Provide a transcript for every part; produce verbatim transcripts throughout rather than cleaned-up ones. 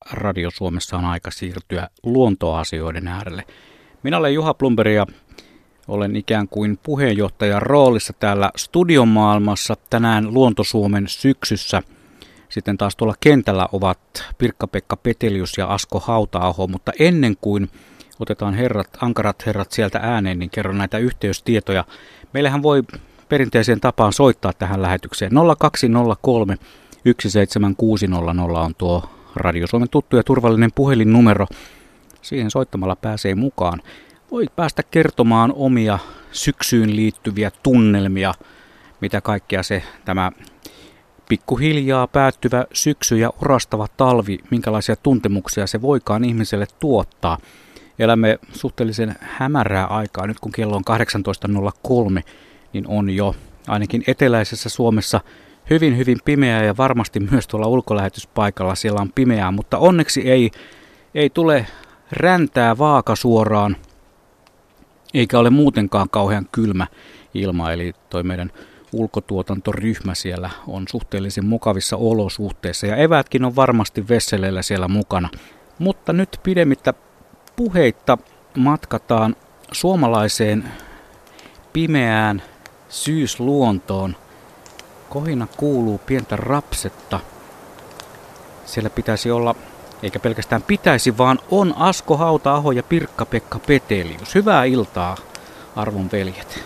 Radio Suomessa on aika siirtyä luontoasioiden äärelle. Minä olen Juha Blomberg ja olen ikään kuin puheenjohtajan roolissa täällä studiomaailmassa tänään Luonto Suomen syksyssä. Sitten taas tuolla kentällä ovat Pirkka-Pekka Petelius ja Asko Hauta-aho, mutta ennen kuin otetaan herrat, ankarat herrat sieltä ääneen, niin kerron näitä yhteystietoja. Meillähän voi perinteiseen tapaan soittaa tähän lähetykseen. nolla kaksi nolla kolme yksi seitsemän kuusi nolla nolla on tuo Radio Suomen tuttu ja turvallinen puhelinnumero. Siihen soittamalla pääsee mukaan. Voi päästä kertomaan omia syksyyn liittyviä tunnelmia, mitä kaikkea se tämä pikkuhiljaa päättyvä syksy ja orastava talvi, minkälaisia tuntemuksia se voikaan ihmiselle tuottaa. Elämme suhteellisen hämärää aikaa. Nyt kun kello on kahdeksantoista nolla kolme, niin on jo ainakin eteläisessä Suomessa hyvin hyvin pimeää ja varmasti myös tuolla ulkolähetyspaikalla siellä on pimeää, mutta onneksi ei, ei tule räntää vaakasuoraan, eikä ole muutenkaan kauhean kylmä ilma, eli toi meidän ulkotuotantoryhmä siellä on suhteellisen mukavissa olosuhteissa ja evätkin on varmasti vesseleillä siellä mukana. Mutta nyt pidemmittä puheitta matkataan suomalaiseen pimeään syysluontoon. Kohina kuuluu pientä rapsetta. Siellä pitäisi olla, eikä pelkästään pitäisi, vaan on Asko Hauta-aho ja Pirkka-Pekka Petelius. Hyvää iltaa, arvon veljet.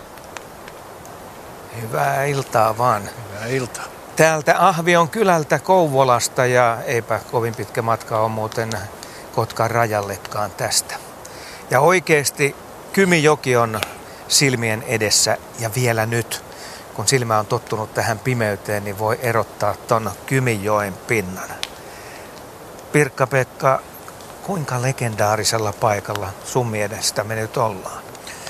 Hyvää iltaa vaan. Hyvää iltaa. Täältä Ahvion kylältä Kouvolasta ja eipä kovin pitkä matka on muuten Kotkan rajallekaan tästä. Ja oikeasti Kymijoki on silmien edessä ja vielä nyt, kun silmä on tottunut tähän pimeyteen, niin voi erottaa ton Kymijoen pinnan. Pirkka-Pekka, kuinka legendaarisella paikalla sun mielestä me nyt ollaan?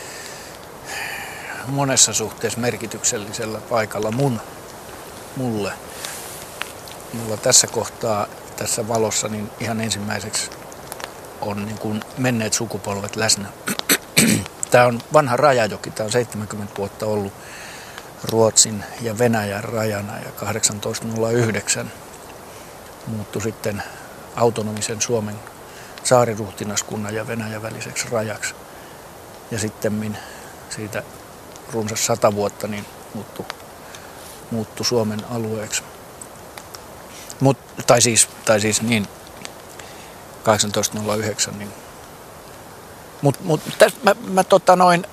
Monessa suhteessa merkityksellisellä paikalla mun, mulle. Mulla tässä kohtaa, tässä valossa, niin ihan ensimmäiseksi on niin kuin menneet sukupolvet läsnä. Tämä on vanha rajajoki, tämä on seitsemänkymmentä vuotta ollut Ruotsin ja Venäjän rajana ja kahdeksantoista nolla yhdeksän muuttui sitten autonomisen Suomen saariruhtinaskunnan ja Venäjän väliseksi rajaksi. Ja sitten siitä runsas sata vuotta niin muuttui, muuttui Suomen alueeksi. Mut, tai, siis, tai siis niin kahdeksantoista nolla yhdeksän. Niin. Mutta mut, mä, mä tota noin,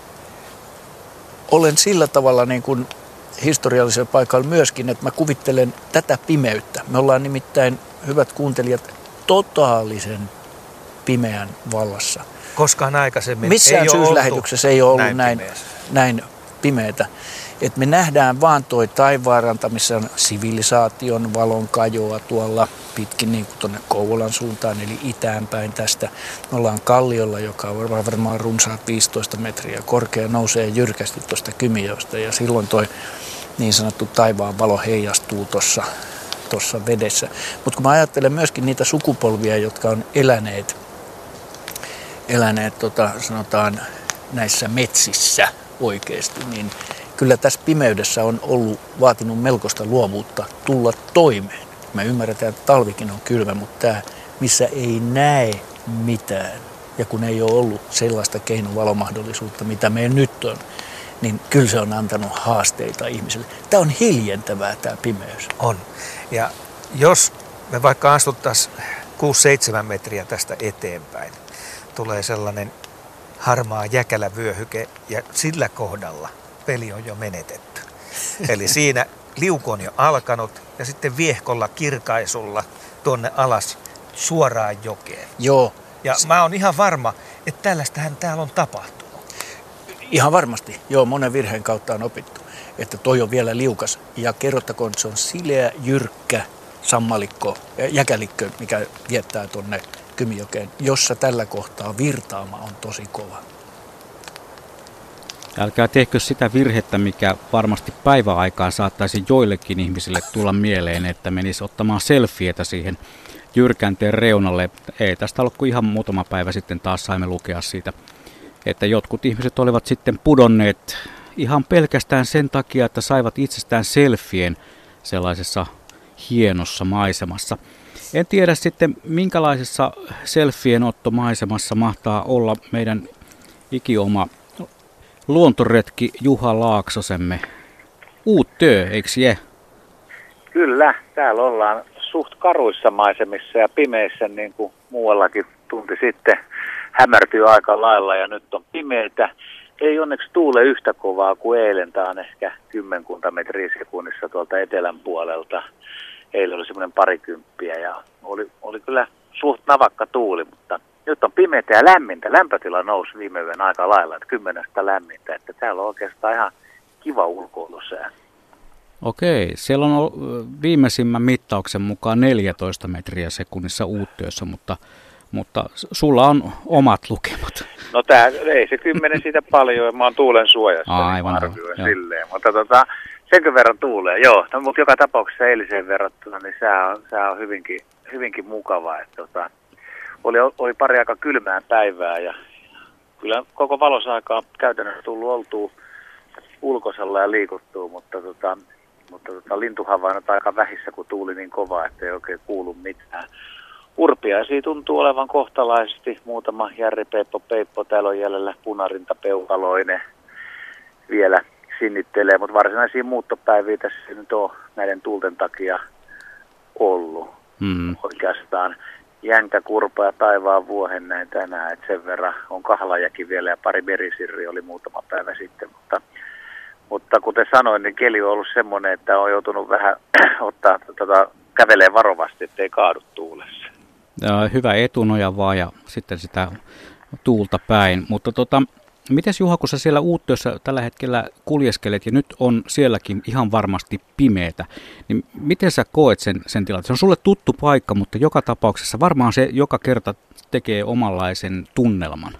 olen sillä tavalla niin kuin historiallisella paikalla myöskin, että mä kuvittelen tätä pimeyttä. Me ollaan nimittäin, hyvät kuuntelijat, totaalisen pimeän vallassa. Koskaan aikaisemmin missään ei syyslähetyksessä ei ole ollut näin, näin, pimeässä. näin pimeätä. Et me nähdään vaan toi taivaanranta, missä on sivilisaation valon kajoa tuolla pitkin niin kuin tuonne Kouvolan suuntaan, eli itäänpäin tästä. Me ollaan kalliolla, joka on varmaan runsaat viisitoista metriä korkea, nousee jyrkästi tuosta Kymijoesta ja silloin toi niin sanottu taivaan valo heijastuu tuossa tuossa vedessä. Mutta kun mä ajattelen myöskin niitä sukupolvia, jotka on eläneet, eläneet tota, sanotaan näissä metsissä oikeasti, niin kyllä tässä pimeydessä on ollut vaatinut melkoista luovuutta tulla toimeen. Me ymmärretään, että talvikin on kylmä, mutta tämä, missä ei näe mitään, ja kun ei ole ollut sellaista keinovalomahdollisuutta, mitä meillä nyt on, niin kyllä se on antanut haasteita ihmisille. Tämä on hiljentävää tämä pimeys. On. Ja jos me vaikka astuttaisiin kuusi seitsemän metriä tästä eteenpäin, tulee sellainen harmaa jäkälävyöhyke ja sillä kohdalla peli on jo menetetty. Eli siinä liuku on jo alkanut ja sitten viehkolla kirkaisulla tuonne alas suoraan jokeen. Joo. Ja mä oon ihan varma, että tällaistähän täällä on tapahtunut. Ihan varmasti. Joo, monen virheen kautta on opittu, että toi on vielä liukas. Ja kerrottakoon, että se on sileä, jyrkkä sammalikko, jäkälikkö, mikä viettää tuonne Kymijokeen, jossa tällä kohtaa virtaama on tosi kova. Älkää tehkö sitä virhettä, mikä varmasti päiväaikaan saattaisi joillekin ihmisille tulla mieleen, että menisi ottamaan selfietä siihen jyrkänteen reunalle. Ei tästä ollut kuin ihan muutama päivä sitten taas saimme lukea siitä, että jotkut ihmiset olivat sitten pudonneet ihan pelkästään sen takia, että saivat itsestään selfien sellaisessa hienossa maisemassa. En tiedä sitten, minkälaisessa selfienottomaisemassa mahtaa olla meidän ikioma luontoretki Juha Laaksosemme. Uuttöö, eikö je? Kyllä, täällä ollaan suht karuissa maisemissa ja pimeissä, niin kuin muuallakin tunti sitten hämärtyy aika lailla ja nyt on pimeitä. Ei onneksi tuule yhtä kovaa kuin eilen, tämä on ehkä kymmenkunta metriä sekunnissa tuolta etelän puolelta. Eilen oli semmoinen parikymppiä ja oli, oli kyllä suht navakka tuuli, mutta nyt on pimeitä ja lämmintä. Lämpötila nousi viime yön aika lailla, että kymmenestä lämmintä, että täällä on oikeastaan ihan kiva ulkoilusää. Okei, siellä on viimeisimmän mittauksen mukaan neljätoista metriä sekunnissa Uuttöössä, mutta, mutta sulla on omat lukemat. No tää, ei se kymmenen siitä paljon, mä oon tuulen suojassa, aivan, niin arvioin silleen, mutta tota, senkö verran tuulee, joo, no, mutta joka tapauksessa eiliseen verrattuna, niin sää on, sää on hyvinkin, hyvinkin mukavaa, että tota, oli, oli pari aika kylmää päivää ja kyllä koko valosaikaa käytännössä tullut oltua ulkosalla ja liikuttuu, mutta tota, Mutta tota, lintuhavainnot aika vähissä, kun tuuli niin kova, että ei oikein kuulu mitään. Urpiaisia tuntuu olevan kohtalaisesti. Muutama järripeippo, peippo. Täällä on jäljellä punarinta peukaloinen vielä sinnittelee, mutta varsinaisia muuttopäiviä tässä ei nyt ole näiden tuulten takia ollut. Mm. Oikeastaan jänkäkurpa ja taivaan vuohen näin tänään, että sen verran on kahlajakin vielä ja pari merisirri oli muutama päivä sitten, mutta Mutta kuten sanoin, niin keli on ollut semmoinen, että on joutunut vähän ottaa tota, kävelee varovasti, ettei kaadu tuulessa. Ja hyvä etunoja vaan ja sitten sitä tuulta päin. Mutta tota, mites Juha, kun sä siellä Uuttöössä tällä hetkellä kuljeskelet ja nyt on sielläkin ihan varmasti pimeätä, niin miten sä koet sen, sen tilanteen? Se on sulle tuttu paikka, mutta joka tapauksessa varmaan se joka kerta tekee omanlaisen tunnelman.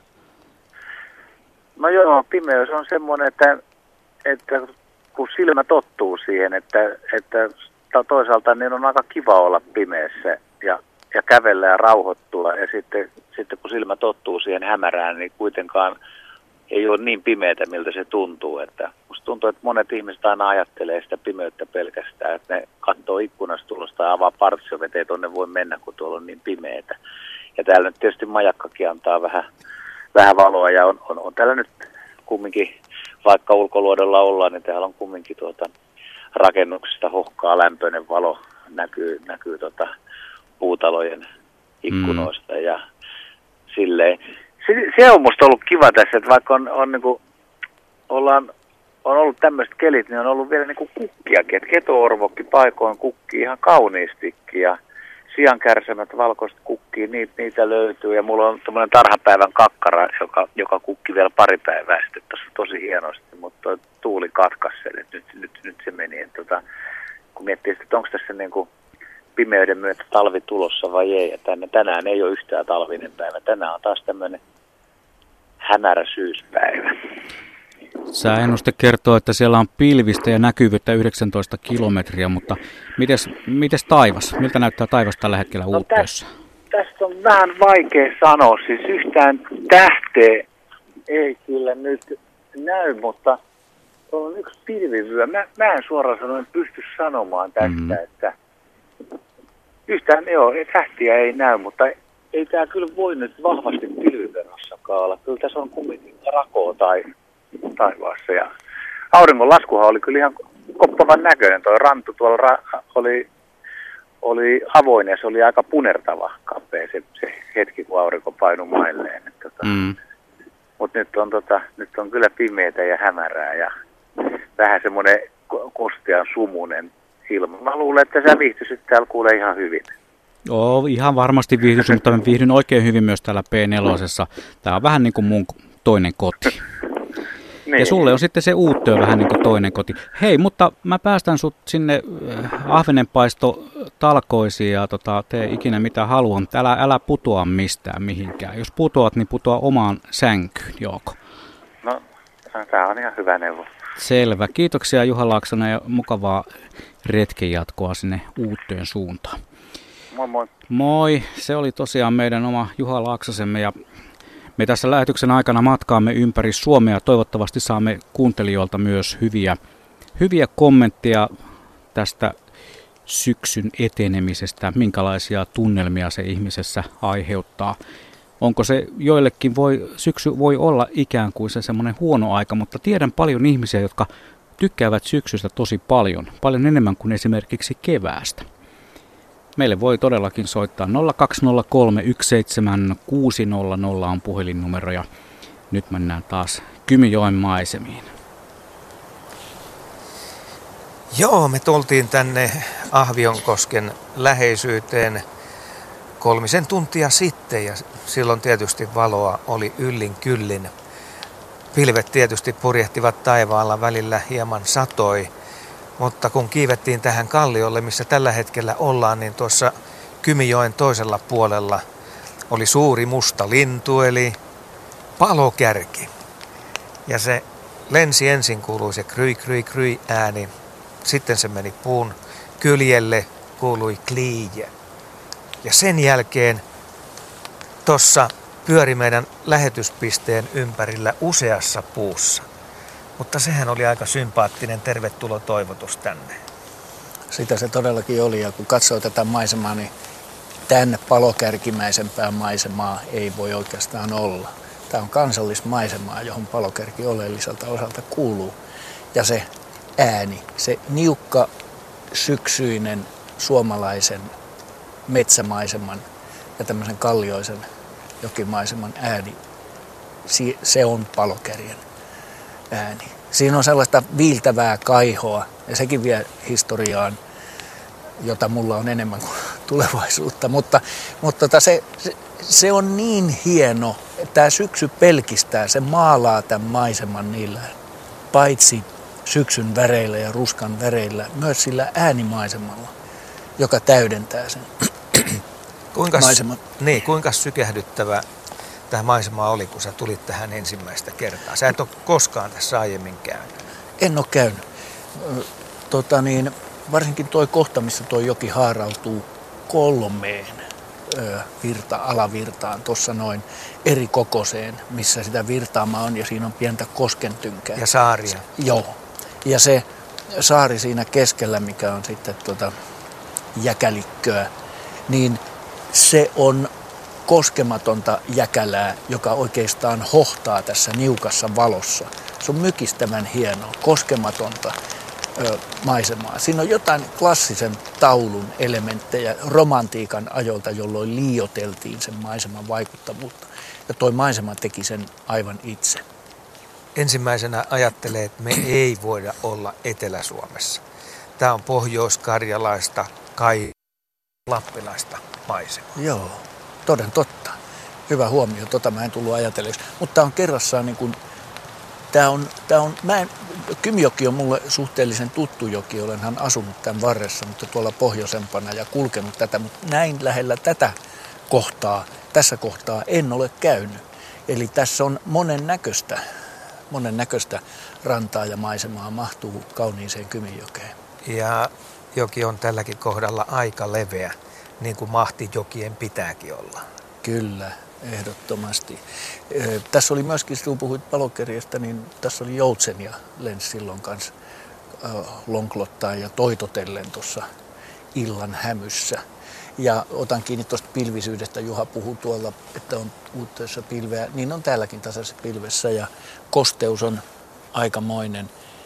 No joo, pimeys on semmoinen, että että kun silmä tottuu siihen, että, että toisaalta niin on aika kiva olla pimeässä ja, ja kävellä ja rauhoittua. Ja sitten, sitten kun silmä tottuu siihen hämärään, niin kuitenkaan ei ole niin pimeätä, miltä se tuntuu. Että musta tuntuu, että monet ihmiset aina ajattelee sitä pimeyttä pelkästään, että ne katsoo ikkunasta tulosta ja avaa partsiovet, ettei tuonne voi mennä, kun tuolla on niin pimeätä. Ja täällä nyt tietysti majakkakin antaa vähän, vähän valoa ja on, on, on täällä nyt kumminkin, vaikka ulkoluodolla ollaan, niin täällä on kumminkin tuota rakennuksista hohkaa lämpöinen valo näkyy, näkyy tuota puutalojen ikkunoista mm. ja silleen. Se, se on musta ollut kiva tässä, että vaikka on, on, niin kuin, ollaan, on ollut tämmöiset kelit, niin on ollut vielä niin kuin kukkiakin, että keto-orvokki paikoin kukkii ihan kauniistikin ja siankärsämät valkoiset kukkii, niitä, niitä löytyy ja mulla on tämmöinen tarhapäivän kakkara, joka, joka kukki vielä pari päivää sitten tosi, tosi hienosti, mutta tuuli katkaisi sen, että nyt, nyt, nyt se meni. Että tota, kun miettii, että onko tässä niin kuin pimeyden myötä talvi tulossa vai ei, ja tänne, tänään ei ole yhtään talvinen päivä, tänään on taas tämmöinen hämärä syyspäivä. Sääennuste kertoo, että siellä on pilvistä ja näkyvyyttä yhdeksäntoista kilometriä, mutta mites, mites taivas? Miltä näyttää taivas tällä hetkellä no, Uuttöössä? Tästä täst on vähän vaikea sanoa, siis yhtään tähteä ei kyllä nyt näy, mutta tuolla on yksi pilvivyö. Mä, mä en suoraan sanoen pysty sanomaan tästä, mm-hmm. että yhtään joo, tähtiä ei näy, mutta ei tää kyllä voi nyt vahvasti pilviverossakaan olla. Kyllä tässä on kumminkin rakoa tai taivaassa. Ja auringon laskuhan oli kyllä ihan koppavan näköinen. Tuo rantu tuolla ra- oli, oli avoin ja se oli aika punertava kapea se, se hetki, kun aurinko painui mailleen. Tota, mm. Mutta nyt on, tota, nyt on kyllä pimeätä ja hämärää ja vähän semmoinen kostean sumunen ilma. Mä luulen, että sä viihtyisit täällä kuule ihan hyvin. Joo, ihan varmasti viihtyisin, mutta mä viihdyn oikein hyvin myös täällä P neljä. Tää on vähän niin kuin mun toinen koti. Niin. Ja sulle on sitten se Uuttöö vähän niin kuin toinen koti. Hei, mutta mä päästän sut sinne ahvenenpaisto talkoisiin ja tota, tee ikinä mitä haluan. Älä, älä putoa mistään mihinkään. Jos putoat, niin putoa omaan sänkyyn, Jouko. No, tää on ihan hyvä neuvo. Selvä. Kiitoksia Juha Laaksonen ja mukavaa retken jatkoa sinne Uuttöön suuntaan. Moi moi. Moi. Se oli tosiaan meidän oma Juha Laaksosemme ja me tässä lähetyksen aikana matkaamme ympäri Suomea. Toivottavasti saamme kuuntelijoilta myös hyviä, hyviä kommentteja tästä syksyn etenemisestä, minkälaisia tunnelmia se ihmisessä aiheuttaa. Onko se joillekin, voi, syksy voi olla ikään kuin se semmoinen huono aika, mutta tiedän paljon ihmisiä, jotka tykkäävät syksystä tosi paljon, paljon enemmän kuin esimerkiksi keväästä. Meille voi todellakin soittaa nolla kaksi nolla kolme yksi seitsemän kuusi nolla nolla on puhelinnumero ja nyt mennään taas Kymijoen maisemiin. Joo, me tultiin tänne Ahvionkosken läheisyyteen kolmisen tuntia sitten ja silloin tietysti valoa oli yllin kyllin. Pilvet tietysti purjehtivat taivaalla, välillä hieman satoi, mutta kun kiivettiin tähän kalliolle, missä tällä hetkellä ollaan, niin tuossa Kymijoen toisella puolella oli suuri musta lintu, eli palokärki. Ja se lensi ensin, kuului se kryi, kryi, kryi ääni. Sitten se meni puun kyljelle, kuului kliije. Ja sen jälkeen tuossa pyöri meidän lähetyspisteen ympärillä useassa puussa. Mutta sehän oli aika sympaattinen tervetulotoivotus tänne. Sitä se todellakin oli, ja kun katsoo tätä maisemaa, niin tänne palokärkimäisempää maisemaa ei voi oikeastaan olla. Tämä on kansallismaisemaa, johon palokärki oleelliselta osalta kuuluu. Ja se ääni, se niukka syksyinen suomalaisen metsämaiseman ja tämmöisen kallioisen jokimaiseman ääni, se on palokärjen ääni. Siinä on sellaista viiltävää kaihoa ja sekin vie historiaan, jota mulla on enemmän kuin tulevaisuutta. Mutta, mutta se, se, se on niin hieno, että tämä syksy pelkistää, se maalaa tämän maiseman niillä, paitsi syksyn väreillä ja ruskan väreillä, myös sillä äänimaisemalla, joka täydentää sen kuinkas, maiseman. Niin, kuinka sykähdyttävä tämä maisema oli, kun sä tulit tähän ensimmäistä kertaa? Sä et ole koskaan tässä aiemmin käynyt. En ole käynyt. Tota niin, varsinkin tuo kohta, missä tuo joki haarautuu kolmeen ö, virta, alavirtaan, tuossa noin eri kokoiseen, missä sitä virtaamaa on ja siinä on pientä koskentynkää. Ja saaria. Joo. Ja se saari siinä keskellä, mikä on sitten tuota jäkälikköä, niin se on koskematonta jäkälää, joka oikeastaan hohtaa tässä niukassa valossa. Se on mykistävän hienoa, koskematonta ö, maisemaa. Siinä on jotain klassisen taulun elementtejä romantiikan ajolta, jolloin liioiteltiin sen maiseman vaikuttavuutta. Ja toi maisema teki sen aivan itse. Ensimmäisenä ajattelee, että me ei voida olla Etelä-Suomessa. Tämä on pohjois-karjalaista, kai lappilaista maisemaa. Joo, toden totta. Hyvä huomio, tota mä en tullut ajatelleeksi. Mutta tämä on kerrassaan niin kuin, tää on, tää on, mä en, Kymijoki on mulle suhteellisen tuttu joki, olenhan asunut tämän varressa, mutta tuolla pohjoisempana ja kulkenut tätä, mutta näin lähellä tätä kohtaa, tässä kohtaa en ole käynyt. Eli tässä on monen näköistä, monen näköistä rantaa ja maisemaa mahtuu kauniiseen Kymijokeen. Ja joki on tälläkin kohdalla aika leveä, niin kuin mahtijokien pitääkin olla. Kyllä, ehdottomasti. Tässä oli myöskin, kun puhuit palokärjestä, niin tässä oli joutsenia lensi silloin kanssa lonklottaan ja toitotellen tuossa illan hämyssä. Ja otan kiinni tuosta pilvisyydestä, Juha puhui tuolla, että on uutteessa pilveä, niin on täälläkin tasaisessa pilvessä ja kosteus on aikamoinen.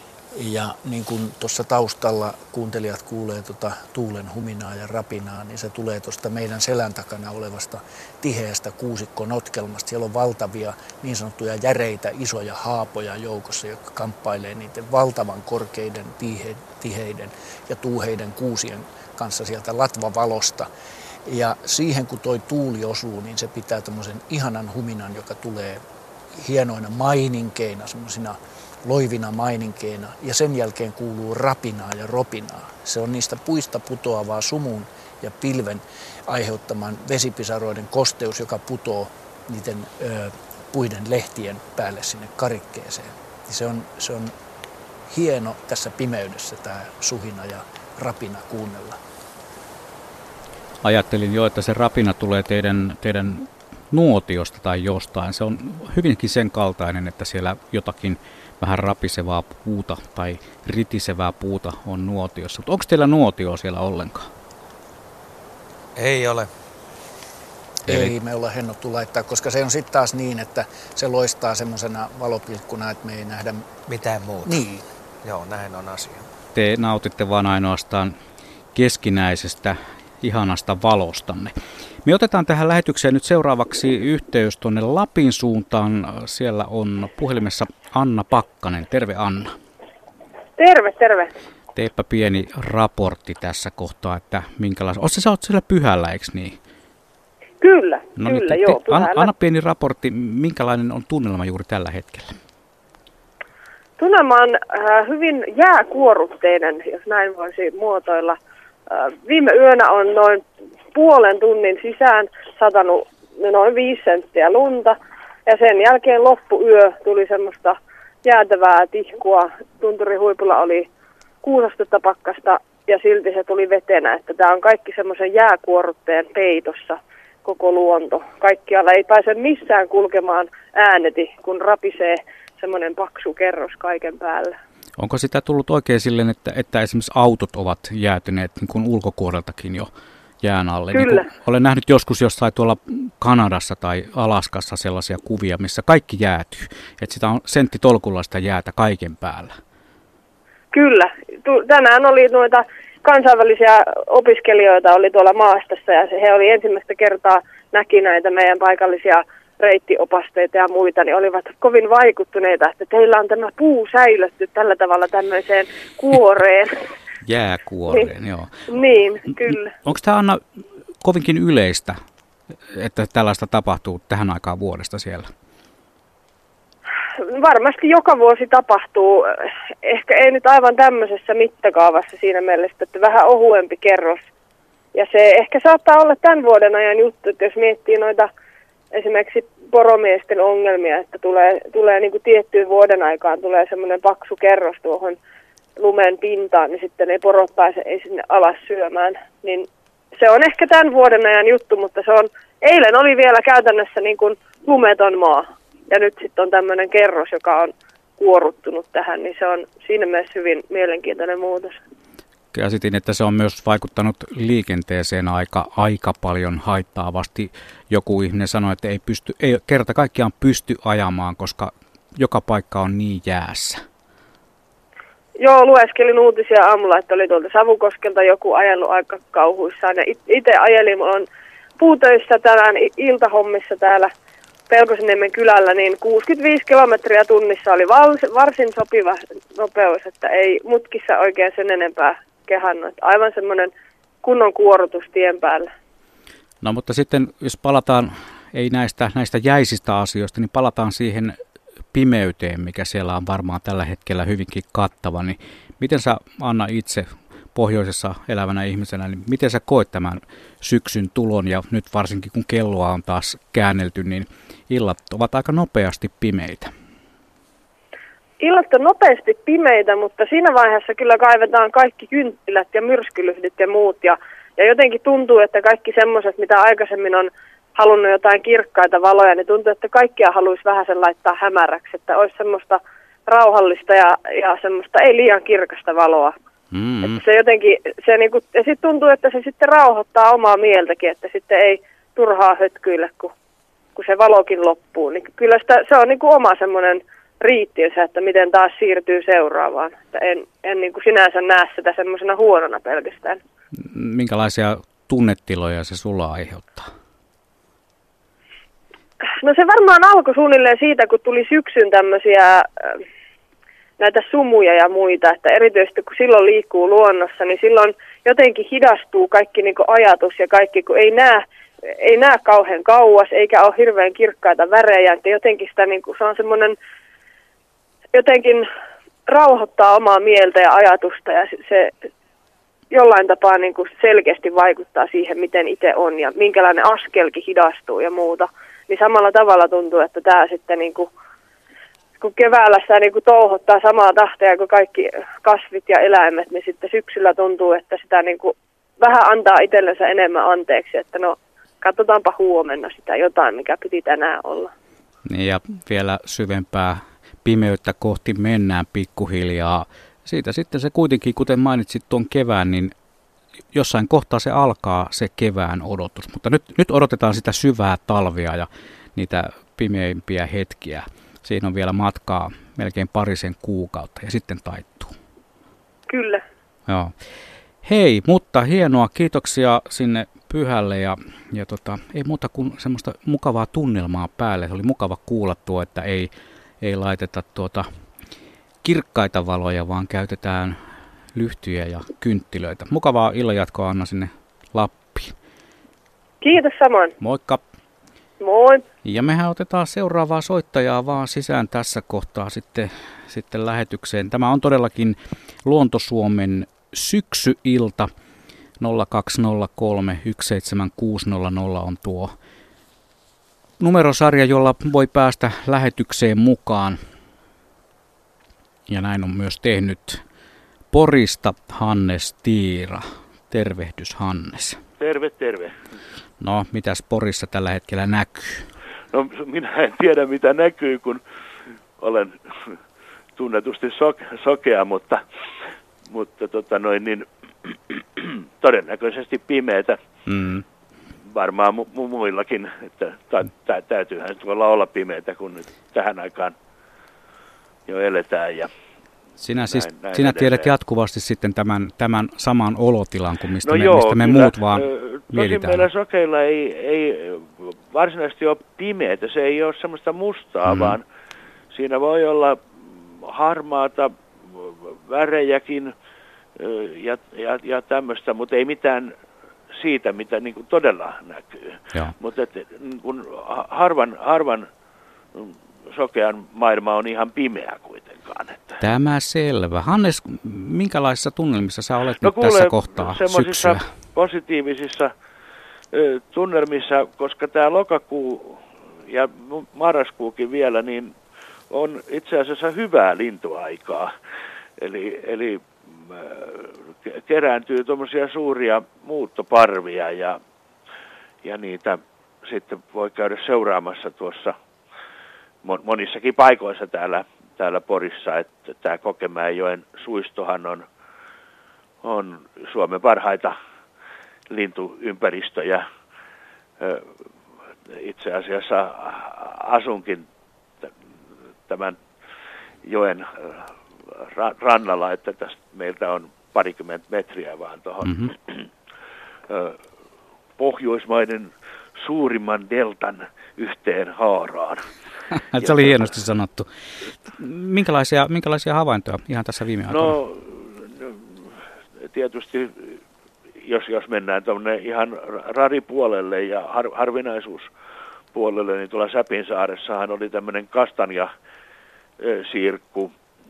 Ja niin kuin tuossa taustalla kuuntelijat kuulee tuota tuulen huminaa ja rapinaa, niin se tulee tuosta meidän selän takana olevasta tiheästä kuusikkonotkelmasta. Siellä on valtavia niin sanottuja järeitä, isoja haapoja joukossa, jotka kamppailee niiden valtavan korkeiden, tiheiden ja tuuheiden kuusien kanssa sieltä latvavalosta. Ja siihen kun toi tuuli osuu, niin se pitää tämmöisen ihanan huminan, joka tulee hienoina maininkeina, semmoisina loivina maininkeina, ja sen jälkeen kuuluu rapinaa ja ropinaa. Se on niistä puista putoavaa sumun ja pilven aiheuttaman vesipisaroiden kosteus, joka putoo niiden ö, puiden lehtien päälle sinne karikkeeseen. Se on, se on hieno tässä pimeydessä tämä suhina ja rapina kuunnella. Ajattelin jo, että se rapina tulee teidän, teidän nuotiosta tai jostain. Se on hyvinkin sen kaltainen, että siellä jotakin vähän rapisevaa puuta tai ritisevää puuta on nuotiossa. Mutta onko teillä nuotioa siellä ollenkaan? Ei ole. Ei me olla hennottu laittaa, koska se on sitten taas niin, että se loistaa semmoisena valopilkkuna, että me ei nähdä mitään muuta. Niin. Joo, näin on asia. Te nautitte vaan ainoastaan keskinäisestä ihanasta valostanne. Me otetaan tähän lähetykseen nyt seuraavaksi yhteys tuonne Lapin suuntaan. Siellä on puhelimessa Anna Pakkanen. Terve Anna. Terve, terve. Teepä pieni raportti tässä kohtaa, että minkälaista... Oletko sä oot siellä Pyhällä, eikö niin? Kyllä, no kyllä, niin, joo, te, anna, anna pieni raportti, minkälainen on tunnelma juuri tällä hetkellä? Tunnelma on äh, hyvin jääkuorutteinen, jos näin voisi muotoilla. Äh, viime yönä on noin puolen tunnin sisään satanut noin viisi senttiä lunta. Ja sen jälkeen loppuyö tuli semmoista jäätävää tihkua. Tunturihuipulla oli kuusi astetta pakkasta ja silti se tuli vetenä. Että tämä on kaikki semmoisen jääkuorutteen peitossa. Koko luonto. Kaikkialla ei pääse missään kulkemaan ääneti, kun rapisee semmoinen paksu kerros kaiken päällä. Onko sitä tullut oikein silleen, että, että esimerkiksi autot ovat jäätyneet niin kuin ulkokuoreltakin jo jään alle? Kyllä. Niin olen nähnyt joskus jossain tuolla Kanadassa tai Alaskassa sellaisia kuvia, missä kaikki jäätyy. Että sitä on senttitolkulla sitä jäätä kaiken päällä. Kyllä. Tänään oli noita kansainvälisiä opiskelijoita oli tuolla maastossa ja he oli ensimmäistä kertaa näki näitä meidän paikallisia reittiopasteita ja muita, niin olivat kovin vaikuttuneita, että teillä on tämä puu säilötty tällä tavalla tämmöiseen kuoreen. Jääkuoreen, niin, joo. Niin, kyllä. Onko tämä Anna kovinkin yleistä, että tällaista tapahtuu tähän aikaan vuodesta siellä? Varmasti joka vuosi tapahtuu, ehkä ei nyt aivan tämmöisessä mittakaavassa siinä mielessä, että vähän ohuempi kerros. Ja se ehkä saattaa olla tämän vuoden ajan juttu, että jos miettii noita esimerkiksi poromiesten ongelmia, että tulee, tulee niin kuin tiettyyn vuoden aikaan tulee semmoinen paksu kerros tuohon lumen pintaan, niin sitten ei porot pääse ei sinne alas syömään. Niin se on ehkä tämän vuoden ajan juttu, mutta se on, eilen oli vielä käytännössä niin kuin lumeton maa. Ja nyt sitten on tämmöinen kerros, joka on kuoruttunut tähän, niin se on siinä mielessä hyvin mielenkiintoinen muutos. Käsitin, että se on myös vaikuttanut liikenteeseen aika, aika paljon haittaavasti. Joku ihminen sanoi, että ei, pysty, ei kerta kaikkiaan pysty ajamaan, koska joka paikka on niin jäässä. Joo, lueskelin uutisia aamulla, että oli tuolta Savukoskelta joku ajellut aika kauhuissaan. Ja itse ajelin, on puutöissä tänään iltahommissa täällä Pelkosenniemen kylällä, niin kuusikymmentäviisi kilometriä tunnissa oli varsin sopiva nopeus, että ei mutkissa oikein sen enempää kehannut. Aivan semmoinen kunnon kuorutus tien päällä. No mutta sitten jos palataan, ei näistä, näistä jäisistä asioista, niin palataan siihen pimeyteen, mikä siellä on varmaan tällä hetkellä hyvinkin kattava. Niin miten sä, Anna, itse pohjoisessa elävänä ihmisenä, niin miten sä koet tämän syksyn tulon ja nyt varsinkin kun kelloa on taas käännelty, niin illat ovat aika nopeasti pimeitä. Illat on nopeasti pimeitä, mutta siinä vaiheessa kyllä kaivetaan kaikki kynttilät ja myrskylyhdit ja muut. Ja, ja jotenkin tuntuu, että kaikki semmoiset, mitä aikaisemmin on halunnut jotain kirkkaita valoja, niin tuntuu, että kaikkia haluaisi vähän sen laittaa hämäräksi, että olisi semmoista rauhallista ja, ja semmoista ei liian kirkasta valoa. Mm-hmm. Että se jotenkin, se niinku, ja sitten tuntuu, että se sitten rauhoittaa omaa mieltäkin, että sitten ei turhaa hötkyillä, kun, kun se valokin loppuu. Niin kyllä sitä, se on niinku oma semmoinen riittiönsä, että miten taas siirtyy seuraavaan. Että en en niinku sinänsä näe sitä semmoisena huonona pelkästään. Minkälaisia tunnetiloja se sulla aiheuttaa? No se varmaan alkoi suunnilleen siitä, kun tuli syksyn tämmöisiä näitä sumuja ja muita, että erityisesti kun silloin liikkuu luonnossa, niin silloin jotenkin hidastuu kaikki niin kuin ajatus ja kaikki, kun ei näe, ei näe kauhean kauas, eikä ole hirveän kirkkaita värejä, että jotenkin sitä, niin kuin, se on semmoinen, jotenkin rauhoittaa omaa mieltä ja ajatusta ja se jollain tapaa niin kuin selkeästi vaikuttaa siihen, miten itse on ja minkälainen askelkin hidastuu ja muuta. Niin samalla tavalla tuntuu, että tämä sitten niin kuin, kun keväällä sitä niin kuin touhottaa samaa tahtia kuin kaikki kasvit ja eläimet, niin sitten syksyllä tuntuu, että sitä niin kuin vähän antaa itsellensä enemmän anteeksi, että no katsotaanpa huomenna sitä jotain, mikä piti tänään olla. Niin ja vielä syvempää pimeyttä kohti mennään pikkuhiljaa. Siitä sitten se kuitenkin, kuten mainitsit tuon kevään, niin jossain kohtaa se alkaa se kevään odotus. Mutta nyt, nyt odotetaan sitä syvää talvia ja niitä pimeimpiä hetkiä. Siinä on vielä matkaa melkein parisen kuukautta ja sitten taittuu. Kyllä. Joo. Hei, mutta hienoa. Kiitoksia sinne Pyhälle ja, ja tota, ei muuta kuin semmoista mukavaa tunnelmaa päälle. Se oli mukava kuulla tuo, että ei, ei laiteta tuota kirkkaita valoja, vaan käytetään lyhtyjä ja kynttilöitä. Mukavaa illanjatkoa Anna sinne Lappiin. Kiitos samoin. Moikka. Moi. Ja mehän otetaan seuraavaa soittajaa vaan sisään tässä kohtaa sitten, sitten lähetykseen. Tämä on todellakin Luontosuomen syksyilta. nolla kaksi nolla kolme yksi seitsemän kuusi nolla nolla on tuo numerosarja, jolla voi päästä lähetykseen mukaan. Ja näin on myös tehnyt Porista Hannes Tiira. Tervehdys Hannes. Terve, terve. No, mitäs Porissa tällä hetkellä näkyy? No, minä en tiedä mitä näkyy, kun olen tunnetusti so- sokea, mutta, mutta tota noin, niin, todennäköisesti pimeätä. Mm. Varmaan mu- mu- muillakin, että ta- tä- täytyyhän nyt olla, olla pimeätä, kun nyt tähän aikaan jo eletään. Ja sinä siis, näin, näin sinä tiedät jatkuvasti sitten tämän, tämän saman olotilan kuin mistä, no me, joo, mistä me kyllä, muut vaan tosin meillä sokeilla ei, ei varsinaisesti ole pimeätä, se ei ole semmoista mustaa, mm. vaan siinä voi olla harmaata värejäkin ja, ja, ja tämmöistä, mutta ei mitään siitä, mitä niin kuin todella näkyy. Mutta niin harvan, harvan sokean maailma on ihan pimeä kuitenkaan. Että. Tämä selvä. Hannes, minkälaisissa tunnelmissa sä olet no, nyt kuule, tässä kohtaa syksyä? Positiivisissa ö, tunnelmissa, koska tämä lokakuu ja marraskuukin vielä, niin on itse asiassa hyvää lintuaikaa. Eli, eli äh, kerääntyy tuommoisia suuria muuttoparvia ja, ja niitä sitten voi käydä seuraamassa tuossa monissakin paikoissa täällä, täällä Porissa, että tämä Kokemäenjoen suistohan on, on Suomen parhaita lintuympäristöjä. Itse asiassa asunkin tämän joen rannalla, että tästä meiltä on parikymmentä metriä vaan tuohon mm-hmm. Pohjoismaiden suurimman deltan yhteen haaraan. Se oli hienosti sanottu. Minkälaisia, minkälaisia havaintoja ihan tässä viime aikoina? No, tietysti jos, jos mennään tuonne ihan raripuolelle ja har, harvinaisuuspuolelle, niin tuolla Säpinsaaressahan oli tämmöinen kastanja sirkku.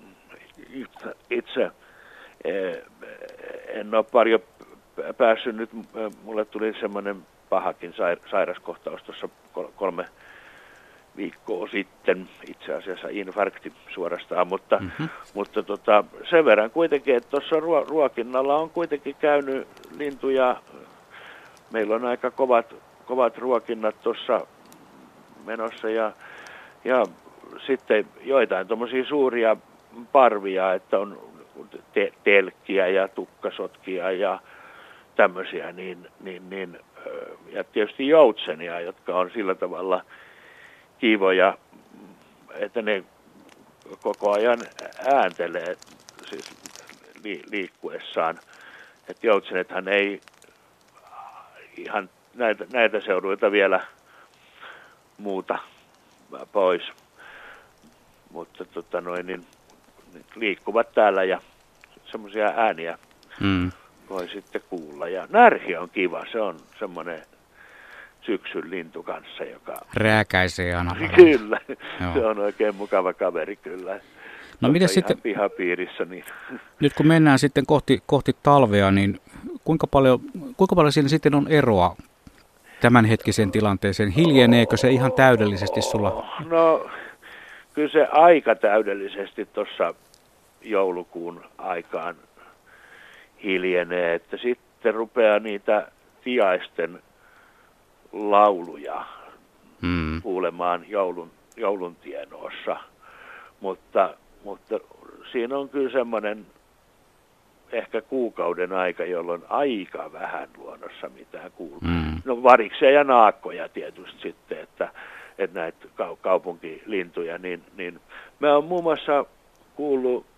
Itse en ole paljon päässyt nyt, mulle tuli semmoinen pahakin sairaskohtaus tuossa kolme viikkoa sitten, itse asiassa infarkti suorastaan, mutta, mm-hmm. mutta tota, sen verran kuitenkin, että tuossa ruokinnalla on kuitenkin käynyt lintuja, meillä on aika kovat, kovat ruokinnat tuossa menossa ja, ja sitten joitain tuommoisia suuria parvia, että on te- telkkiä ja tukkasotkia ja tämmöisiä, niin, niin, niin, ja tietysti joutsenia, jotka on sillä tavalla kiivoja, että ne koko ajan ääntelee siis li- liikkuessaan. Että joutsenethan ei ihan näitä, näitä seuduilta vielä muuta pois, mutta tota noin, niin liikkuvat täällä ja semmoisia ääniä mm. voi sitten kuulla. Ja närhi on kiva, se on semmoinen syksyn lintu kanssa, joka rääkäisee aina. Kyllä, se on oikein mukava kaveri kyllä. No miten sitten pihapiirissä, niin. Nyt kun mennään sitten kohti, kohti talvea, niin kuinka paljon, kuinka paljon siinä sitten on eroa tämänhetkiseen tilanteeseen? Hiljeneekö se ihan täydellisesti sulla? No kyllä se aika täydellisesti tuossa joulukuun aikaan hiljenee, että sitten rupeaa niitä tiaisten lauluja mm. kuulemaan joulun, joulun tienoissa. mutta, mutta siinä on kyllä semmoinen ehkä kuukauden aika, jolloin aika vähän luonnossa mitään kuuluu. Mm. No variksia ja naakkoja tietysti sitten, että, että näitä kaupunkilintuja, niin, niin mä oon muun muassa kuullut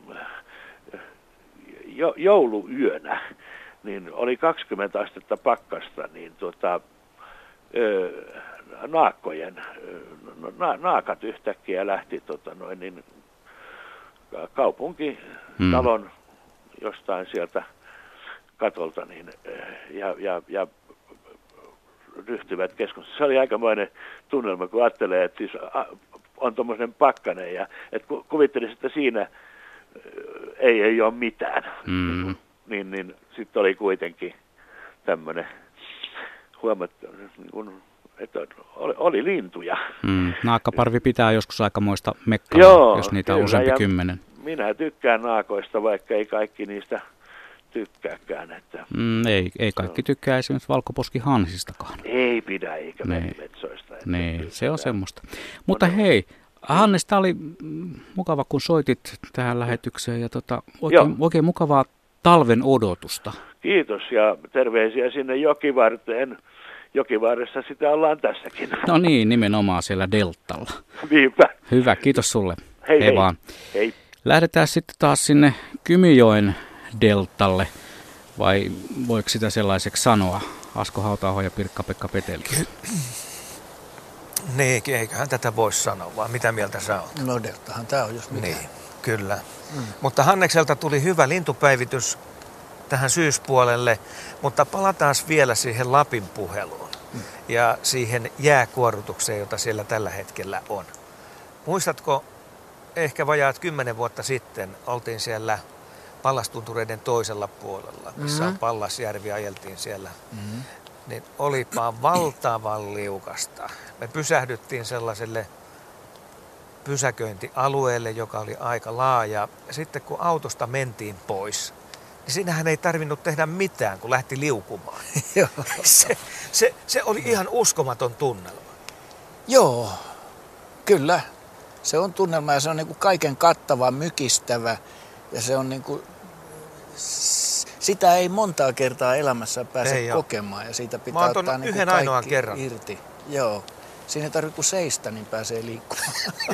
jo, jouluyönä, niin oli kaksikymmentä astetta pakkasta, niin tota, ö, naakkojen, na, naakat yhtäkkiä lähti tota noin, niin kaupunkitalon mm. jostain sieltä katolta niin, ja, ja, ja ryhtyvät keskustelemaan. Se oli aikamoinen tunnelma, kun ajattelee, että siis on tuommoinen pakkanen ja että kuvittelisi, että siinä ei, ei ole mitään. Mm. Niin, niin sitten oli kuitenkin tämmöinen huomattava, niin kuin, että oli, oli lintuja. Mm. Naakkaparvi pitää joskus aikamoista mekkaa, Joo, jos niitä kyllä, on useampi kymmenen. Minä tykkään naakoista, vaikka ei kaikki niistä tykkääkään. Että mm, ei, ei kaikki tykkää esimerkiksi valkoposkihansistakaan. Ei pidä, eikä merimetsoista. Niin, se on semmoista. Mutta hei, Hannes, tämä oli mukava, kun soitit tähän lähetykseen ja tota, oikein, oikein mukavaa talven odotusta. Kiitos ja terveisiä sinne Jokivarteen. Jokivarressa sitä ollaan tässäkin. No niin, nimenomaan siellä deltalla. Niinpä. Hyvä, kiitos sulle. Hei, hei, hei vaan. Hei. Lähdetään sitten taas sinne Kymijoen deltalle, vai voiko sitä sellaiseksi sanoa? Asko Hauta-aho ja Pirkka-Pekka Peteli. Niin, eiköhän tätä voisi sanoa, vaan mitä mieltä sä oot? No deltahan tämä on, jos mitään. Niin, kyllä. Mm. Mutta Hannekselta tuli hyvä lintupäivitys tähän syyspuolelle, mutta palataan vielä siihen Lapin puheluun mm. ja siihen jääkuorrutukseen, jota siellä tällä hetkellä on. Muistatko, ehkä vajaat kymmenen vuotta sitten oltiin siellä Pallastuntureiden toisella puolella, missä mm-hmm. on Pallasjärvi, ajeltiin siellä. Mm-hmm. Niin olipa valtavan liukasta. Me pysähdyttiin sellaiselle pysäköintialueelle, joka oli aika laaja. Ja sitten kun autosta mentiin pois, niin siinähän ei tarvinnut tehdä mitään, kun lähti liukumaan. se, se, se oli ihan uskomaton tunnelma. Joo, kyllä. Se on tunnelma ja se on niin kuin kaiken kattava, mykistävä ja se on niin kuin, sitä ei montaa kertaa elämässä pääse ei kokemaan ja siitä pitää ottaa niin kuin kaikki kerran. irti. Joo. Siinä ei tarvitse kuin seistä, niin pääsee liikkumaan.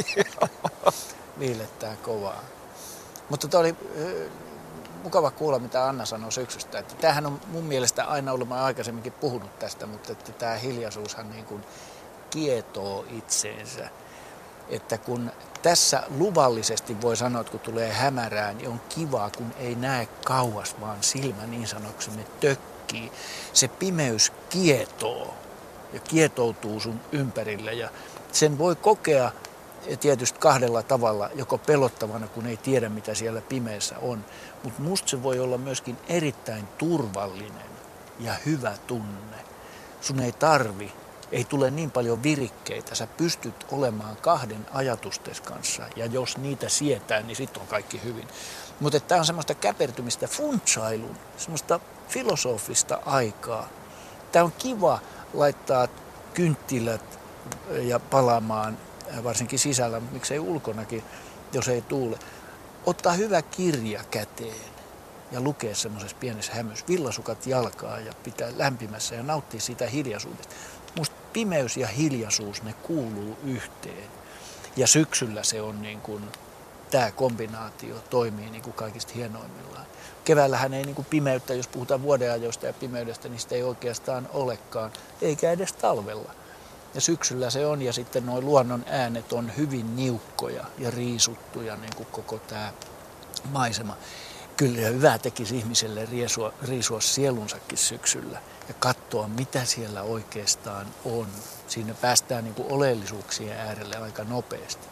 Viilettää kovaa. Mutta tämä oli mukava kuulla, mitä Anna sanoi syksystä. Että tämähän on mun mielestä aina ollut, mä aikaisemminkin puhunut tästä, mutta että tämä hiljaisuushan niin kuin kietoo itseensä. Että kun tässä luvallisesti voi sanoa, että kun tulee hämärään, niin on kivaa, kun ei näe kauas, vaan silmä niin sanoksemme tökkii. Se pimeys kietoo ja kietoutuu sun ympärille ja sen voi kokea tietysti kahdella tavalla, joko pelottavana, kun ei tiedä, mitä siellä pimeässä on. Mutta musta se voi olla myöskin erittäin turvallinen ja hyvä tunne. Sun ei tarvi. Ei tule niin paljon virikkeitä. Sä pystyt olemaan kahden ajatustes kanssa ja jos niitä sietää, niin sitten on kaikki hyvin. Mutta tämä on semmoista käpertymistä, funtsailun, semmoista filosofista aikaa. Tämä on kiva laittaa kynttilät ja palamaan, varsinkin sisällä, mutta miksei ulkonakin, jos ei tuule. Ottaa hyvä kirja käteen ja lukea semmoisessa pienessä hämössä, villasukat jalkaa ja pitää lämpimässä ja nauttia siitä hiljaisuudesta. Musta pimeys ja hiljaisuus, ne kuuluu yhteen. Ja syksyllä se on niin kuin, tämä kombinaatio toimii niin kuin kaikista hienoimmillaan. Keväällähän ei niin kuin pimeyttä, jos puhutaan vuodenajoista ja pimeydestä, niin sitä ei oikeastaan olekaan, eikä edes talvella. Ja syksyllä se on, ja sitten nuo luonnon äänet on hyvin niukkoja ja riisuttuja, niin kuin koko tämä maisema. Kyllä hyvä tekisi ihmiselle riisua, riisua sielunsakin syksyllä ja katsoa, mitä siellä oikeastaan on. Siinä päästään niin kuin oleellisuuksien äärelle aika nopeasti.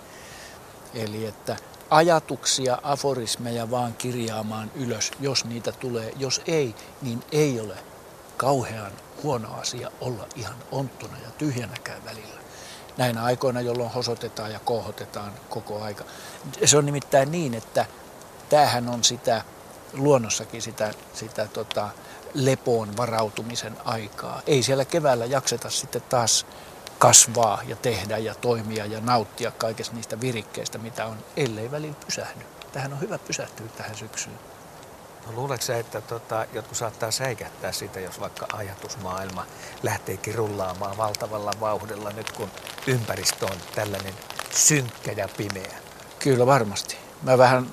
Eli että ajatuksia, aforismeja vaan kirjaamaan ylös, jos niitä tulee. Jos ei, niin ei ole kauhean huono asia olla ihan onttuna ja tyhjänäkään välillä. Näinä aikoina, jolloin hosotetaan ja kohotetaan koko aika. Se on nimittäin niin, että tämähän on sitä luonnossakin sitä, sitä tota, lepoon varautumisen aikaa. Ei siellä keväällä jakseta sitten taas kasvaa ja tehdä ja toimia ja nauttia kaikesta niistä virikkeistä, mitä on, ellei välillä pysähdy. Tähän on hyvä pysähtyä tähän syksyyn. No, luuletko sä, että tota, jotkut saattaa säikähtää sitä, jos vaikka ajatusmaailma lähteekin rullaamaan valtavalla vauhdilla nyt, kun ympäristö on tällainen synkkä ja pimeä? Kyllä varmasti. Mä vähän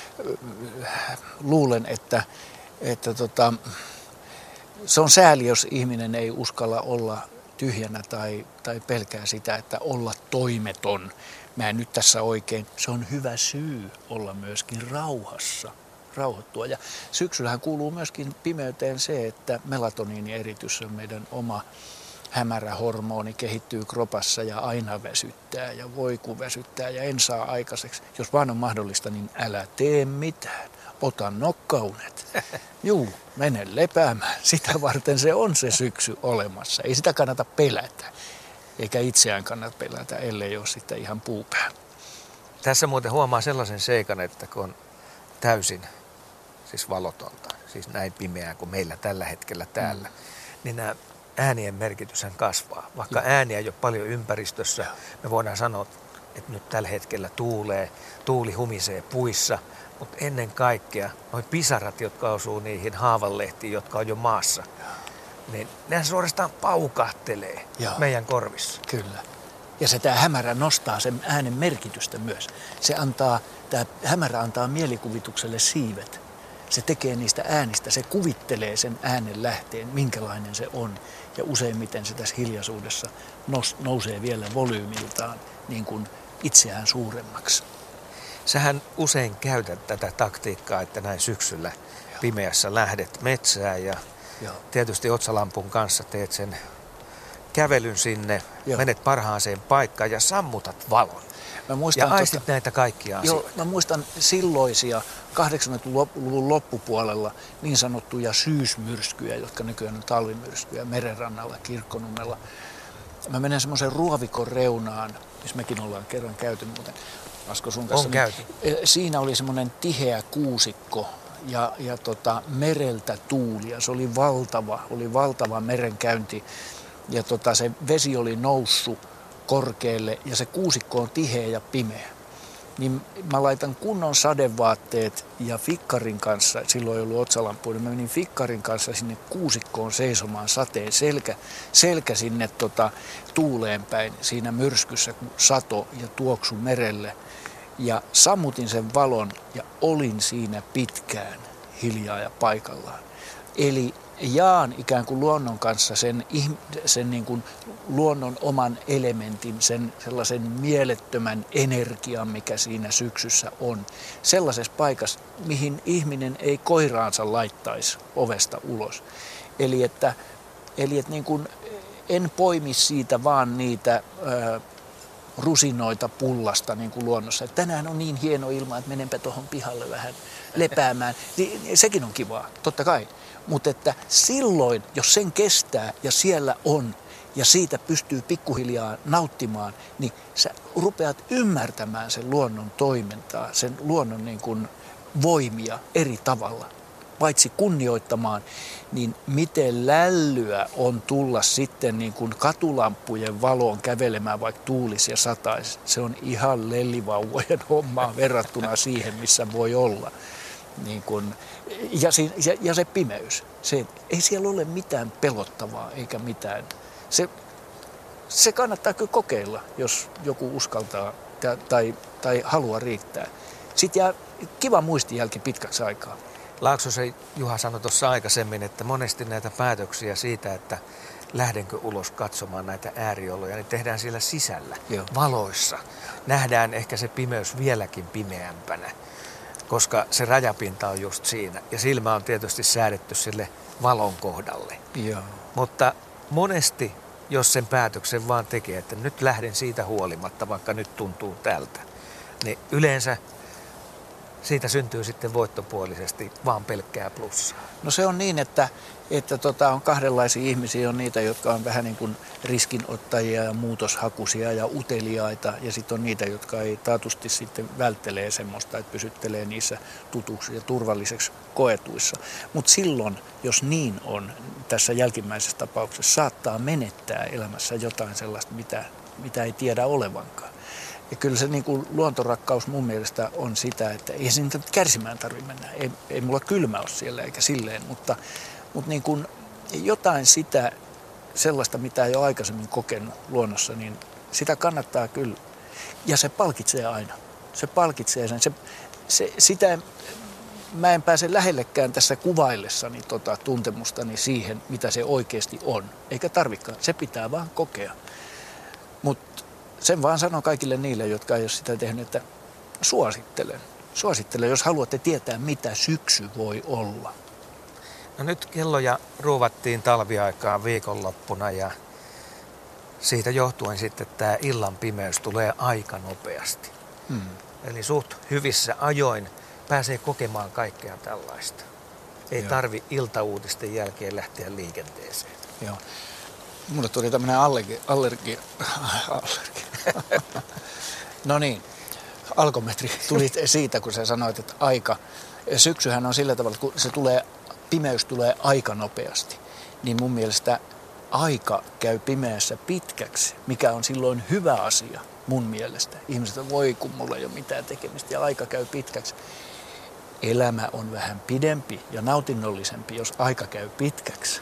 äh, luulen, että, että tota, se on sääli, jos ihminen ei uskalla olla tyhjänä tai, tai pelkää sitä, että olla toimeton. Mä en nyt tässä oikein. Se on hyvä syy olla myöskin rauhassa, rauhoittua. Ja syksyllähän kuuluu myöskin pimeyteen se, että melatoniinieritys on meidän oma hämärä hormoni, kehittyy kropassa ja aina väsyttää ja voi kun väsyttää ja en saa aikaiseksi. Jos vaan on mahdollista, niin älä tee mitään. Ota nokkaunet. Juu, mene lepäämään. Sitä varten se on se syksy olemassa. Ei sitä kannata pelätä. Eikä itseään kannata pelätä, ellei ole sitten ihan puupää. Tässä muuten huomaa sellaisen seikan, että kun on täysin siis valotonta, siis näin pimeää kuin meillä tällä hetkellä täällä, mm. niin nämä äänien merkityshän kasvaa. Vaikka ja. ääniä ei ole paljon ympäristössä, ja. me voidaan sanoa, että nyt tällä hetkellä tuulee, tuuli humisee puissa, mutta ennen kaikkea nuo pisarat, jotka osuu niihin haavanlehtiin, jotka on jo maassa, ja. niin nehän suorastaan paukahtelee ja. meidän korvissa. Kyllä. Ja se tämä hämärä nostaa sen äänen merkitystä myös. Se antaa, tämä hämärä antaa mielikuvitukselle siivet. Se tekee niistä äänistä, se kuvittelee sen äänen lähteen, minkälainen se on. Ja useimmiten se tässä hiljaisuudessa nous, nousee vielä volyymiltaan niin kuin itseään suuremmaksi. Sähän usein käytät tätä taktiikkaa, että näin syksyllä Joo. pimeässä lähdet metsään ja Joo. tietysti otsalampun kanssa teet sen kävelyn sinne, Joo. menet parhaaseen paikkaan ja sammutat valon. Mä muistan, ja aistit tuota, näitä kaikkia asioita. Joo, mä muistan silloisia kahdeksankymmentäluvun loppupuolella niin sanottuja syysmyrskyjä, jotka nykyään on talvimyrskyjä merenrannalla, Kirkkonummella. Mä menen semmoisen ruovikon reunaan, missä mekin ollaan kerran käyty muuten. Asko sun kanssa. On käyty. Siinä oli semmoinen tiheä kuusikko ja, ja tota, mereltä tuulia. Se oli valtava, oli valtava merenkäynti ja tota, se vesi oli noussut korkealle ja se kuusikko on tiheä ja pimeä. Niin mä laitan kunnon sadevaatteet ja fikkarin kanssa, silloin ei ollut otsalampuja, niin mä menin fikkarin kanssa sinne kuusikkoon seisomaan sateen selkä, selkä sinne tota, tuuleen päin siinä myrskyssä, kun sato ja tuoksu merelle. Ja sammutin sen valon ja olin siinä pitkään hiljaa ja paikallaan. Eli jaan ikään kuin luonnon kanssa sen, sen niin kuin luonnon oman elementin, sen sellaisen mielettömän energian, mikä siinä syksyssä on. Sellaisessa paikassa, mihin ihminen ei koiraansa laittaisi ovesta ulos. Eli että, eli että niin kuin en poimi siitä vaan niitä ää, rusinoita pullasta niin kuin luonnossa. Että tänään on niin hieno ilma, että menenpä tuohon pihalle vähän lepäämään. Sekin on kivaa, totta kai. Mutta että silloin, jos sen kestää ja siellä on ja siitä pystyy pikkuhiljaa nauttimaan, niin sä rupeat ymmärtämään sen luonnon toimintaa, sen luonnon niin kuin voimia eri tavalla. Paitsi kunnioittamaan, niin miten lällyä on tulla sitten niin kuin katulampujen valoon kävelemään, vaikka tuulisi ja sataisi. Se on ihan lellivauvojen hommaa verrattuna siihen, missä voi olla. Niin kun, ja, se, ja, ja se pimeys. Se, ei siellä ole mitään pelottavaa eikä mitään. Se, se kannattaa kyllä kokeilla, jos joku uskaltaa tai, tai, tai halua riittää. Sitten jää kiva muistijälki pitkäksi aikaa. Laaksosen Juha sanoi tuossa aikaisemmin, että monesti näitä päätöksiä siitä, että lähdenkö ulos katsomaan näitä äärioloja, niin tehdään siellä sisällä, Joo. valoissa. Nähdään ehkä se pimeys vieläkin pimeämpänä, koska se rajapinta on just siinä. Ja silmä on tietysti säädetty sille valon kohdalle. Joo. Mutta monesti, jos sen päätöksen vaan tekee, että nyt lähden siitä huolimatta, vaikka nyt tuntuu tältä, niin yleensä siitä syntyy sitten voittopuolisesti vaan pelkkää plussaa? No se on niin, että, että tota, on kahdenlaisia ihmisiä. On niitä, jotka on vähän niin kuin riskinottajia ja muutoshakuisia ja uteliaita. Ja sitten on niitä, jotka ei taatusti sitten välttelee semmoista, että pysyttelee niissä tutuksi ja turvalliseksi koetuissa. Mutta silloin, jos niin on, tässä jälkimmäisessä tapauksessa saattaa menettää elämässä jotain sellaista, mitä, mitä ei tiedä olevankaan. Ja kyllä se niin kuin luontorakkaus mun mielestä on sitä, että ei se niitä kärsimään tarvitse mennä. Ei, ei mulla kylmä ole siellä eikä silleen, mutta, mutta niin kuin jotain sitä sellaista, mitä ei ole aikaisemmin kokenut luonnossa, niin sitä kannattaa kyllä. Ja se palkitsee aina. Se palkitsee sen. Se, se, sitä mä en pääse lähellekään tässä kuvaillessani tota tuntemustani siihen, mitä se oikeasti on. Eikä tarvikaan. Se pitää vaan kokea. Mutta sen vaan sanon kaikille niille, jotka ei ole sitä tehnyt, että suosittelen. Suosittelen, jos haluatte tietää, mitä syksy voi olla. No nyt kelloja ruuvattiin talviaikaan viikonloppuna ja siitä johtuen sitten tämä illan pimeys tulee aika nopeasti. Hmm. Eli suht hyvissä ajoin pääsee kokemaan kaikkea tällaista. Ei Joo. tarvi iltauutisten jälkeen lähteä liikenteeseen. Joo. Mulle tuli tämmöinen allergia. allergia. allergia. No niin, alkometri tuli siitä, kun sä sanoit, että aika. Syksyhän on sillä tavalla, kun se tulee, pimeys tulee aika nopeasti, niin mun mielestä aika käy pimeässä pitkäksi, mikä on silloin hyvä asia mun mielestä. Ihmiset voi, kun mulla ei ole mitään tekemistä ja aika käy pitkäksi. Elämä on vähän pidempi ja nautinnollisempi, jos aika käy pitkäksi.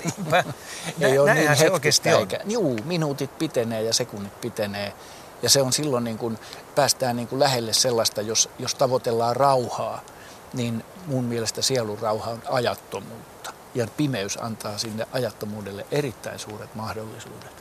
Ei ole niin hetkistä eikä. Juu, minuutit pitenee ja sekunnit pitenee. Ja se on silloin, niin kun päästään niin kun lähelle sellaista, jos, jos tavoitellaan rauhaa, niin mun mielestä sielun rauha on ajattomuutta. Ja pimeys antaa sinne ajattomuudelle erittäin suuret mahdollisuudet.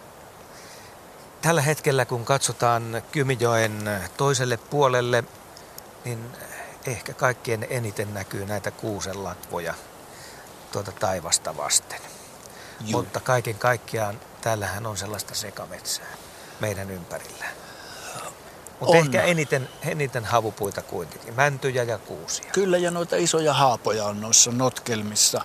Tällä hetkellä, kun katsotaan Kymijoen toiselle puolelle, niin ehkä kaikkien eniten näkyy näitä kuusenlatvoja tuota taivasta vasten. Juu. Mutta kaiken kaikkiaan täällähän on sellaista sekametsää meidän ympärillä. Mutta ehkä eniten, eniten havupuita kuitenkin, mäntyjä ja kuusia. Kyllä, ja noita isoja haapoja on noissa notkelmissa,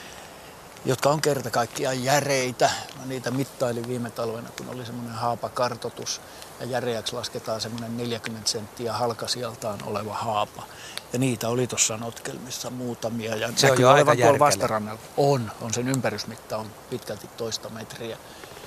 jotka on kerta kaikkiaan järeitä. Mä niitä mittailin viime talvena, kun oli semmoinen haapakartoitus. Ja järeäksi lasketaan semmoinen neljäkymmentä senttiä halkasijaltaan oleva haapa. Ja niitä oli tuossa notkelmissa muutamia. Ja se on jo aika järkele. Vastarannalla. On, on sen ympärysmitta on pitkälti toista metriä.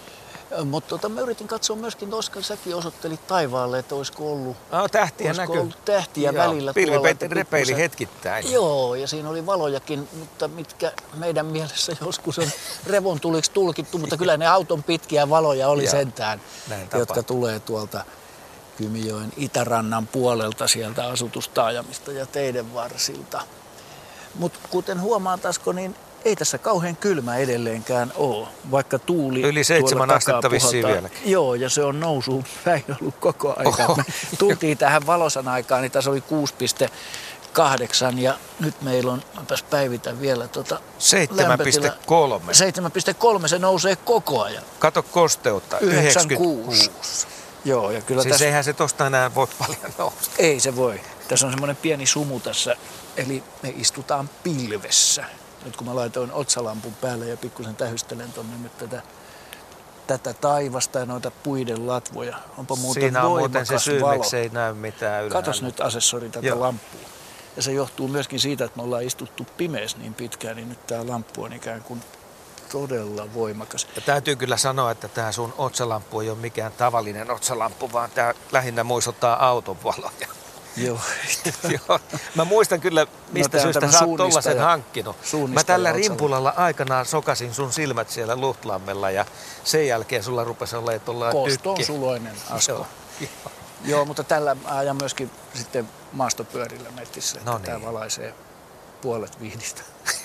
Mutta tota, mä yritin katsoa myöskin, Oskar, säkin osoittelit taivaalle, että olisiko ollut, no, tähtiä olisiko näkyy. ollut tähtiä Joo, välillä. Pilvi repeili hetkittäin. Joo, ja siinä oli valojakin, mutta mitkä meidän mielessä joskus on revontuliksi tulkittu, mutta kyllä ne auton pitkiä valoja oli Joo, sentään, jotka tulee tuolta Kymijoen itärannan puolelta sieltä asutustaajamista ja teiden varsilta. Mutta kuten huomaat, Asko, niin ei tässä kauhean kylmä edelleenkään ole, vaikka tuuli yli seitsemän astetta vissiin vieläkin. Joo, ja se on nousuun päin ollut koko ajan. Me tultiin tähän valosan aikaan, niin tässä oli kuusi pilkku kahdeksan ja nyt meillä on, onpas päivitä vielä tota seitsemän pilkku kolme. seitsemän pilkku kolme, se nousee koko ajan. Kato kosteutta, yhdeksänkymmentäkuusi. Joo, ja kyllä siis tässä eihän se tosta enää voi paljon nousta. Ei se voi. Tässä on semmoinen pieni sumu tässä, eli me istutaan pilvessä. Nyt kun mä laitoin otsalampun päälle ja pikkusen tähystelen tuonne nyt tätä, tätä taivasta ja noita puiden latvoja. Onpa muuten siinä on muuten se syy, valo. miksi ei näy mitään ylhäällä. Katos nyt, asessori, tätä Joo. lamppua. Ja se johtuu myöskin siitä, että me ollaan istuttu pimeässä niin pitkään, niin nyt tää lamppu on ikään kuin todella voimakas. Ja täytyy kyllä sanoa, että tämä sun otsalamppu ei ole mikään tavallinen otsalamppu, vaan tämä lähinnä muistuttaa auton valoja. Joo. Joo. Mä muistan kyllä, mistä no, syystä sä oot tollasen hankkinut. Mä tällä rimpulalla aikanaan sokasin sun silmät siellä Luhtlammella ja sen jälkeen sulla rupesi olemaan tuolla tykki. Kosto on suloinen, Asko. Joo. Joo, mutta tällä ajan myöskin sitten maastopyörillä metsissä, että no niin. Tämä valaisee puolet vihdistä.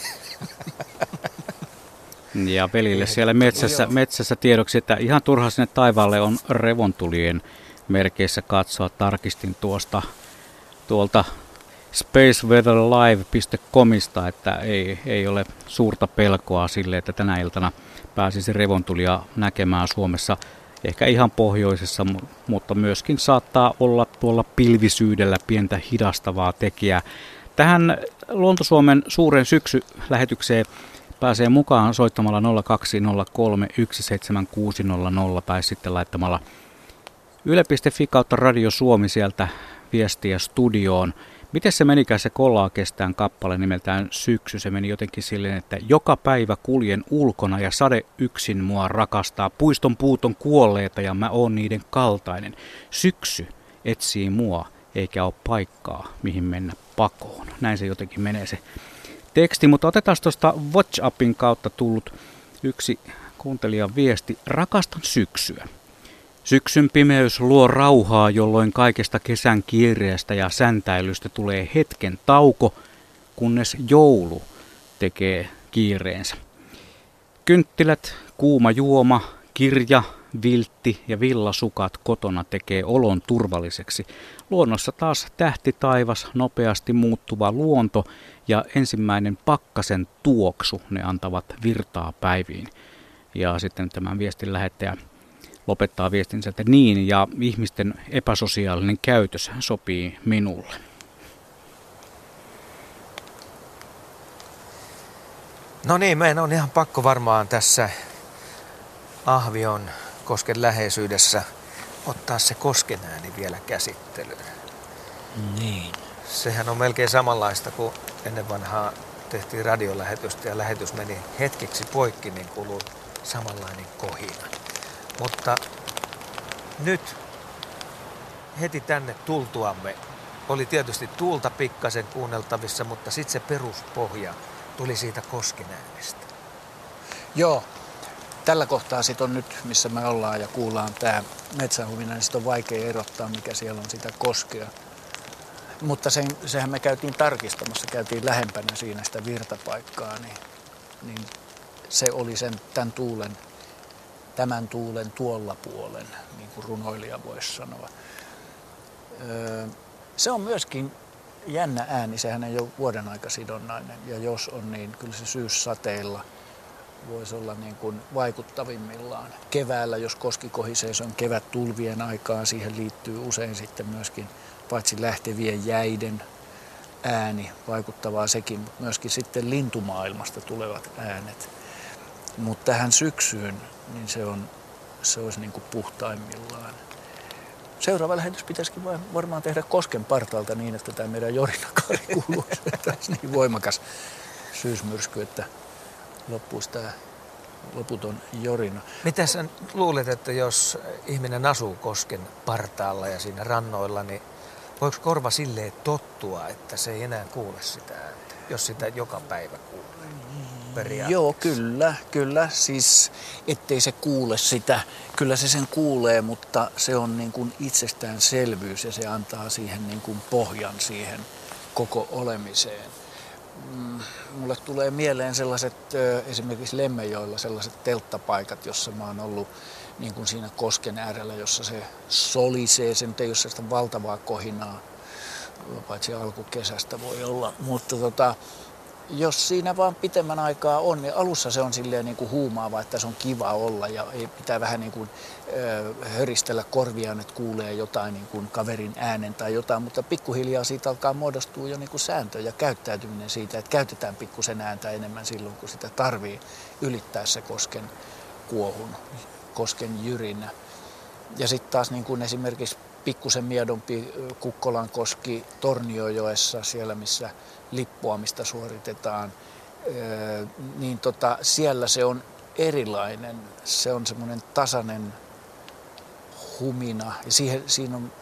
Ja pelille siellä metsässä, metsässä tiedoksi, että ihan turha sinne taivaalle on revontulien merkeissä katsoa. Tarkistin tuosta tuolta space weather live piste comista, että ei, ei ole suurta pelkoa sille, että tänä iltana pääsisi revontulia näkemään Suomessa. ehkä ihan pohjoisessa, mutta myöskin saattaa olla tuolla pilvisyydellä pientä hidastavaa tekijää. Tähän Luonto-Suomen suuren syksy-lähetykseen pääsee mukaan soittamalla nolla kaksi nolla kolme yksi seitsemän kuusi nolla nolla tai sitten laittamalla yle piste fi kautta Radio Suomi sieltä viestiä studioon. Miten se menikään se Kollaa kestään kappale nimeltään Syksy? Se meni jotenkin silleen, että joka päivä kuljen ulkona ja sade yksin mua rakastaa. Puiston puut on kuolleita ja mä oon niiden kaltainen. Syksy etsii mua eikä ole paikkaa, mihin mennä pakoon. Näin se jotenkin menee se teksti, mutta otetaan tuosta WhatsAppin kautta tullut yksi kuuntelijan viesti. Rakastan syksyä. Syksyn pimeys luo rauhaa, jolloin kaikesta kesän kiireestä ja säntäilystä tulee hetken tauko, kunnes joulu tekee kiireensä. Kynttilät, kuuma juoma, kirja, viltti ja villasukat kotona tekee olon turvalliseksi. Luonnossa taas tähti taivas, nopeasti muuttuva luonto ja ensimmäinen pakkasen tuoksu, ne antavat virtaa päiviin. Ja sitten tämän viestin lähettäjä lopettaa viestinsä, että niin, ja ihmisten epäsosiaalinen käytös sopii minulle. No niin, meidän on ihan pakko varmaan tässä Ahvion kosken läheisyydessä ottaa se kosken ääni vielä käsittelyyn. Niin. Sehän on melkein samanlaista kuin ennen vanhaa tehtiin radiolähetystä ja lähetys meni hetkeksi poikki, niin kuuluu samanlainen kohina. Mutta nyt heti tänne tultuamme oli tietysti tuulta pikkasen kuunneltavissa, mutta sitten se peruspohja tuli siitä kosken äänestä. Joo. Tällä kohtaa sitten on nyt, missä me ollaan ja kuullaan tämä metsähumina, niin sitten on vaikea erottaa, mikä siellä on sitä koskea. Mutta sen, sehän me käytiin tarkistamassa, käytiin lähempänä siinä sitä virtapaikkaa, niin, niin se oli sen tämän tuulen, tämän tuulen tuolla puolen, niin kuin runoilija voisi sanoa. Öö, se on myöskin jännä ääni, sehän ei ole vuoden aikasidonnainen, ja jos on, niin kyllä se syyssateilla voisi olla niin kuin vaikuttavimmillaan. Keväällä, jos koski kohisee, se on kevät tulvien aikaa. Siihen liittyy usein sitten myöskin paitsi lähtevien jäiden ääni, vaikuttavaa sekin, mutta myöskin sitten lintumaailmasta tulevat äänet. Mutta tähän syksyyn, niin se, on, se olisi niin kuin puhtaimmillaan. Seuraava lähetys pitäisikin varmaan tehdä kosken partaalta niin, että tämä meidän jorinakaari kuuluisi. Tässä niin voimakas syysmyrsky, että loppuisi tämä loputon jorina. Mitä sä luulet, että jos ihminen asuu kosken partaalla ja siinä rannoilla, niin voiko korva silleen tottua, että se ei enää kuule sitä ääntä, jos sitä joka päivä kuulee? Joo, kyllä, kyllä. Siis ettei se kuule sitä. Kyllä se sen kuulee, mutta se on niin kuin itsestäänselvyys ja se antaa siihen niin kuin pohjan siihen koko olemiseen. Mulle tulee mieleen sellaiset esimerkiksi Lemmenjoella sellaiset telttapaikat, jossa mä oon ollut niin kuin siinä kosken äärellä, jossa se solisee, se nyt ei ole sellaista valtavaa kohinaa, paitsi alkukesästä voi olla, mutta tota, jos siinä vaan pitemmän aikaa on, niin alussa se on silleen niin kuin huumaava, että se on kiva olla ja ei pitää vähän niin kuin ö, höristellä korviaan, että kuulee jotain niin kuin kaverin äänen tai jotain, mutta pikkuhiljaa siitä alkaa muodostua jo niin kuin sääntö ja käyttäytyminen siitä, että käytetään pikkusen ääntä enemmän silloin, kun sitä tarvii ylittää se kosken kuohun, kosken jyrinä. Ja sitten taas niin kuin esimerkiksi pikkusen miedompi Kukkolankoski Torniojoessa, siellä missä lippuamista suoritetaan, niin tota, siellä se on erilainen. Se on semmoinen tasainen humina ja siihen, siinä on,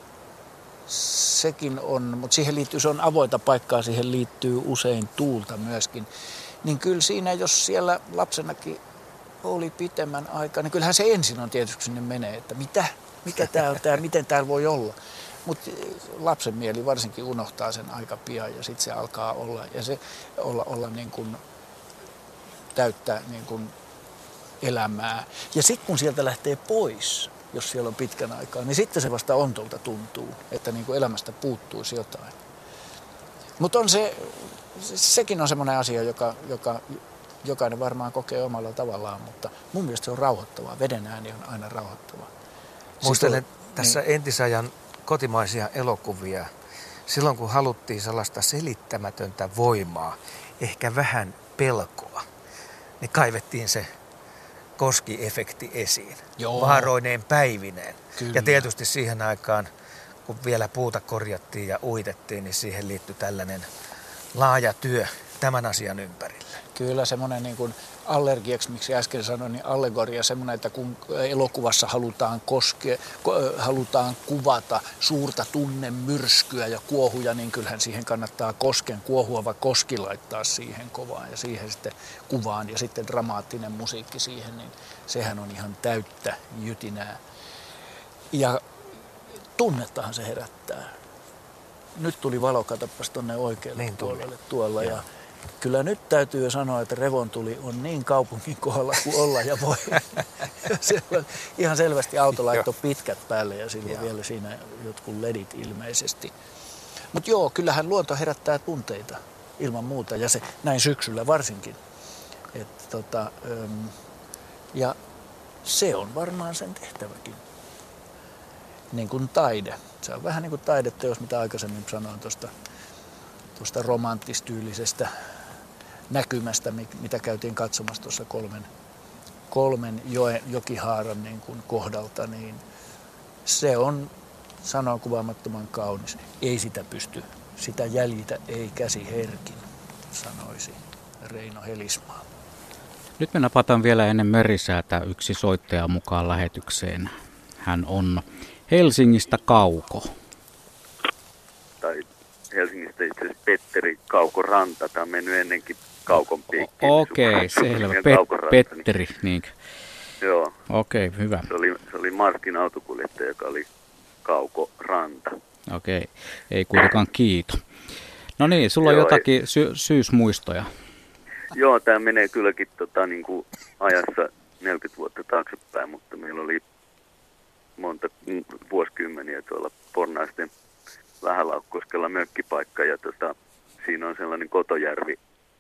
sekin on, mutta siihen liittyy, se on avointa paikkaa, siihen liittyy usein tuulta myöskin. Niin kyllä siinä, jos siellä lapsenakin oli pitemmän aikaa, niin kyllähän se ensin on tietysti, kun sinne menee, että mitä, mikä tää on tää, miten täällä voi olla. Mutta lapsen mieli varsinkin unohtaa sen aika pian ja sitten se alkaa olla, ja se olla, olla niin kuin täyttää niin kuin elämää. Ja sitten kun sieltä lähtee pois, jos siellä on pitkän aikaa, niin sitten se vasta ontolta tuntuu, että niin kuin elämästä puuttuisi jotain. Mutta on se, sekin on semmoinen asia, joka, joka jokainen varmaan kokee omalla tavallaan, mutta mun mielestä se on rauhoittavaa. Veden ääni on aina rauhoittavaa. Muistelen Sitten, tässä niin, entisajan kotimaisia elokuvia. Silloin kun haluttiin sellaista selittämätöntä voimaa, ehkä vähän pelkoa, niin kaivettiin se koskiefekti esiin. Joo. Vaaroineen päivineen. Kyllä. Ja tietysti siihen aikaan, kun vielä puuta korjattiin ja uitettiin, niin siihen liittyi tällainen laaja työ tämän asian ympärillä. Kyllä semmoinen niin kuin allergiaksi, miksi äsken sanoin, niin allegoria semmoinen, että kun elokuvassa halutaan, koske, halutaan kuvata suurta tunnemyrskyä ja kuohuja, niin kyllähän siihen kannattaa kosken kuohuava koski laittaa siihen kovaan ja siihen sitten kuvaan ja sitten dramaattinen musiikki siihen, niin sehän on ihan täyttä jytinää. Ja tunnettahan se herättää. Nyt tuli valo, katsopas tuonne oikealle niin puolelle tuolla. Ja kyllä nyt täytyy sanoa, että revontuli on niin kaupungin kohdalla kuin olla ja voi. Siellä ihan selvästi auto laittoi pitkät päälle ja silloin joo. vielä siinä jotkut ledit ilmeisesti. Mutta joo, kyllähän luonto herättää tunteita ilman muuta ja se näin syksyllä varsinkin. Et, tota, ja se on varmaan sen tehtäväkin. Niin kuin taide. Se on vähän niin kuin taideteos, mitä aikaisemmin sanoin tuosta tuosta romanttistyylisestä näkymästä, mitä käytiin katsomassa tuossa kolmen, kolmen joen, jokihaaran niin kuin kohdalta, niin se on sanon kuvaamattoman kaunis. Ei sitä pysty, sitä jäljitä ei käsi herkin, sanoisi Reino Helismaa. Nyt me napataan vielä ennen Merisäätä yksi soittaja mukaan lähetykseen. Hän on Helsingistä Kauko. Tai Helsingistä itse asiassa Petteri Kauko Ranta. Tämä on mennyt ennenkin Kaukon piikkiin. Okei, okay, selvä. Pet- Petteri, niin. Joo. Okei, okay, hyvä. Se oli, se oli Marskin autokuljettaja, joka oli Kauko Ranta. Okei, okay. Ei kuitenkaan kiito. No niin, sulla on Joo, jotakin sy- syysmuistoja. Joo, tämä menee kylläkin tota, niin kuin ajassa neljäkymmentä vuotta taaksepäin, mutta meillä oli monta vuosikymmeniä tuolla Pornaisten Vähälaukoskella mökkipaikka ja tota, siinä on sellainen Kotojärvi,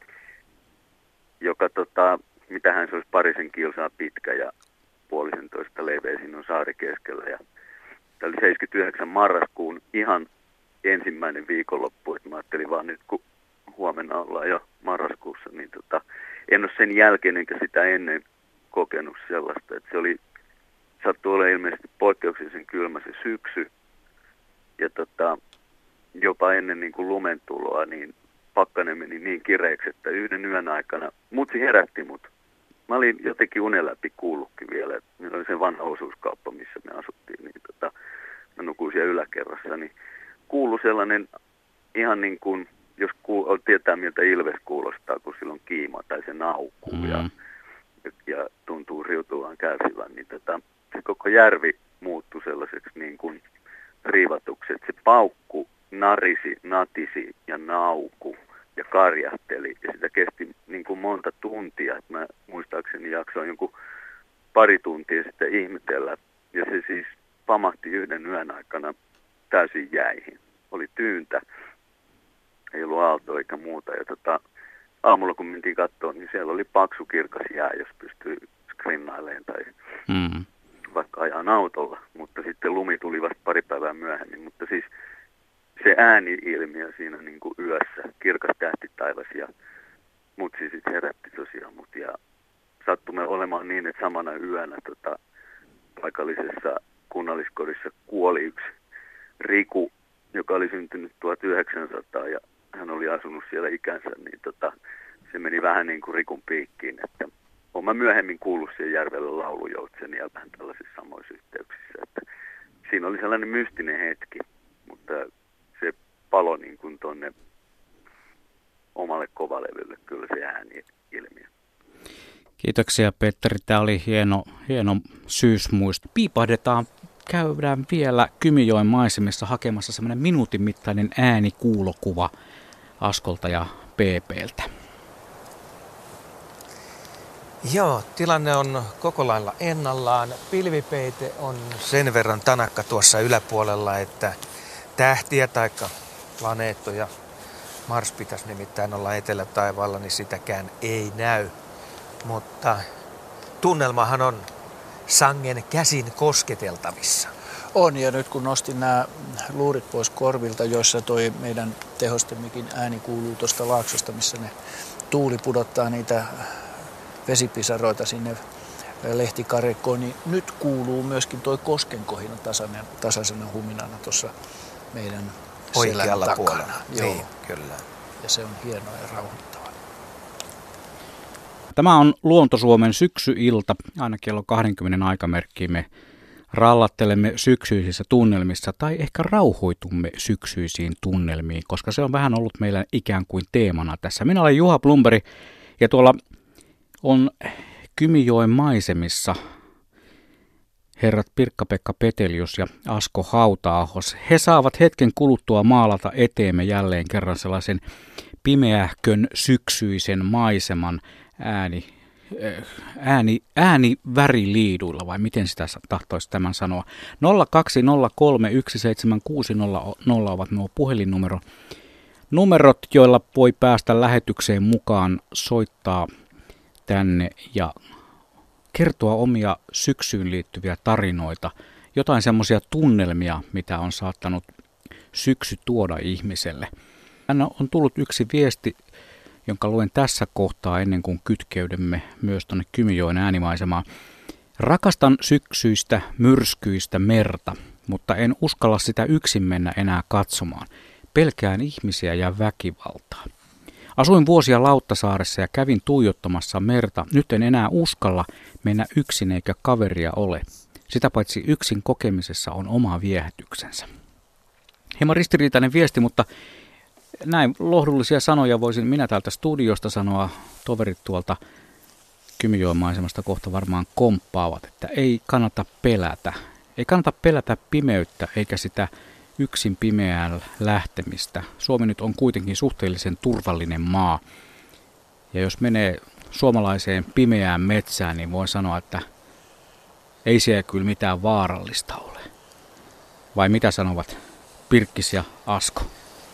joka tota, mitähän se olisi parisen kilsaa pitkä ja puolisentoista leveä, siinä on saari keskellä ja tämä oli seitsemänkymmentäyhdeksän marraskuun ihan ensimmäinen viikonloppu, että mä ajattelin vaan nyt kun huomenna ollaan jo marraskuussa, niin tota, en ole sen jälkeen enkä sitä ennen kokenut sellaista, että se oli sattui olemaan ilmeisesti poikkeuksellisen kylmä se syksy ja tota, jopa ennen niin kuin lumentuloa, niin pakkanen meni niin kireeksi, että yhden yön aikana mutsi herätti mut. Mä olin jotenkin unen läpi kuullutkin vielä, että meillä oli se vanha osuuskauppa, missä me asuttiin, niin tota, mä nukuin siellä yläkerrassa, niin kuului sellainen ihan niin kuin, jos kuul, tietää miltä ilves kuulostaa, kun sillä on kiima tai se naukuu mm. ja, ja tuntuu riutuvan kärsivän, niin tota, se koko järvi muuttui sellaiseksi niin kuin riivatuksi, että se paukku narisi, natisi ja nauku ja karjahteli ja sitä kesti niin kuin monta tuntia, että mä muistaakseni jaksoin jonkun pari tuntia sitten ihmetellä ja se siis pamahti yhden yön aikana täysin jäihin. Oli tyyntä, ei ollut aaltoa eikä muuta ja tota, aamulla kun mentiin katsoa, niin siellä oli paksu kirkas jää, jos pystyy skrinnailemaan tai mm. vaikka ajan autolla, mutta sitten lumi tuli vasta pari päivää myöhemmin, mutta siis se ääni-ilmiö siinä niin kuin yössä, kirkas tähtitaivas ja mut siis sitten herätti tosiaan mut ja sattumme olemaan niin, että samana yönä tota, paikallisessa kunnalliskodissa kuoli yksi Riku, joka oli syntynyt tuhatyhdeksänsataa ja hän oli asunut siellä ikänsä, niin tota, se meni vähän niin kuin Rikun piikkiin, että olen mä myöhemmin kuullut siihen järvelle laulujoutsen ja vähän tällaisissa samoissa yhteyksissä, että siinä oli sellainen mystinen hetki, mutta se palo niin kuin tuonne omalle kovalevylle kyllä se ääni-ilmiö. Kiitoksia Petteri, tämä oli hieno, hieno syysmuisto. Piipahdetaan, käydään vielä Kymijoen maisemissa hakemassa semmoinen minuutin mittainen äänikuulokuva Askolta ja P P:ltä. Joo, tilanne on koko lailla ennallaan. Pilvipeite on sen verran tanakka tuossa yläpuolella, että tähtiä tai planeettoja, Mars pitäisi nimittäin olla etelätaivaalla, niin sitäkään ei näy. mutta tunnelmahan on sangen käsin kosketeltavissa. On, ja nyt kun nostin nämä luurit pois korvilta, joissa toi meidän tehostemikin ääni kuuluu tuosta laaksosta, missä ne tuuli pudottaa niitä vesipisaroita sinne lehtikarikkoon, niin nyt kuuluu myöskin toi koskenkohina tasainen, tasaisena huminana tuossa meidän oikealla selän puolella. takana. Joo. Niin, kyllä. Ja se on hienoa ja rauhoittavaa. Tämä on Luonto-Suomen syksyilta. Aina kello kaksikymmentä aikamerkkiin me rallattelemme syksyisissä tunnelmissa tai ehkä rauhoitumme syksyisiin tunnelmiin, koska se on vähän ollut meillä ikään kuin teemana tässä. Minä olen Juha Plumberg ja tuolla on Kymijoen maisemissa herrat Pirkka-Pekka Petelius ja Asko Hauta-ahos. He saavat hetken kuluttua maalata eteemme jälleen kerran sellaisen pimeähkön syksyisen maiseman ääni, ääni, ääni väriliiduilla, vai miten sitä tahtoisi tämän sanoa. nolla kaksi nolla kolme yksi seitsemän kuusi nolla nolla ovat nuo puhelinnumero. Numerot, joilla voi päästä lähetykseen mukaan, soittaa tänne ja kertoa omia syksyyn liittyviä tarinoita, jotain semmoisia tunnelmia, mitä on saattanut syksy tuoda ihmiselle. Tänne on tullut yksi viesti, jonka luen tässä kohtaa ennen kuin kytkeydymme myös tuonne Kymijoen äänimaisemaan. Rakastan syksyistä, myrskyistä merta, mutta en uskalla sitä yksin mennä enää katsomaan. Pelkään ihmisiä ja väkivaltaa. Asuin vuosia Lauttasaaressa ja kävin tuijottamassa merta. Nyt en enää uskalla mennä yksin eikä kaveria ole. Sitä paitsi yksin kokemisessa on oma viehätyksensä. Hieman ristiriitainen viesti, mutta näin lohdullisia sanoja voisin minä täältä studiosta sanoa. Toverit tuolta Kymijoen maisemasta kohta varmaan komppaavat, että ei kannata pelätä. Ei kannata pelätä pimeyttä eikä sitä yksin pimeään lähtemistä. Suomi nyt on kuitenkin suhteellisen turvallinen maa. Ja jos menee suomalaiseen pimeään metsään, niin voi sanoa, että ei siellä kyllä mitään vaarallista ole. Vai mitä sanovat Pirkkis ja Asko?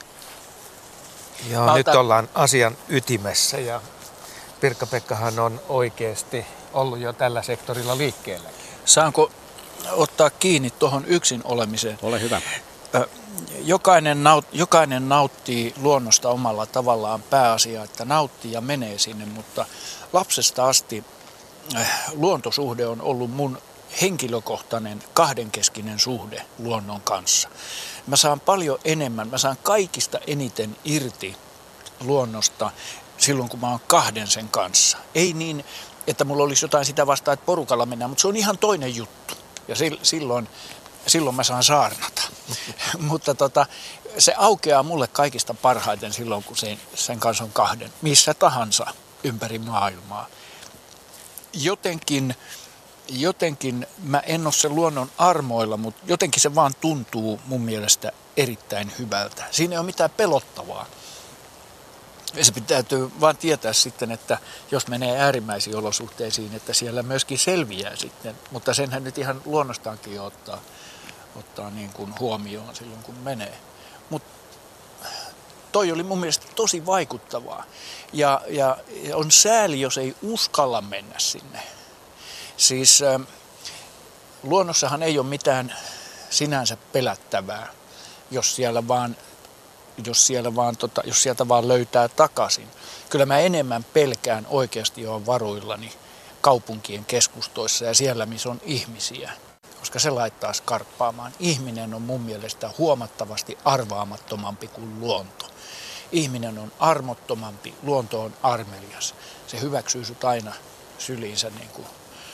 Joo, Valta... nyt ollaan asian ytimessä ja Pirkka-Pekkahan on oikeasti ollut jo tällä sektorilla liikkeellä. Saanko ottaa kiinni tuohon yksin olemiseen? Ole hyvä. Jokainen, naut, jokainen nauttii luonnosta omalla tavallaan, pääasia, että nauttii ja menee sinne, mutta lapsesta asti luontosuhde on ollut mun henkilökohtainen kahdenkeskinen suhde luonnon kanssa. Mä saan paljon enemmän, mä saan kaikista eniten irti luonnosta silloin, kun mä oon kahden sen kanssa. Ei niin, että mulla olisi jotain sitä vastaan, että porukalla mennään, mutta se on ihan toinen juttu. Ja silloin, silloin mä saan saarnata. Mutta tota, se aukeaa mulle kaikista parhaiten silloin, kun sen, sen kanssa on kahden, missä tahansa ympäri maailmaa. Jotenkin, jotenkin mä en ole sen luonnon armoilla, mutta jotenkin se vaan tuntuu mun mielestä erittäin hyvältä. Siinä ei ole mitään pelottavaa. Ja se pitää vaan tietää sitten, että jos menee äärimmäisiin olosuhteisiin, että siellä myöskin selviää sitten. Mutta senhän nyt ihan luonnostaankin jo ottaa, ottaa niin kuin huomioon silloin, kun menee. Mutta toi oli mun mielestä tosi vaikuttavaa. Ja, ja, ja on sääli, jos ei uskalla mennä sinne. Siis äh, luonnossahan ei ole mitään sinänsä pelättävää, jos siellä vaan... Jos, siellä vaan, tota, jos sieltä vaan löytää takaisin. Kyllä mä enemmän pelkään oikeasti olen varuillani kaupunkien keskustoissa ja siellä, missä on ihmisiä, koska se laittaa skarppaamaan. Ihminen on mun mielestä huomattavasti arvaamattomampi kuin luonto. Ihminen on armottomampi, luonto on armelias. Se hyväksyy sut aina syliinsä niin kuin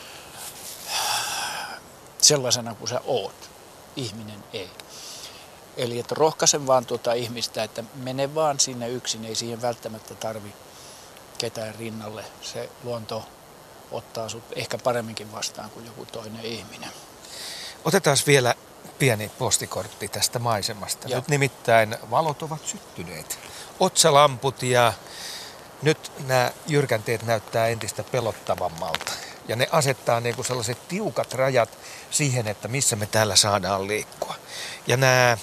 sellaisena kuin sä oot. Ihminen ei. Eli että rohkaisen vaan tuota ihmistä, että mene vaan sinne yksin, ei siihen välttämättä tarvi ketään rinnalle. Se luonto ottaa sut ehkä paremminkin vastaan kuin joku toinen ihminen. Otetaan vielä pieni postikortti tästä maisemasta. Joo. Nyt nimittäin valot ovat syttyneet. Otsalamput ja nyt nämä jyrkänteet näyttää entistä pelottavammalta. Ja ne asettaa niin kuin sellaiset tiukat rajat siihen, että missä me täällä saadaan liikkua. Ja nämä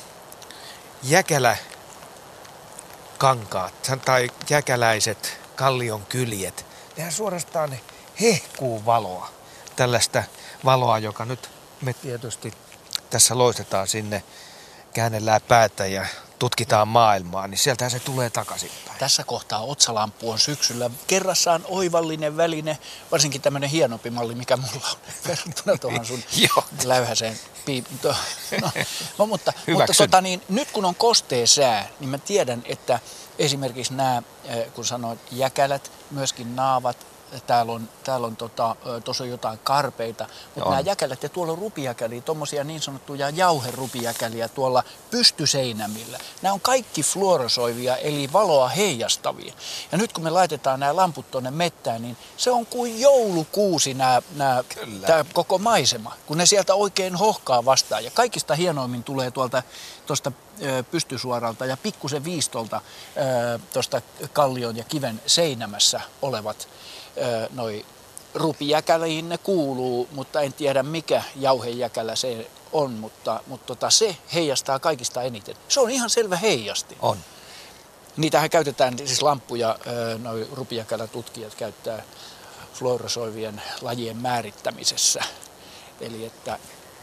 jäkäläkankaat tai jäkäläiset kallion kyljet, nehän suorastaan hehkuu valoa. Tällaista valoa, joka nyt me tietysti tässä loistetaan sinne, käännellään päätä ja tutkitaan maailmaa, niin sieltähän se tulee takaisinpäin. Tässä kohtaa otsalampu on syksyllä kerrassaan oivallinen väline, varsinkin tämmöinen hienompi malli, mikä mulla on verrattuna tuohon sun läyhäseen piippuun. No, no, mutta mutta tota, niin, nyt kun on kostea sää, niin mä tiedän, että esimerkiksi nämä, kun sanoit jäkälät, myöskin naavat, täällä on, täällä on tota, tuossa on jotain karpeita, mutta nämä jäkälät ja tuolla on rupijäkäliä, tuommoisia niin sanottuja jauherupijäkäliä tuolla pystyseinämillä. Nämä on kaikki fluorosoivia eli valoa heijastavia. Ja nyt kun me laitetaan nämä lamput tuonne mettään, niin se on kuin joulukuusi nämä, nämä, tämä koko maisema, kun ne sieltä oikein hohkaa vastaan. Ja kaikista hienoimmin tulee tuolta tuosta pystysuoralta ja pikkusen viistolta tuosta kallion ja kiven seinämässä olevat noi rupijäkäliin ne kuuluu, mutta en tiedä mikä jauhejäkälä se on, mutta, mutta tota, se heijastaa kaikista eniten. Se on ihan selvä heijasti. On. Niitähän käytetään, siis lamppuja, noi rupijäkälätutkijat käyttää fluorosoivien lajien määrittämisessä. Eli että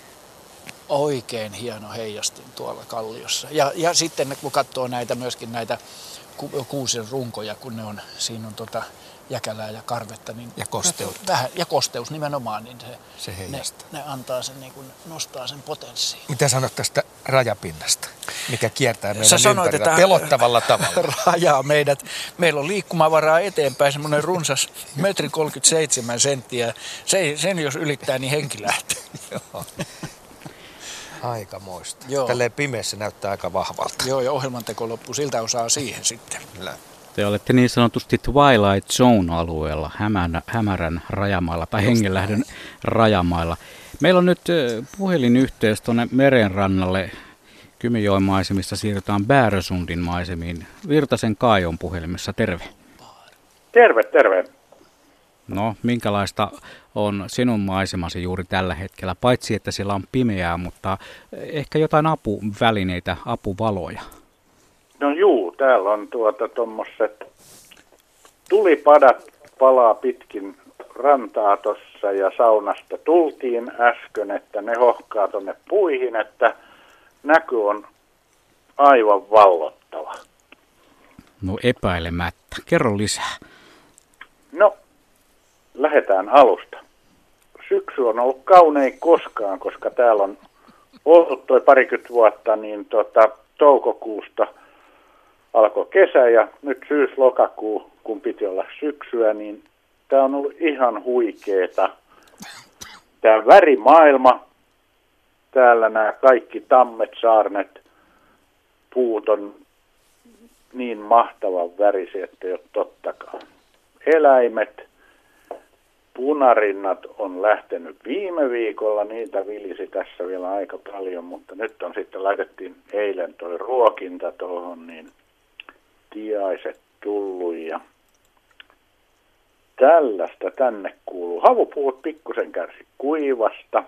oikein hieno heijastin tuolla kalliossa. Ja, ja sitten kun katsoo näitä myöskin näitä ku, kuusen runkoja, kun ne on, siinä on tota jäkälää ja karvetta. Niin ja kosteus. Vähän, ja kosteus nimenomaan, niin se, se heijastaa. Ne, ne antaa sen, niin kuin nostaa sen potenssiin. Mitä sanot tästä rajapinnasta, mikä kiertää meidän Sä sanoit, ympärillä että pelottavalla tavalla? Rajaa meidät. Meillä on liikkumavaraa eteenpäin semmoinen runsas metri kolmekymmentäseitsemän senttiä. Se, sen jos ylittää, niin henki lähtee. Joo. Aikamoista. Joo. Tälleen pimeässä näyttää aika vahvalta. Joo, ja ohjelmanteko loppuu siltä osaa siihen sitten. Kyllä. Te olette niin sanotusti Twilight Zone-alueella, hämärän, hämärän rajamailla tai hengenlähdön rajamailla. Meillä on nyt puhelinyhteys tuonne merenrannalle. Kymijoen maisemista siirrytään Bärsundin maisemiin. Virtasen Kai on puhelimessa. Terve. Terve, terve. No, minkälaista on sinun maisemasi juuri tällä hetkellä? Paitsi, että siellä on pimeää, mutta ehkä jotain apuvälineitä, apuvaloja. No juu, täällä on tuota tommoset tulipadat palaa pitkin rantaa tossa ja saunasta tultiin äsken, että ne hohkaa tonne puihin, että näky on aivan vallottava. No epäilemättä. Kerro lisää. No, lähdetään alusta. Syksy on ollut kaunein koskaan, koska täällä on ollut toi parikymmentä vuotta, niin tota, toukokuusta alkoi kesä ja nyt syys-lokakuu, kun piti olla syksyä, niin tämä on ollut ihan huikeeta. Tämä värimaailma, täällä nämä kaikki tammet, saarnet, puut on niin mahtavan värisiä, että ei ole tottakaan. Eläimet, punarinnat on lähtenyt viime viikolla, niitä vilisi tässä vielä aika paljon, mutta nyt on sitten laitettiin eilen toi ruokinta tuohon, niin tiaiset tullut ja tällaista tänne kuuluu. Havupuut pikkusen kärsi kuivasta,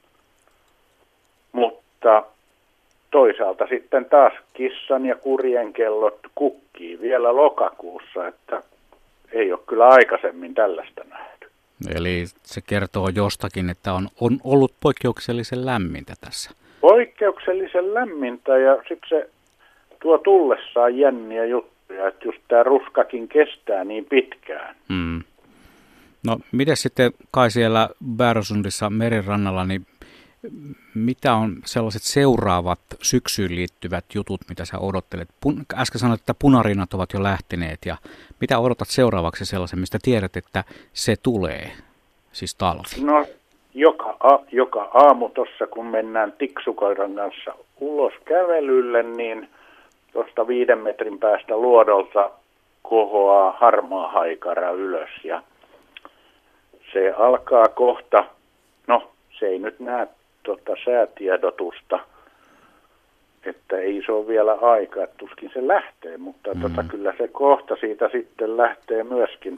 mutta toisaalta sitten taas kissan ja kurjen kellot kukkii vielä lokakuussa, että ei ole kyllä aikaisemmin tällaista nähty. Eli se kertoo jostakin, että on, on ollut poikkeuksellisen lämmintä tässä. Poikkeuksellisen lämmintä ja sitten se tuo tullessaan jänniä juttuja, että just tämä ruskakin kestää niin pitkään. Hmm. No miten sitten Kai siellä Bärsundissa merenrannalla, niin mitä on sellaiset seuraavat syksyyn liittyvät jutut, mitä sä odottelet? Pun, äsken sanoit, että punarinnat ovat jo lähteneet ja mitä odotat seuraavaksi sellaisen, mistä tiedät, että se tulee, siis talvi? No joka, a, joka aamu tuossa, kun mennään tiksukoiran kanssa ulos kävelylle, niin tuosta viiden metrin päästä luodolta kohoaa harmaa haikara ylös ja se alkaa kohta, no se ei nyt näe tuota säätiedotusta, että ei se ole vielä aika, että tuskin se lähtee, mutta mm. tota, kyllä se kohta siitä sitten lähtee myöskin.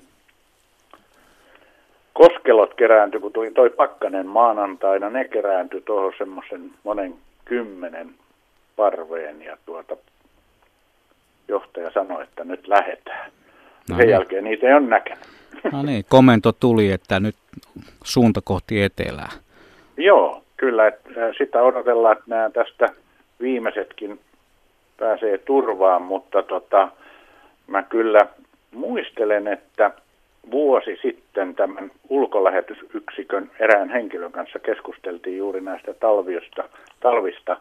Koskelot kerääntyi, kun tuli toi pakkanen maanantaina, ne kerääntyi tuohon semmoisen monen kymmenen parveen ja tuota johtaja sanoi, että nyt lähdetään. No sen niin. jälkeen niitä ei ole näkynyt. No niin, komento tuli, että nyt suunta kohti etelää. Joo, kyllä. Että sitä odotellaan, että nämä tästä viimeisetkin pääsee turvaan, mutta tota, mä kyllä muistelen, että vuosi sitten tämän ulkolähetysyksikön erään henkilön kanssa keskusteltiin juuri näistä talvista. talvista.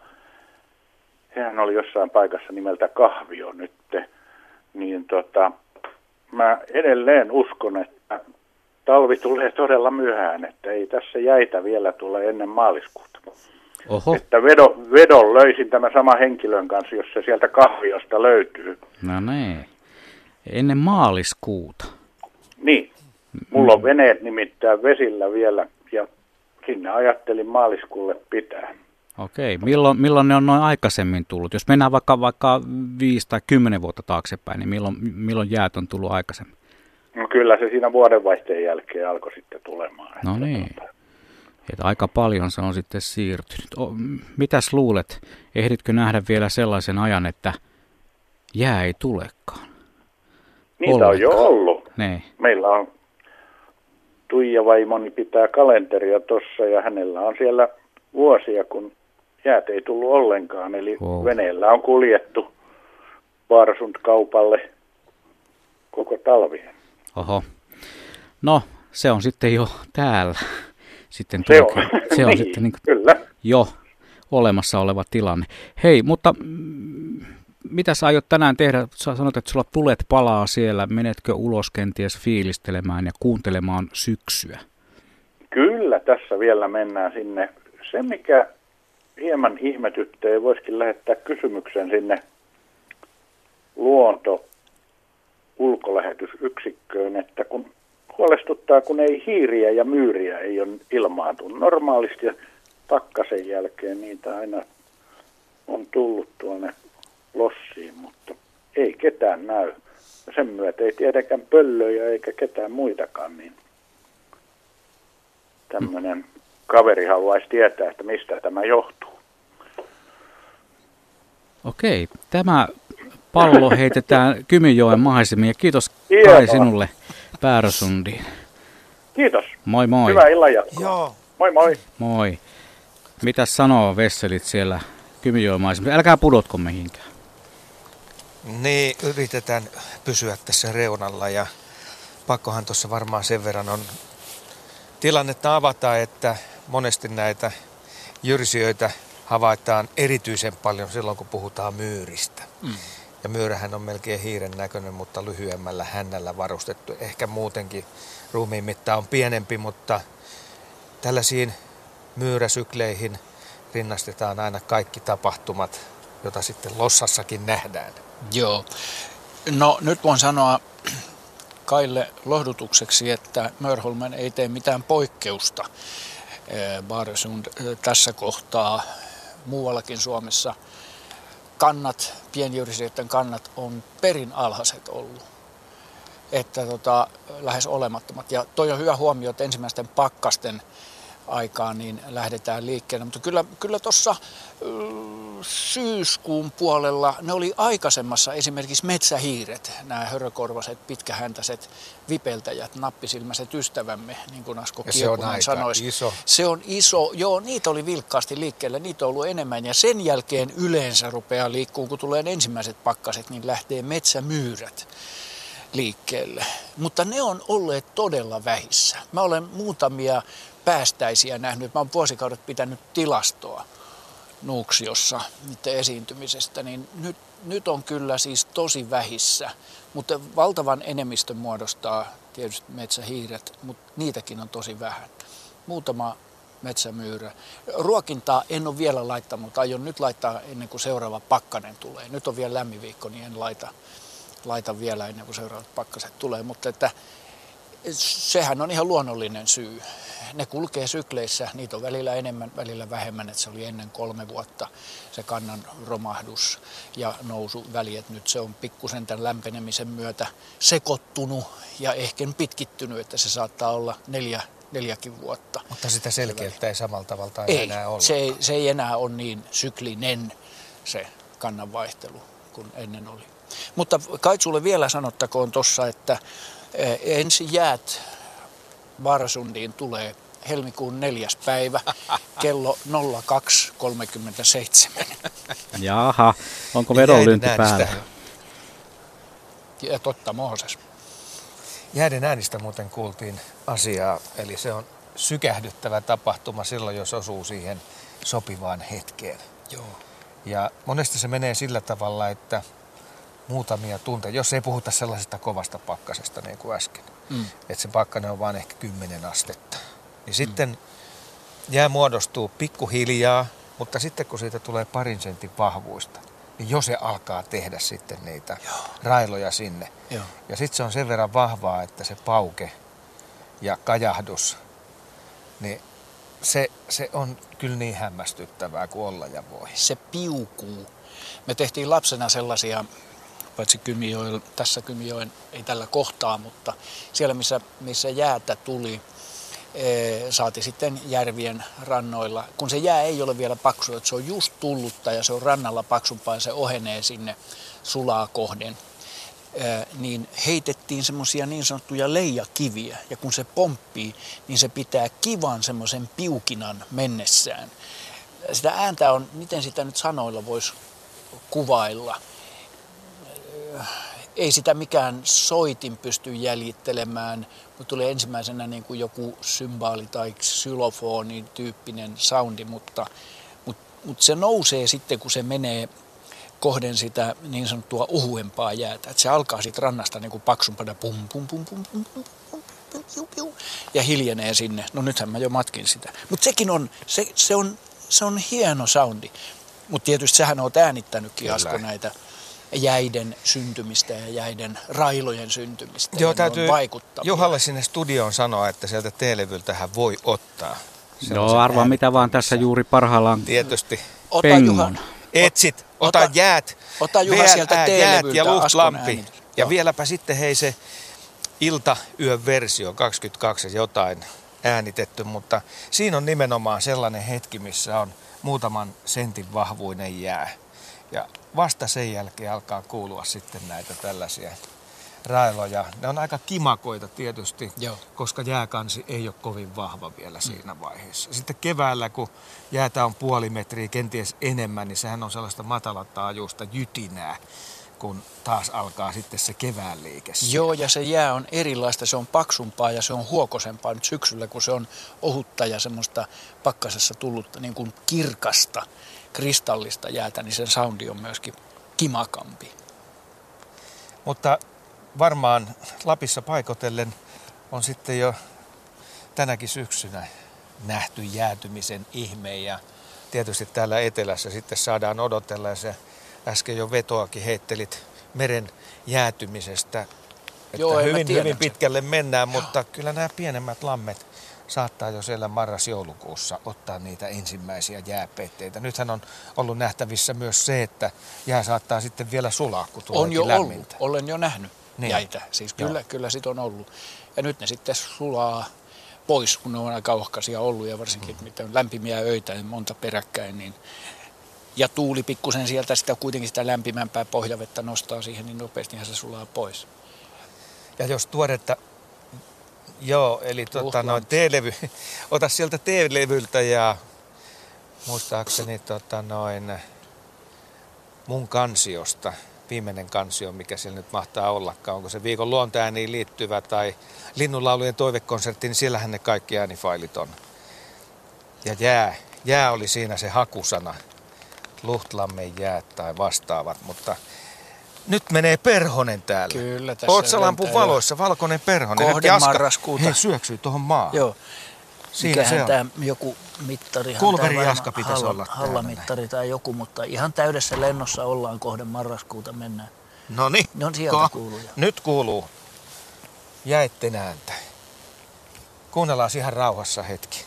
Hän oli jossain paikassa nimeltä Kahvio nyt, niin tota, mä edelleen uskon, että talvi tulee todella myöhään, että ei tässä jäitä vielä tule ennen maaliskuuta. Oho. Että vedon, vedon löysin tämän sama henkilön kanssa, jos se sieltä Kahviosta löytyy. No niin, ennen maaliskuuta. Niin, mulla on veneet nimittäin vesillä vielä ja sinne ajattelin maaliskuulle pitää. Okei, milloin, milloin ne on noin aikaisemmin tullut? Jos mennään vaikka, vaikka viisi tai kymmenen vuotta taaksepäin, niin milloin, milloin jäät on tullut aikaisemmin? No kyllä se siinä vuodenvaihteen jälkeen alkoi sitten tulemaan. No niin, että aika paljon se on sitten siirtynyt. O, mitäs luulet, ehditkö nähdä vielä sellaisen ajan, että jää ei tulekaan? Niitä Ollenkaan. On jo ollut. Niin. Meillä on Tuija vaimoni pitää kalenteria tuossa ja hänellä on siellä vuosia, kun jäät ei tullut ollenkaan. Eli wow. veneellä on kuljettu Vaarsund-kaupalle koko talvien. Oho. No, se on sitten jo täällä. Sitten se on, se on niin, sitten niin kyllä. jo olemassa oleva tilanne. Hei, mutta mm, mitä sä aiot tänään tehdä? Sä sanot, että sulla tulet palaa siellä. Menetkö ulos kenties fiilistelemään ja kuuntelemaan syksyä? Kyllä, tässä vielä mennään sinne. Se, mikä hieman ihmetyttää, voisikin lähettää kysymyksen sinne luonto ulkolähetysyksikköön, että kun huolestuttaa, kun ei hiiriä ja myyriä ei ole ilmaantunut. Normaalisti pakkasen jälkeen niitä aina on tullut tuonne lossiin, mutta ei ketään näy. Sen myötä ei tietenkään pöllöjä eikä ketään muitakaan, niin tämmöinen kaveri haluaisi tietää, että mistä tämä johtuu. Okei, tämä pallo heitetään Kymijoen maisemiin ja kiitos Hienoa. Kai sinulle Päärösundiin. Kiitos. Moi moi. Hyvää illanjatkoa. Joo. Moi moi. Moi. Mitäs sanoo vesselit siellä Kymijoen maisemassa? Älkää pudotko mihinkään. Niin, yritetään pysyä tässä reunalla ja pakkohan tuossa varmaan sen verran on tilannetta avata, että monesti näitä jyrsijöitä havaitaan erityisen paljon silloin, kun puhutaan myyristä. Mm. Ja myyrähän on melkein hiiren näköinen, mutta lyhyemmällä hännällä varustettu. Ehkä muutenkin ruumiin mitta on pienempi, mutta tällaisiin myyräsykleihin rinnastetaan aina kaikki tapahtumat, jota sitten Lossassakin nähdään. Joo. No nyt voin sanoa Kaille lohdutukseksi, että Mörholmen ei tee mitään poikkeusta. Baaresund tässä kohtaa muuallakin Suomessa kannat, pienjyrsijöiden kannat on perin alhaiset ollut, että tota, lähes olemattomat. Ja toi on hyvä huomio, että ensimmäisten pakkasten aikaan niin lähdetään liikkeelle, mutta kyllä, kyllä tuossa syyskuun puolella ne oli aikaisemmassa esimerkiksi metsähiiret, nämä hörökorvaset, pitkähäntäiset vipeltäjät, nappisilmäiset ystävämme, niin kuin Asko Kiekunen sanoisi. Iso. Se on iso, joo, niitä oli vilkkaasti liikkeellä, niitä on ollut enemmän ja sen jälkeen yleensä rupeaa liikkuu, kun tulee ensimmäiset pakkaset, niin lähtee metsämyyrät liikkeelle. Mutta ne on olleet todella vähissä. Mä olen muutamia päästäisiä nähnyt. Mä oon vuosikaudet pitänyt tilastoa Nuuksiossa niiden esiintymisestä, niin nyt, nyt on kyllä siis tosi vähissä, mutta valtavan enemmistön muodostaa tietysti metsähiiret, mutta niitäkin on tosi vähän. Muutama metsämyyrä. Ruokintaa en ole vielä laittanut, aion nyt laittaa ennen kuin seuraava pakkanen tulee. Nyt on vielä lämmin viikko, niin en laita, laita vielä ennen kuin seuraavat pakkaset tulee, mutta että sehän on ihan luonnollinen syy. Ne kulkee sykleissä, niitä on välillä enemmän, välillä vähemmän, että se oli ennen kolme vuotta se kannan romahdus ja nousuväliet. Nyt se on pikkusen tämän lämpenemisen myötä sekoittunut ja ehkä pitkittynyt, että se saattaa olla neljä, neljäkin vuotta. Mutta sitä selkeyttä ei samalla tavalla ei, enää ole. Se ei, se ei enää ole niin syklinen se kannanvaihtelu kuin ennen oli. Mutta kai sulle vielä sanottakoon tuossa, että ensi jäät Vaarasundiin tulee helmikuun neljäs päivä kello nolla kaksi kolmekymmentäseitsemän. Jaha, onko vedonlyönti päällä? Ja totta, Mooses. Jäiden äänistä muuten kuultiin asiaa, eli se on sykähdyttävä tapahtuma silloin, jos osuu siihen sopivaan hetkeen. Joo. Ja monesti se menee sillä tavalla, että muutamia tunteja, jos ei puhuta sellaisesta kovasta pakkasesta niin kuin äsken, mm. että se pakkanen on vain ehkä kymmenen astetta, niin sitten mm. jää muodostuu pikkuhiljaa, mutta sitten kun siitä tulee parin sentin vahvuista, niin jo se alkaa tehdä sitten niitä Joo. railoja sinne. Joo. Ja sitten se on sen verran vahvaa, että se pauke ja kajahdus, niin se, se on kyllä niin hämmästyttävää kuin olla ja voi. Se piukuu. Me tehtiin lapsena sellaisia, paitsi Kymijoella, tässä Kymijoen ei tällä kohtaa, mutta siellä missä, missä jäätä tuli, ee, saati sitten järvien rannoilla. Kun se jää ei ole vielä paksu, että se on just tullutta ja se on rannalla paksumpaa ja se ohenee sinne sulaa kohden, ee, niin heitettiin semmoisia niin sanottuja leijakiviä. Ja kun se pomppii, niin se pitää kivan semmoisen piukinan mennessään. Sitä ääntä on, miten sitä nyt sanoilla voisi kuvailla. Ei sitä mikään soitin pysty jäljittelemään, mutta tulee ensimmäisenä niin kuin joku symbaali tai xylofoni tyyppinen soundi, mutta, mutta, mutta se nousee sitten, kun se menee kohden sitä niin sanottua uhuempaa jäätä. Että se alkaa siitä rannasta niin kuin paksumpana pum pum pum pum pum pum pum pum pum pum ja hiljenee sinne. No nythän mä jo matkin sitä. Mutta sekin on, se, se on, se on hieno soundi. Mutta tietysti sähän oot äänittänytkin, Asko, näitä jäiden syntymistä ja jäiden railojen syntymistä. Joo, täytyy Juhalle sinne studioon sanoa, että sieltä T-levyltähän voi ottaa. Joo, arvaa mitä vaan tässä juuri parhaillaan tietysti pengon. Etsit, ota, ota jäät, ota Juha sieltä jäät ja luhtlampi. Ja vieläpä sitten hei se iltayön versio kaksikymmentäkaksi jotain äänitetty, mutta siinä on nimenomaan sellainen hetki, missä on muutaman sentin vahvuinen jää. Ja vasta sen jälkeen alkaa kuulua sitten näitä tällaisia railoja. Ne on aika kimakoita tietysti, Joo. koska jääkansi ei ole kovin vahva vielä siinä vaiheessa. Sitten keväällä, kun jäätä on puoli metriä, kenties enemmän, niin sehän on sellaista matalataajuista jytinää, kun taas alkaa sitten se kevään liike. Joo, ja se jää on erilaista, se on paksumpaa ja se on huokosempaa nyt syksyllä, kun se on ohutta ja semmoista pakkasessa tullutta niin kuin kirkasta, kristallista jäätä, niin sen soundi on myöskin kimakampi. Mutta varmaan Lapissa paikotellen on sitten jo tänäkin syksynä nähty jäätymisen ihme ja tietysti täällä etelässä sitten saadaan odotella ja se äsken jo vetoakin heittelit meren jäätymisestä, että Joo, hyvin, hyvin pitkälle mennään, mutta Joo. kyllä nämä pienemmät lammet saattaa jo siellä marras-joulukuussa ottaa niitä ensimmäisiä jääpeitteitä. Nythän on ollut nähtävissä myös se, että jää saattaa sitten vielä sulaa, kun tuleekin on jo lämmintä. Ollut. Olen jo nähnyt niin. jäitä, siis kyllä, kyllä sit on ollut. Ja nyt ne sitten sulaa pois, kun ne on aika ohkaisia ollut ja varsinkin mm. mitä on lämpimiä öitä ja monta peräkkäin, niin ja tuuli pikkusen sieltä sitä kuitenkin sitä lämpimämpää pohjavettä nostaa siihen, niin nopeastihan se sulaa pois. Ja jos tuoretta, joo, eli tota, noin T-levy, ota sieltä T-levyltä ja muistaakseni tota, noin mun kansiosta, viimeinen kansio, mikä siellä nyt mahtaa ollakaan, onko se viikon luontoääniin liittyvä tai linnunlaulujen toivekonsertti, niin siellähän ne kaikki äänifailit on. Ja jää, jää oli siinä se hakusana. Luhtlammen jäät tai vastaavat, mutta nyt menee perhonen täällä. Kyllä, tässä Otsalampun valoissa, valkoinen perhonen. Kohden marraskuuta. Hei, syöksyy tuohon maahan. Joo. Siinä se on. Tämä joku mittari. Kulveri Jaska pitäisi halla, olla hallamittari tai joku, mutta ihan täydessä lennossa ollaan kohden marraskuuta mennään. Noniin. No sieltä Ko- kuuluu. Nyt kuuluu jäitten ääntä. Kuunnellaan ihan rauhassa hetki.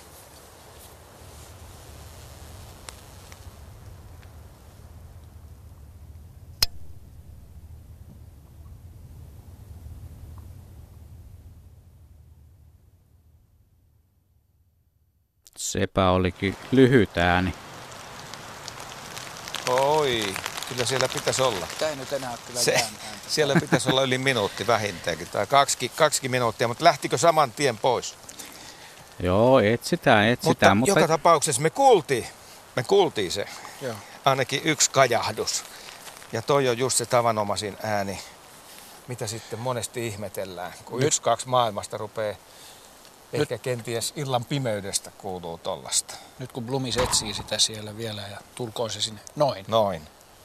Sepä olikin lyhyt ääni. Oi. Kyllä siellä pitäisi olla. Tämä ei nyt enää ole kyllä Se, jään ääntä. siellä pitäisi olla yli minuutti vähintäänkin, tai kaksi, kaksi minuuttia, mutta lähtikö saman tien pois? Joo, etsitään, etsitään. Mutta, Mutta joka tapauksessa me kuultiin, me kuultiin se, Joo. ainakin yksi kajahdus. Ja toi on just se tavanomaisin ääni, mitä sitten monesti ihmetellään, kun Nyt- yksi, kaksi maailmasta rupeaa, ehkä kenties illan pimeydestä kuuluu tollasta. Nyt kun Blumis etsii sitä siellä vielä ja tulkoon se sinne. Noin. Noin.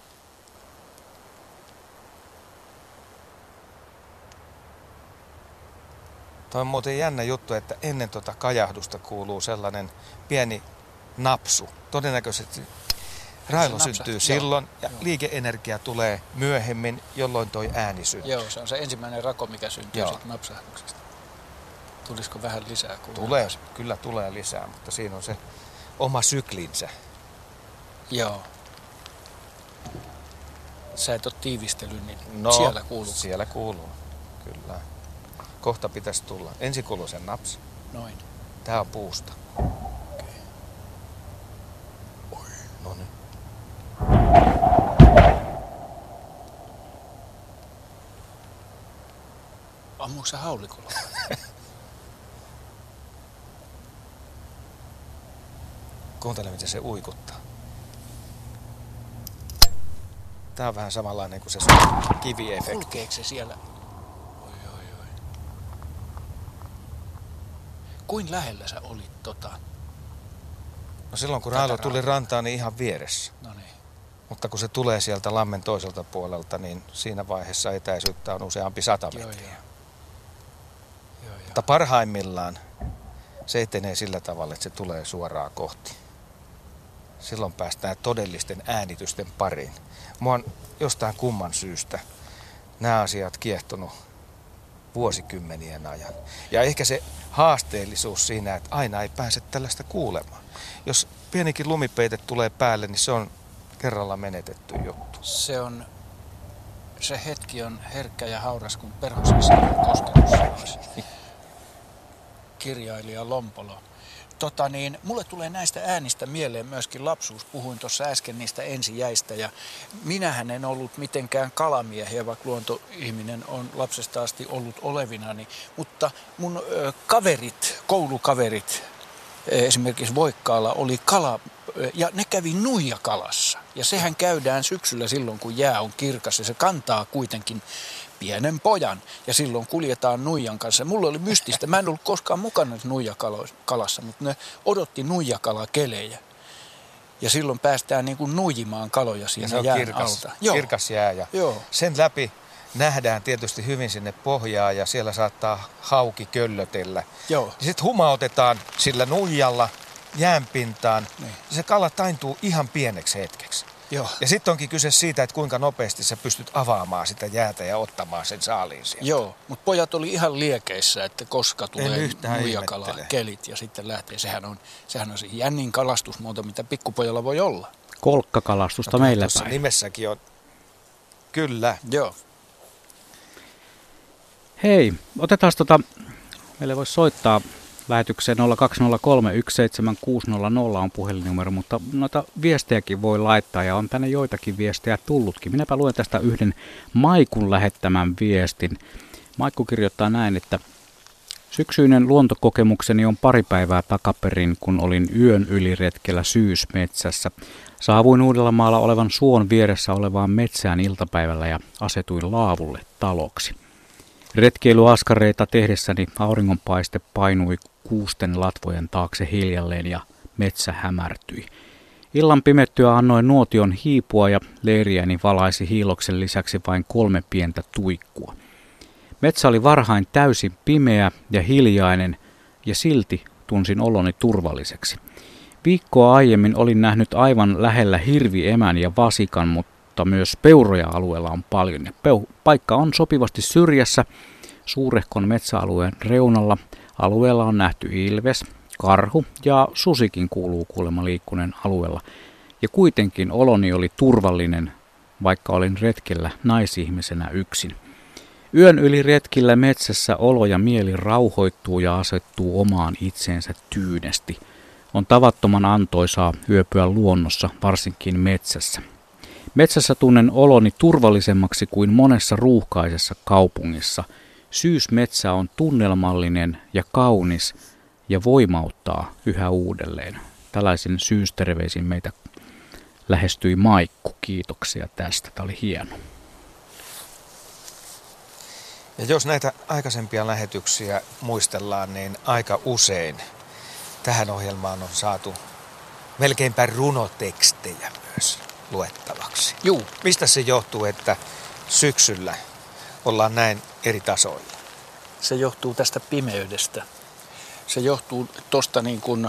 Toi on muuten jännä juttu, että ennen tota kajahdusta kuuluu sellainen pieni napsu. Todennäköisesti railo Se syntyy napsahtaa, silloin ja joo. liikeenergia tulee myöhemmin, jolloin toi ääni syntyy. Joo, se on se ensimmäinen rako, mikä syntyy Joo. siitä napsahduksesta. Tulisiko vähän lisää kuulua? Tulee, kyllä tulee lisää, mutta siinä on se oma syklinsä. Joo. Sä et ole tiivistellyt, niin No, siellä kuuluu. Siellä kuuluu, kyllä. Kohta pitäisi tulla. Ensin kuuluu se naps. Noin. Tää on puusta. No niin. Ammuuko sä haulikolla? Kuuntele, miten se uikuttaa. Tää on vähän samanlainen kuin se sun kiviefekti. Kulkeeko se siellä? Oi, oi, oi. Kuin lähellä sä olit tota? No silloin kun Tätä railo tuli rautaa. rantaan, niin ihan vieressä. No niin. Mutta kun se tulee sieltä lammen toiselta puolelta, niin siinä vaiheessa etäisyyttä on useampi sata Joo, metriä. joo. Joo, joo. Mutta parhaimmillaan se etenee sillä tavalla, että se tulee suoraan kohti. Silloin päästään todellisten äänitysten pariin. Mua on jostain kumman syystä nämä asiat kiehtonut vuosikymmenien ajan. Ja ehkä se haasteellisuus siinä, että aina ei pääse tällaista kuulemaan. Jos pienikin lumipeite tulee päälle, niin se on kerralla menetetty juttu. Se on, se hetki on herkkä ja hauras kuin perhosen kosketus. Kirjailija Lompolo. Tota niin, mulle tulee näistä äänistä mieleen myöskin lapsuus. Puhuin tuossa äsken niistä ensijäistä ja minähän en ollut mitenkään kalamiehiä, vaikka luontoihminen on lapsesta asti ollut olevinani. Mutta mun ö, kaverit, koulukaverit, esimerkiksi Voikkaalla oli kala, ja ne kävi nuijakalassa. Ja sehän käydään syksyllä silloin, kun jää on kirkas ja se kantaa kuitenkin pienen pojan. Ja silloin kuljetaan nuijan kanssa. Mulla oli mystistä. Mä en ollut koskaan mukana nuijakalassa, mutta ne odotti nuijakalakelejä. Ja silloin päästään niin kuin nuijimaan kaloja Ja siinä se on jään kirkas, alta. Joo. kirkas jää ja Joo. sen läpi nähdään tietysti hyvin sinne pohjaan ja siellä saattaa hauki köllötellä. Joo. Sitten humautetaan sillä nuijalla jäänpintaan. Niin. Ja se kala taintuu ihan pieneksi hetkeksi. Joo. Ja sitten onkin kyse siitä, että kuinka nopeasti sä pystyt avaamaan sitä jäätä ja ottamaan sen saaliin sieltä. Joo, mutta pojat oli ihan liekeissä, että koska En tulee yhtään nuijakala ihmettele. kelit ja sitten lähtee. Sehän on, sehän on se jännin kalastusmuoto, mitä pikkupojalla voi olla. kolkkakalastusta No, meillä tuossa päin. nimessäkin on. Kyllä. Joo. Hei, otetaan tota, meille voisi soittaa lähetykseen nolla kaksi nolla kolme yksi seitsemän kuusi nolla nolla on puhelinnumero, mutta noita viestejäkin voi laittaa ja on tänne joitakin viestejä tullutkin. Minäpä luen tästä yhden Maikun lähettämän viestin. Maikku kirjoittaa näin, että syksyinen luontokokemukseni on pari päivää takaperin, kun olin yön yli retkellä Syysmetsässä. Saavuin Uudellamaalla olevan suon vieressä olevaan metsään iltapäivällä ja asetuin laavulle taloksi. Retkeilyaskareita tehdessäni auringonpaiste painui kuusten latvojen taakse hiljalleen ja metsä hämärtyi. Illan pimettyä annoin nuotion hiipua ja leiriäni valaisi hiiloksen lisäksi vain kolme pientä tuikkua. Metsä oli varhain täysin pimeä ja hiljainen ja silti tunsin oloni turvalliseksi. Viikkoa aiemmin olin nähnyt aivan lähellä hirviemän ja vasikan, mutta myös peuroja alueella on paljon. Ja peu- paikka on sopivasti syrjässä suurehkon metsäalueen reunalla. Alueella on nähty ilves, karhu ja susikin kuuluu kuulemma liikkuneen alueella. Ja kuitenkin oloni oli turvallinen, vaikka olin retkellä naisihmisenä yksin. Yön yli retkillä metsässä olo ja mieli rauhoittuu ja asettuu omaan itseensä tyynesti. On tavattoman antoisaa yöpyä luonnossa, varsinkin metsässä. Metsässä tunnen oloni turvallisemmaksi kuin monessa ruuhkaisessa kaupungissa. Syysmetsä on tunnelmallinen ja kaunis ja voimauttaa yhä uudelleen. Tällaisin syysterveisin meitä lähestyi Maikku. Kiitoksia tästä. Tämä oli hieno. Ja jos näitä aikaisempia lähetyksiä muistellaan, niin aika usein tähän ohjelmaan on saatu melkeinpä runotekstejä myös luettavaksi. Juu. Mistä se johtuu, että syksyllä ollaan näin eri tasoilla? Se johtuu tästä pimeydestä. Se johtuu tuosta niin kuin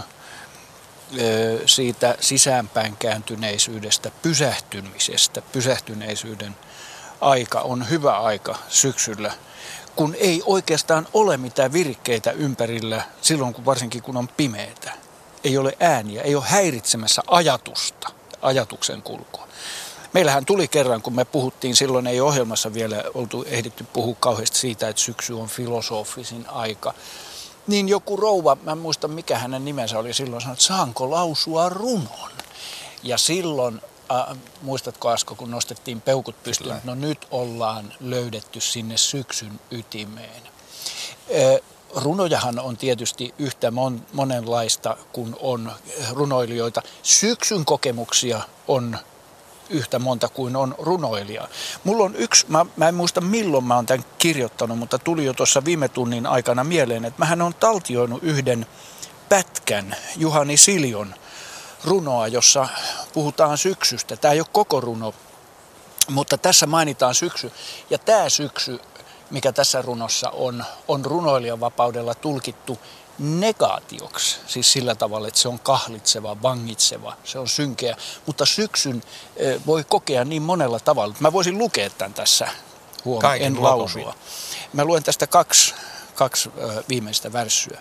siitä sisäänpäin kääntyneisyydestä, pysähtymisestä. Pysähtyneisyyden aika on hyvä aika syksyllä, kun ei oikeastaan ole mitään virikkeitä ympärillä silloin, kun varsinkin kun on pimeätä. Ei ole ääniä, ei ole häiritsemässä ajatusta, ajatuksen kulkua. Meillähän tuli kerran, kun me puhuttiin, silloin ei ohjelmassa vielä oltu ehditty puhua kauheasti siitä, että syksy on filosofisin aika. Niin joku rouva, mä en muista mikä hänen nimensä oli silloin, sanoi, että saanko lausua runon? Ja silloin, äh, muistatko Asko, kun nostettiin peukut pystyyn, no nyt ollaan löydetty sinne syksyn ytimeen. Äh, runojahan on tietysti yhtä mon, monenlaista, kun on runoilijoita. Syksyn kokemuksia on yhtä monta kuin on runoilija. Mulla on yksi, mä, mä en muista milloin mä oon tämän kirjoittanut, mutta tuli jo tuossa viime tunnin aikana mieleen, että mähän on taltioinut yhden pätkän Juhani Siljon runoa, jossa puhutaan syksystä. Tämä ei ole koko runo, mutta tässä mainitaan syksy. Ja tämä syksy, mikä tässä runossa on, on runoilijan vapaudella tulkittu negaatioksi, siis sillä tavalla, että se on kahlitseva, vangitseva, se on synkeä, mutta syksyn voi kokea niin monella tavalla. Mä voisin lukea tämän tässä, huomenna, en lausua. Mä luen tästä kaksi, kaksi viimeistä värssyä.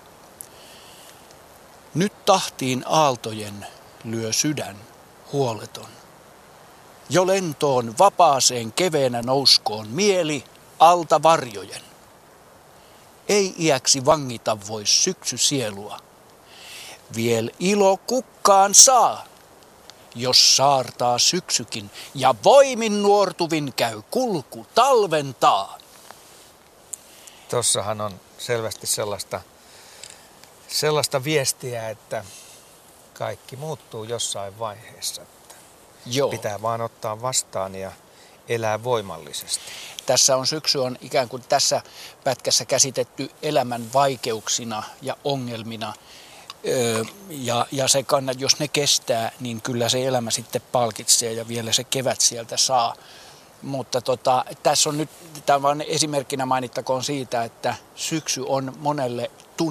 Nyt tahtiin aaltojen lyö sydän huoleton. Jo lentoon, vapaaseen, keveänä nouskoon mieli alta varjojen. Ei iäksi vangita voi syksy sielua. Viel ilo kukkaan saa, jos saartaa syksykin ja voimin nuortuvin käy kulku talventaa. Tossahan on selvästi sellaista, sellaista viestiä, että kaikki muuttuu jossain vaiheessa. Joo. Pitää vaan ottaa vastaan ja elää voimallisesti. Tässä on syksy on ikään kuin tässä pätkässä käsitetty elämän vaikeuksina ja ongelmina. Öö, ja, ja se kannat, jos ne kestää, niin kyllä se elämä sitten palkitsee ja vielä se kevät sieltä saa. Mutta tota, tässä on nyt, tämä on vain esimerkkinä mainittakoon siitä, että syksy on monelle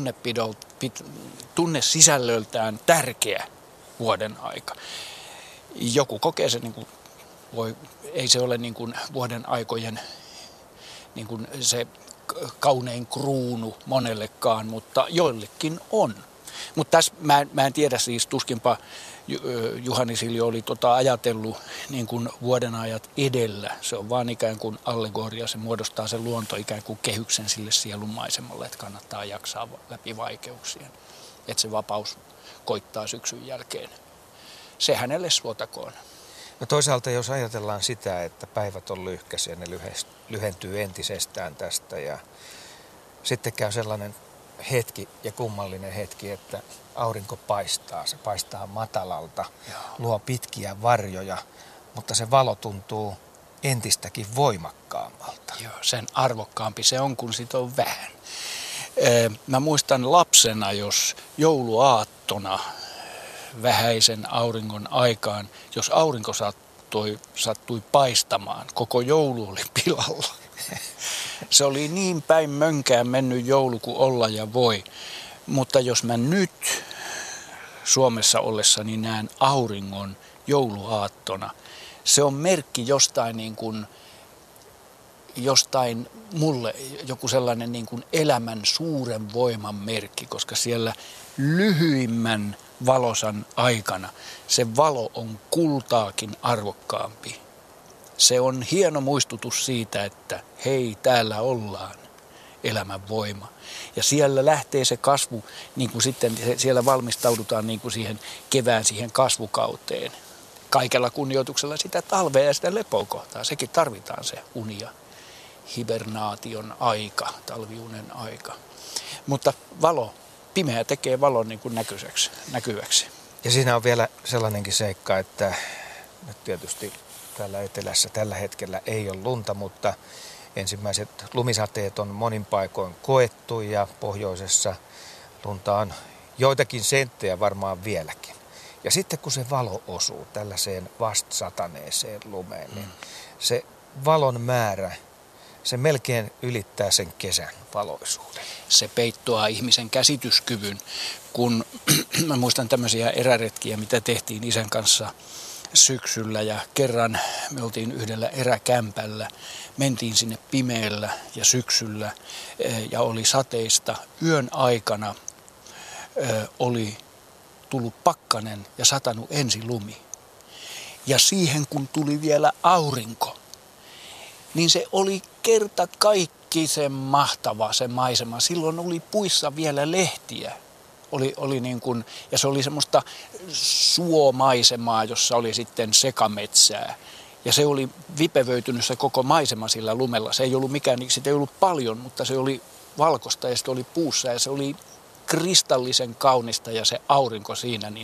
tunnesisällöltään tärkeä vuoden aika. Joku kokee se niin kuin voi, ei se ole niin kuin vuoden aikojen niin kuin se kaunein kruunu monellekaan, mutta joillekin on. Mutta tässä mä, mä en tiedä siis, tuskinpa Juhani Siljo oli tota ajatellut niin kuin vuodenajat edellä. Se on vaan ikään kuin allegoria, se muodostaa se luonto ikään kuin kehyksen sille sielunmaisemalle, että kannattaa jaksaa läpi vaikeuksien. Että se vapaus koittaa syksyn jälkeen. Se hänelle suotakoon. No toisaalta jos ajatellaan sitä, että päivät on lyhkäisiä, ne lyhentyy entisestään tästä ja sitten käy sellainen hetki ja kummallinen hetki, että aurinko paistaa, se paistaa matalalta, Joo. luo pitkiä varjoja, mutta se valo tuntuu entistäkin voimakkaammalta. Joo, sen arvokkaampi se on, kun sitä on vähän. Mä muistan lapsena, jos jouluaattona vähäisen auringon aikaan, jos aurinko sattui, sattui paistamaan, koko joulu oli pilalla. Se oli niin päin mönkään mennyt joulu kuin olla ja voi. Mutta jos mä nyt Suomessa ollessani näen auringon jouluaattona, se on merkki jostain niin kuin, jostain mulle joku sellainen niin kuin elämän suuren voiman merkki, koska siellä lyhyimmän valosan aikana se valo on kultaakin arvokkaampi. Se on hieno muistutus siitä, että hei, täällä ollaan, elämän voima. Ja siellä lähtee se kasvu, niin kuin sitten siellä valmistaudutaan niin kuin siihen kevään siihen kasvukauteen. kaikella kunnioituksella sitä talvea ja sitä lepokohtaa. Sekin tarvitaan se uni ja hibernaation aika, talviunen aika. Mutta valo, pimeä tekee valon niin kuin näkyiseksi, näkyväksi. Ja siinä on vielä sellainenkin seikka, että nyt tietysti täällä etelässä tällä hetkellä ei ole lunta, mutta ensimmäiset lumisateet on monin paikoin koettu ja pohjoisessa lunta on joitakin senttejä varmaan vieläkin. Ja sitten kun se valo osuu tällaiseen vasta sataneeseen lumeen, niin se valon määrä, se melkein ylittää sen kesän valoisuuden. Se peittoaa ihmisen käsityskyvyn, kun mä muistan tämmöisiä eräretkiä, mitä tehtiin isän kanssa syksyllä ja kerran me oltiin yhdellä eräkämpällä, mentiin sinne pimeällä ja syksyllä ja oli sateista. Yön aikana oli tullut pakkanen ja satanut ensi lumi. Ja siihen kun tuli vielä aurinko, niin se oli kerta kaikki se mahtava se maisema. Silloin oli puissa vielä lehtiä. Oli, oli niin kuin, ja se oli semmoista suomaisemaa, jossa oli sitten sekametsää. Ja se oli vipevöitynyt se koko maisema sillä lumella. Se ei ollut mikään, sitä ei ollut paljon, mutta se oli valkoista ja se oli puussa ja se oli kristallisen kaunista ja se aurinko siinä. Niin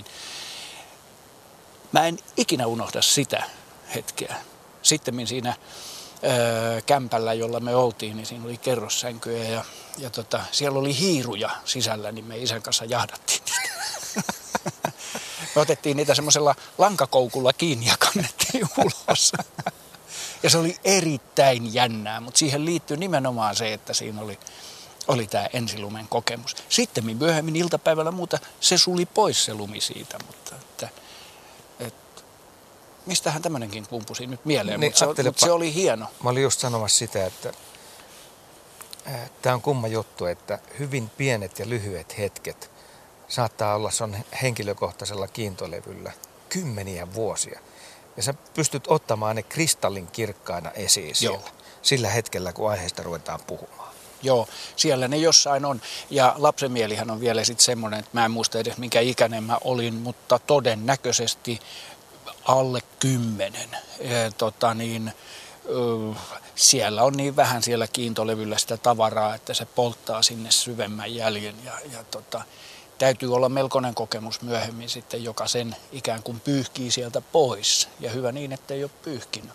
mä en ikinä unohda sitä hetkeä. Sittemmin siinä öö, kämpällä, jolla me oltiin, niin siinä oli kerrossänkyjä ja, ja tota, siellä oli hiiruja sisällä, niin me isän kanssa jahdattiin niitä. Me otettiin niitä semmoisella lankakoukulla kiinni ja kannettiin ulos. Ja se oli erittäin jännää, mutta siihen liittyy nimenomaan se, että siinä oli, oli tämä ensilumen kokemus. Sitten myöhemmin iltapäivällä muuta se suli pois se lumi siitä, mutta että, että mistähän tämmöinenkin kumpusi nyt mieleen, niin, mutta, se, mutta se oli hieno. Mä olin just sanomassa sitä, että äh, tämä on kumma juttu, että hyvin pienet ja lyhyet hetket saattaa olla se on henkilökohtaisella kiintolevyllä kymmeniä vuosia. Ja sä pystyt ottamaan ne kristallin kirkkaina esiin siellä, Joo. sillä hetkellä, kun aiheesta ruvetaan puhumaan. Joo, siellä ne jossain on. Ja lapsenmielihän on vielä sitten semmoinen, että mä en muista edes minkä ikäinen mä olin, mutta todennäköisesti alle kymmenen. E, tota niin, ö, siellä on niin vähän siellä kiintolevyllä sitä tavaraa, että se polttaa sinne syvemmän jäljen ja, ja tota, täytyy olla melkoinen kokemus myöhemmin sitten, joka sen ikään kuin pyyhkii sieltä pois. Ja hyvä niin, että ei ole pyyhkinyt.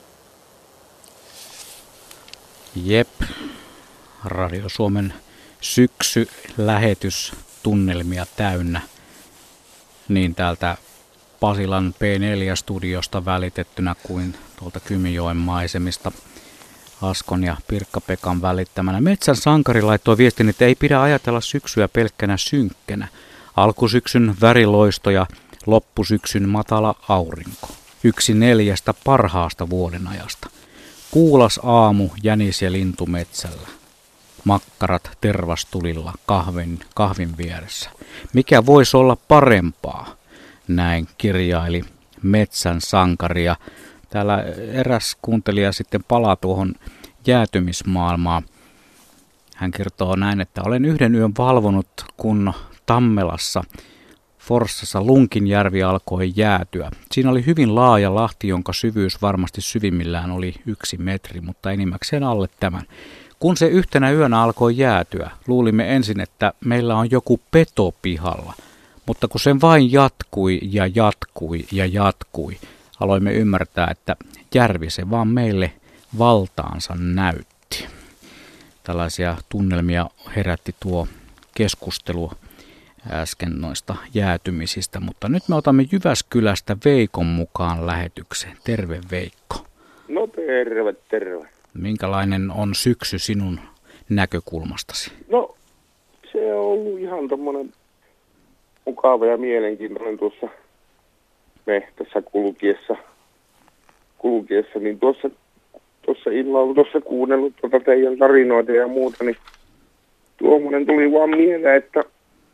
Jep. Radio Suomen syksy-lähetys tunnelmia täynnä. Niin täältä Pasilan P neljä -studiosta välitettynä kuin tuolta Kymijoen maisemista Askon ja Pirkka-Pekan välittämänä. Metsän sankari laittoi viestin, että ei pidä ajatella syksyä pelkkänä synkkänä. Alkusyksyn väriloisto ja loppusyksyn matala aurinko. Yksi neljästä parhaasta vuodenajasta. Kuulas aamu jänis- ja lintumetsällä. Makkarat tervastulilla kahvin, kahvin vieressä. Mikä voisi olla parempaa? Näin kirjaili Metsän sankari. Ja täällä eräs kuuntelija sitten palaa tuohon jäätymismaailmaan. Hän kertoo näin, että olen yhden yön valvonut, kun Tammelassa Forssassa Lunkinjärvi alkoi jäätyä. Siinä oli hyvin laaja lahti, jonka syvyys varmasti syvimmillään oli yksi metri, mutta enimmäkseen alle tämän. Kun se yhtenä yönä alkoi jäätyä, luulimme ensin, että meillä on joku peto pihalla. Mutta kun se vain jatkui ja jatkui ja jatkui, aloimme ymmärtää, että järvi se vaan meille valtaansa näytti. Tällaisia tunnelmia herätti tuo keskustelu äsken noista jäätymisistä, mutta nyt me otamme Jyväskylästä Veikon mukaan lähetykseen. Terve Veikko. No terve, terve. Minkälainen on syksy sinun näkökulmastasi? No se on ollut ihan tommonen mukava ja mielenkiintoinen tuossa metsässä kulkiessa, kulkiessa niin tuossa, tuossa illalla tuossa kuunnellut tuota teidän tarinoita ja muuta, niin tuommoinen tuli vaan mieleen, että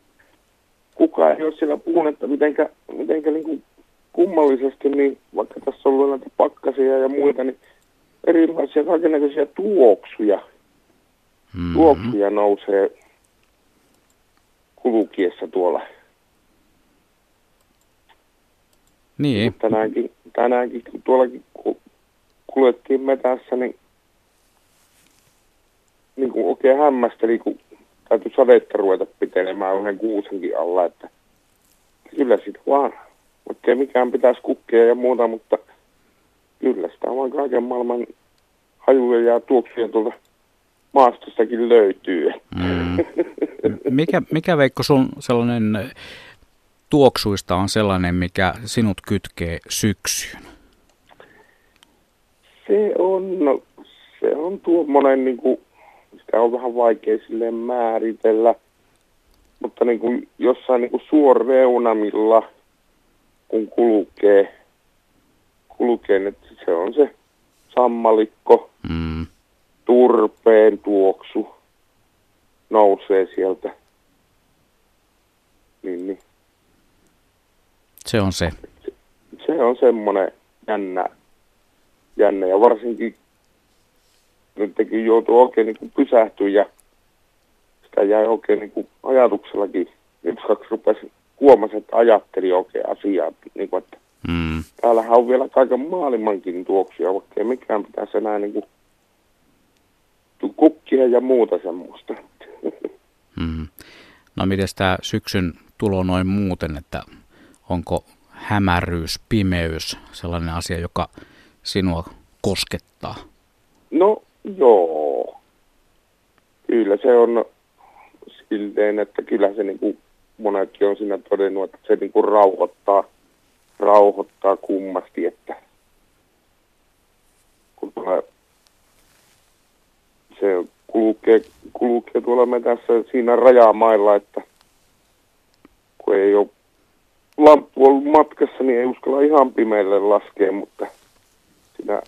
kukaan ei ole siellä puhunut, että mitenkä, mitenkä niin kuin kummallisesti, niin vaikka tässä on ollut näitä pakkasia ja muita, niin erilaisia kaikennäköisiä tuoksuja, mm-hmm. tuoksuja nousee kulkiessa tuolla. Niin. Mutta näinkin, tänäänkin, kun tuollakin kuljettiin metässä, niin, niin kuin oikein hämmästeli, kun täytyy sadetta ruveta pitelemään yhden kuusenkin alla, että kyllä sitä vaan, oikein mikään pitäisi kukkia ja muuta, mutta kyllä sitä vaan kaiken maailman hajuja ja tuoksuja tuolta maastostakin löytyy. Mm. Mikä, mikä Veikko sun sellainen tuoksuista on sellainen, mikä sinut kytkee syksyyn? Se on, no, se on tuommoinen, niin kuin, sitä on vähän vaikea silleen määritellä, mutta niin kuin jossain niin kuin suoreunamilla, kun kulkee, kulkee, että se on se sammalikko, mm. turpeen tuoksu nousee sieltä. Niin, niin. Se on se. Se, se on semmoinen jännä, jännä ja varsinkin nyt tekin joutuu oikein niin kuin pysähtyä ja sitä jäi oikein niin kuin ajatuksellakin. Yksi kaksi rupesi huomasi, että ajatteli oikein asiaa. Niin kuin, että mm. täällähän on vielä kaiken maailmankin tuoksuja, vaikka ei mikään pitäisi enää niin kuin kukkia ja muuta semmoista. Mm. No miten tämä syksyn tulo noin muuten, että onko hämäryys, pimeys sellainen asia, joka sinua koskettaa? No joo. Kyllä se on silleen, että kyllä se niin kuin monetkin on siinä todennut, että se niin kuin rauhoittaa, rauhoittaa kummasti, että kun tulee, se kulkee, kulkee tuolla metässä siinä rajamailla, että kun ei ole lamppu ollut matkassa, niin ei uskalla ihan pimeälle laskea, mutta siinä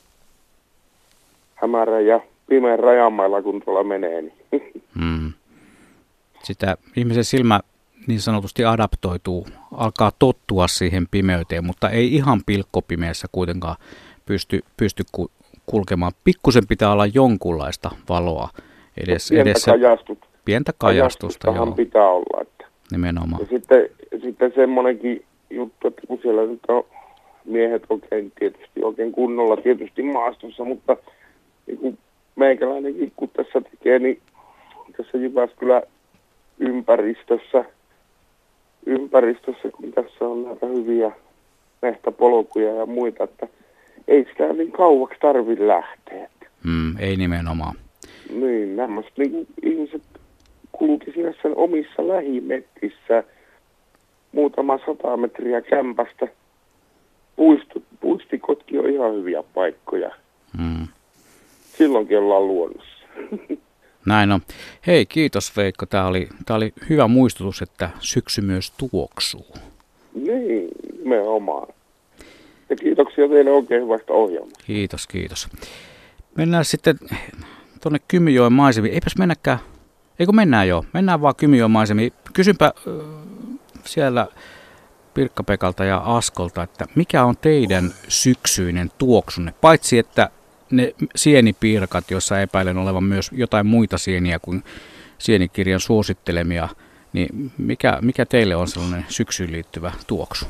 hämärä ja pimeän rajamailla, kun tuolla menee, niin mm. Sitä ihmisen silmä niin sanotusti adaptoituu, alkaa tottua siihen pimeyteen, mutta ei ihan pilkkopimeässä kuitenkaan pysty, pysty kulkemaan. Pikkusen pitää olla jonkunlaista valoa edes. Pientä, edessä, kajastut, pientä kajastusta. Joo. Pitää olla. Että. Nimenomaan. Ja sitten, sitten semmoinenkin juttu, että kun siellä nyt on miehet oikein tietysti oikein kunnolla tietysti maastossa, mutta niin kuin meikäläinenkin kun tässä tekee, niin tässä Jyväskylän ympäristössä, ympäristössä, kun tässä on näitä hyviä mehtäpolkuja ja muita, että ei sitä niin kauaksi tarvitse lähteä. Mm, ei nimenomaan. Niin, nämä niin ihmiset kulki siinä sen omissa lähimetrissä muutama sata metriä kämpästä. Puistu, puistikotkin on ihan hyviä paikkoja. Mm. Silloinkin ollaan luonnossa. Näin on. Hei, kiitos Veikko. Tämä oli, tämä oli hyvä muistutus, että syksy myös tuoksuu. Niin, nimenomaan. Ja kiitoksia teille oikein hyvästä ohjelmasta. Kiitos, kiitos. Mennään sitten tuonne Kymijoen maisemiin. Eipäs mennäkään. Eikö mennään jo? Mennään vaan Kymijoen maisemiin. Kysynpä äh, siellä Pirkka-Pekalta ja Askolta, että mikä on teidän syksyinen tuoksunne? Paitsi, että ne sienipirkat, joissa epäilen olevan myös jotain muita sieniä kuin sienikirjan suosittelemia, niin mikä, mikä teille on sellainen syksyyn liittyvä tuoksu?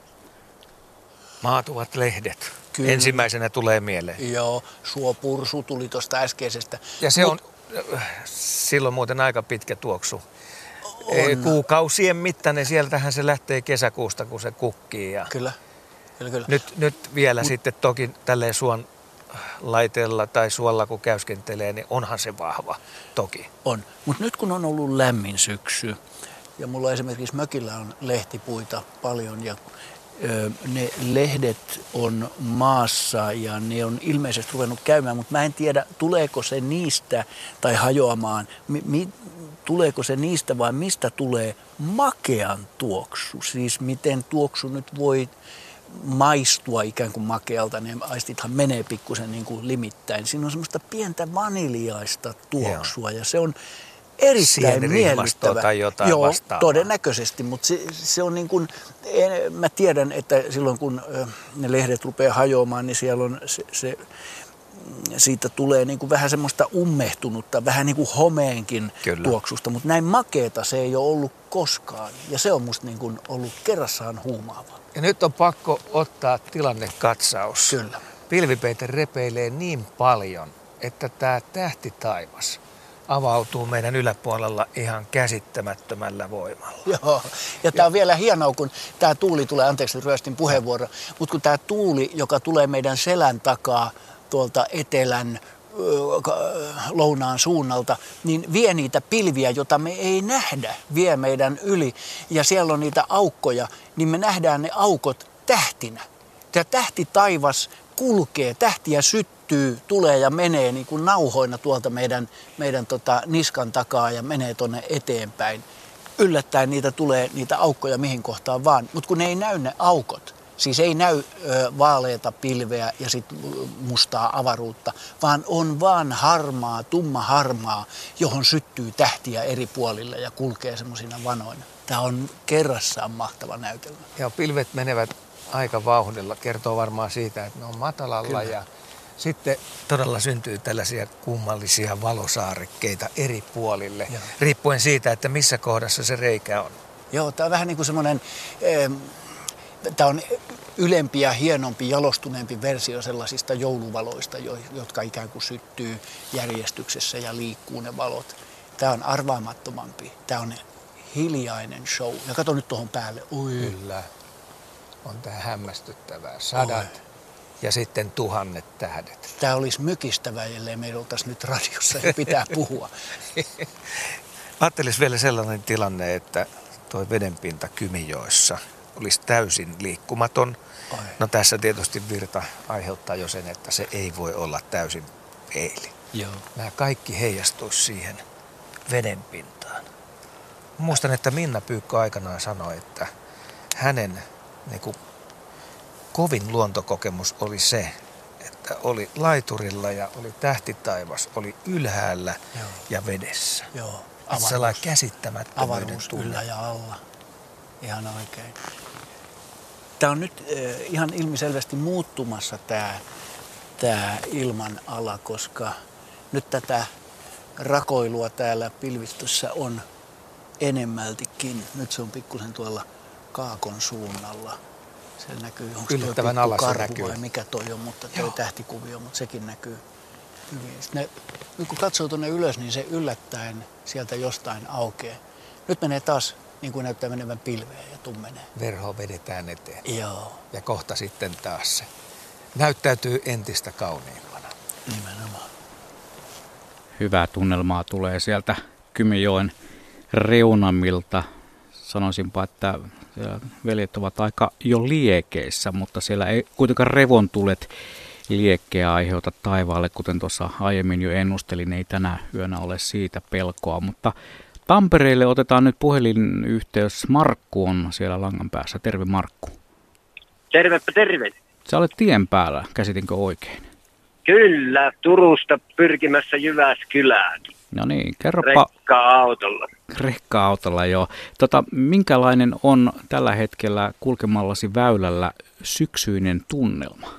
Maatuvat lehdet. Kyllä. Ensimmäisenä tulee mieleen. Joo, suopursu tuli tuosta äskeisestä. Ja se Mut, on silloin muuten aika pitkä tuoksu. On. Kuukausien mittainen, sieltähän se lähtee kesäkuusta, kun se kukkii. Ja kyllä, kyllä, kyllä. Nyt, nyt vielä Mut, sitten toki tälleen suon laiteella tai suolla kun käyskentelee, niin onhan se vahva, toki. On, mutta nyt kun on ollut lämmin syksy, ja mulla esimerkiksi mökillä on lehtipuita paljon, ja ö, ne lehdet on maassa, ja ne on ilmeisesti ruvennut käymään, mutta mä en tiedä, tuleeko se niistä, tai hajoamaan, mi, mi, tuleeko se niistä vai mistä tulee makean tuoksu, siis miten tuoksu nyt voi maistua ikään kuin makealta, ne aistithan menee pikkusen niin kuin limittäin. Siinä on semmoista pientä vaniljaista tuoksua. Joo. Ja se on erittäin miellyttävä. Tai jotain Joo, vastaavaa. Todennäköisesti, mutta se, se on niin kuin, en, mä tiedän, että silloin kun ne lehdet rupeaa hajoamaan, niin siellä on se, se siitä tulee niin kuin vähän semmoista ummehtunutta, vähän niin kuin homeenkin Kyllä. tuoksusta, mutta näin makeeta se ei ole ollut koskaan. Ja se on musta niin kuin ollut kerrassaan huumaava. Ja nyt on pakko ottaa tilannekatsaus. Kyllä. Pilvipeite repeilee niin paljon, että tämä tähtitaivas avautuu meidän yläpuolella ihan käsittämättömällä voimalla. Joo, ja tämä on vielä hienoa, kun tämä tuuli tulee, anteeksi ryöstin puheenvuoro, mutta kun tämä tuuli, joka tulee meidän selän takaa tuolta etelän lounaan suunnalta, niin vie niitä pilviä, jota me ei nähdä, vie meidän yli. Ja siellä on niitä aukkoja, niin me nähdään ne aukot tähtinä. Tämä tähtitaivas kulkee, tähtiä syttyy, tulee ja menee niin kuin nauhoina tuolta meidän, meidän tota niskan takaa ja menee tuonne eteenpäin. Yllättäen niitä tulee niitä aukkoja mihin kohtaan vaan, mutta kun ne ei näy ne aukot, siis ei näy ö, vaaleita pilveä ja sit mustaa avaruutta, vaan on vaan harmaa, tumma harmaa, johon syttyy tähtiä eri puolille ja kulkee semmoisina vanoina. Tämä on kerrassaan mahtava näytelmä. Ja pilvet menevät aika vauhdilla, kertoo varmaan siitä, että ne on matalalla. Kyllä. Ja sitten todella syntyy tällaisia kummallisia valosaarekkeita eri puolille, Joo. riippuen siitä, että missä kohdassa se reikä on. Joo, tämä on vähän niin kuin semmoinen, eh, tämä on ylempi ja hienompi, jalostuneempi versio sellaisista jouluvaloista, jotka ikään kuin syttyy järjestyksessä ja liikkuu ne valot. Tämä on arvaamattomampi, tämä on hiljainen show. Ja kato nyt tuohon päälle. Ui. Kyllä. On tämä hämmästyttävää. Sadat Oi. ja sitten tuhannet tähdet. Tämä olisi mykistävää, ellei meillä oltaisi nyt radiossa ja pitää puhua. Ajattelisi vielä sellainen tilanne, että tuo vedenpinta Kymijoessa olisi täysin liikkumaton. Oi. No tässä tietysti virta aiheuttaa jo sen, että se ei voi olla täysin peili. Joo. Nämä kaikki heijastuisi siihen vedenpintaan. Muistan, että Minna Pyykkö aikanaan sanoi, että hänen niin kuin kovin luontokokemus oli se, että oli laiturilla ja oli tähtitaivas, oli ylhäällä Joo. ja vedessä. Joo. Avaruus, sellainen käsittämättömyyden avaruus tunne. Yllä ja alla. Ihan oikein. Tämä on nyt äh, ihan ilmiselvästi muuttumassa tämä, tämä ilmanala, koska nyt tätä rakoilua täällä pilvistössä on enemmältikin. Nyt se on pikkusen tuolla Kaakon suunnalla. Siellä näkyy, onko yllättävän alas se näkyy. Vai mikä toi on, mutta toi tähtikuvio, mutta sekin näkyy hyvin. Ne, nyt kun katsoo tuonne ylös, niin se yllättäen sieltä jostain aukeaa. Nyt menee taas, niin kuin näyttää menevän pilveen ja tummenee. Verho vedetään eteen. Joo. Ja kohta sitten taas se näyttäytyy entistä kauniimpana. Nimenomaan. Hyvää tunnelmaa tulee sieltä Kymijoen reunamilta. Sanoisinpa, että veljet ovat aika jo liekeissä, mutta siellä ei kuitenkaan revontulet liekkeä aiheuta taivaalle, kuten tuossa aiemmin jo ennustelin, ei tänä yönä ole siitä pelkoa. Mutta Tampereelle otetaan nyt puhelinyhteys. Markku on siellä langan päässä. Terve Markku. Tervepä terve. Sä olet tien päällä, käsitinkö oikein? Kyllä, Turusta pyrkimässä Jyväskylään. No niin, kerropa. Rekka-autolla. Rekka-autolla, joo. Tota, minkälainen on tällä hetkellä kulkemallasi väylällä syksyinen tunnelma?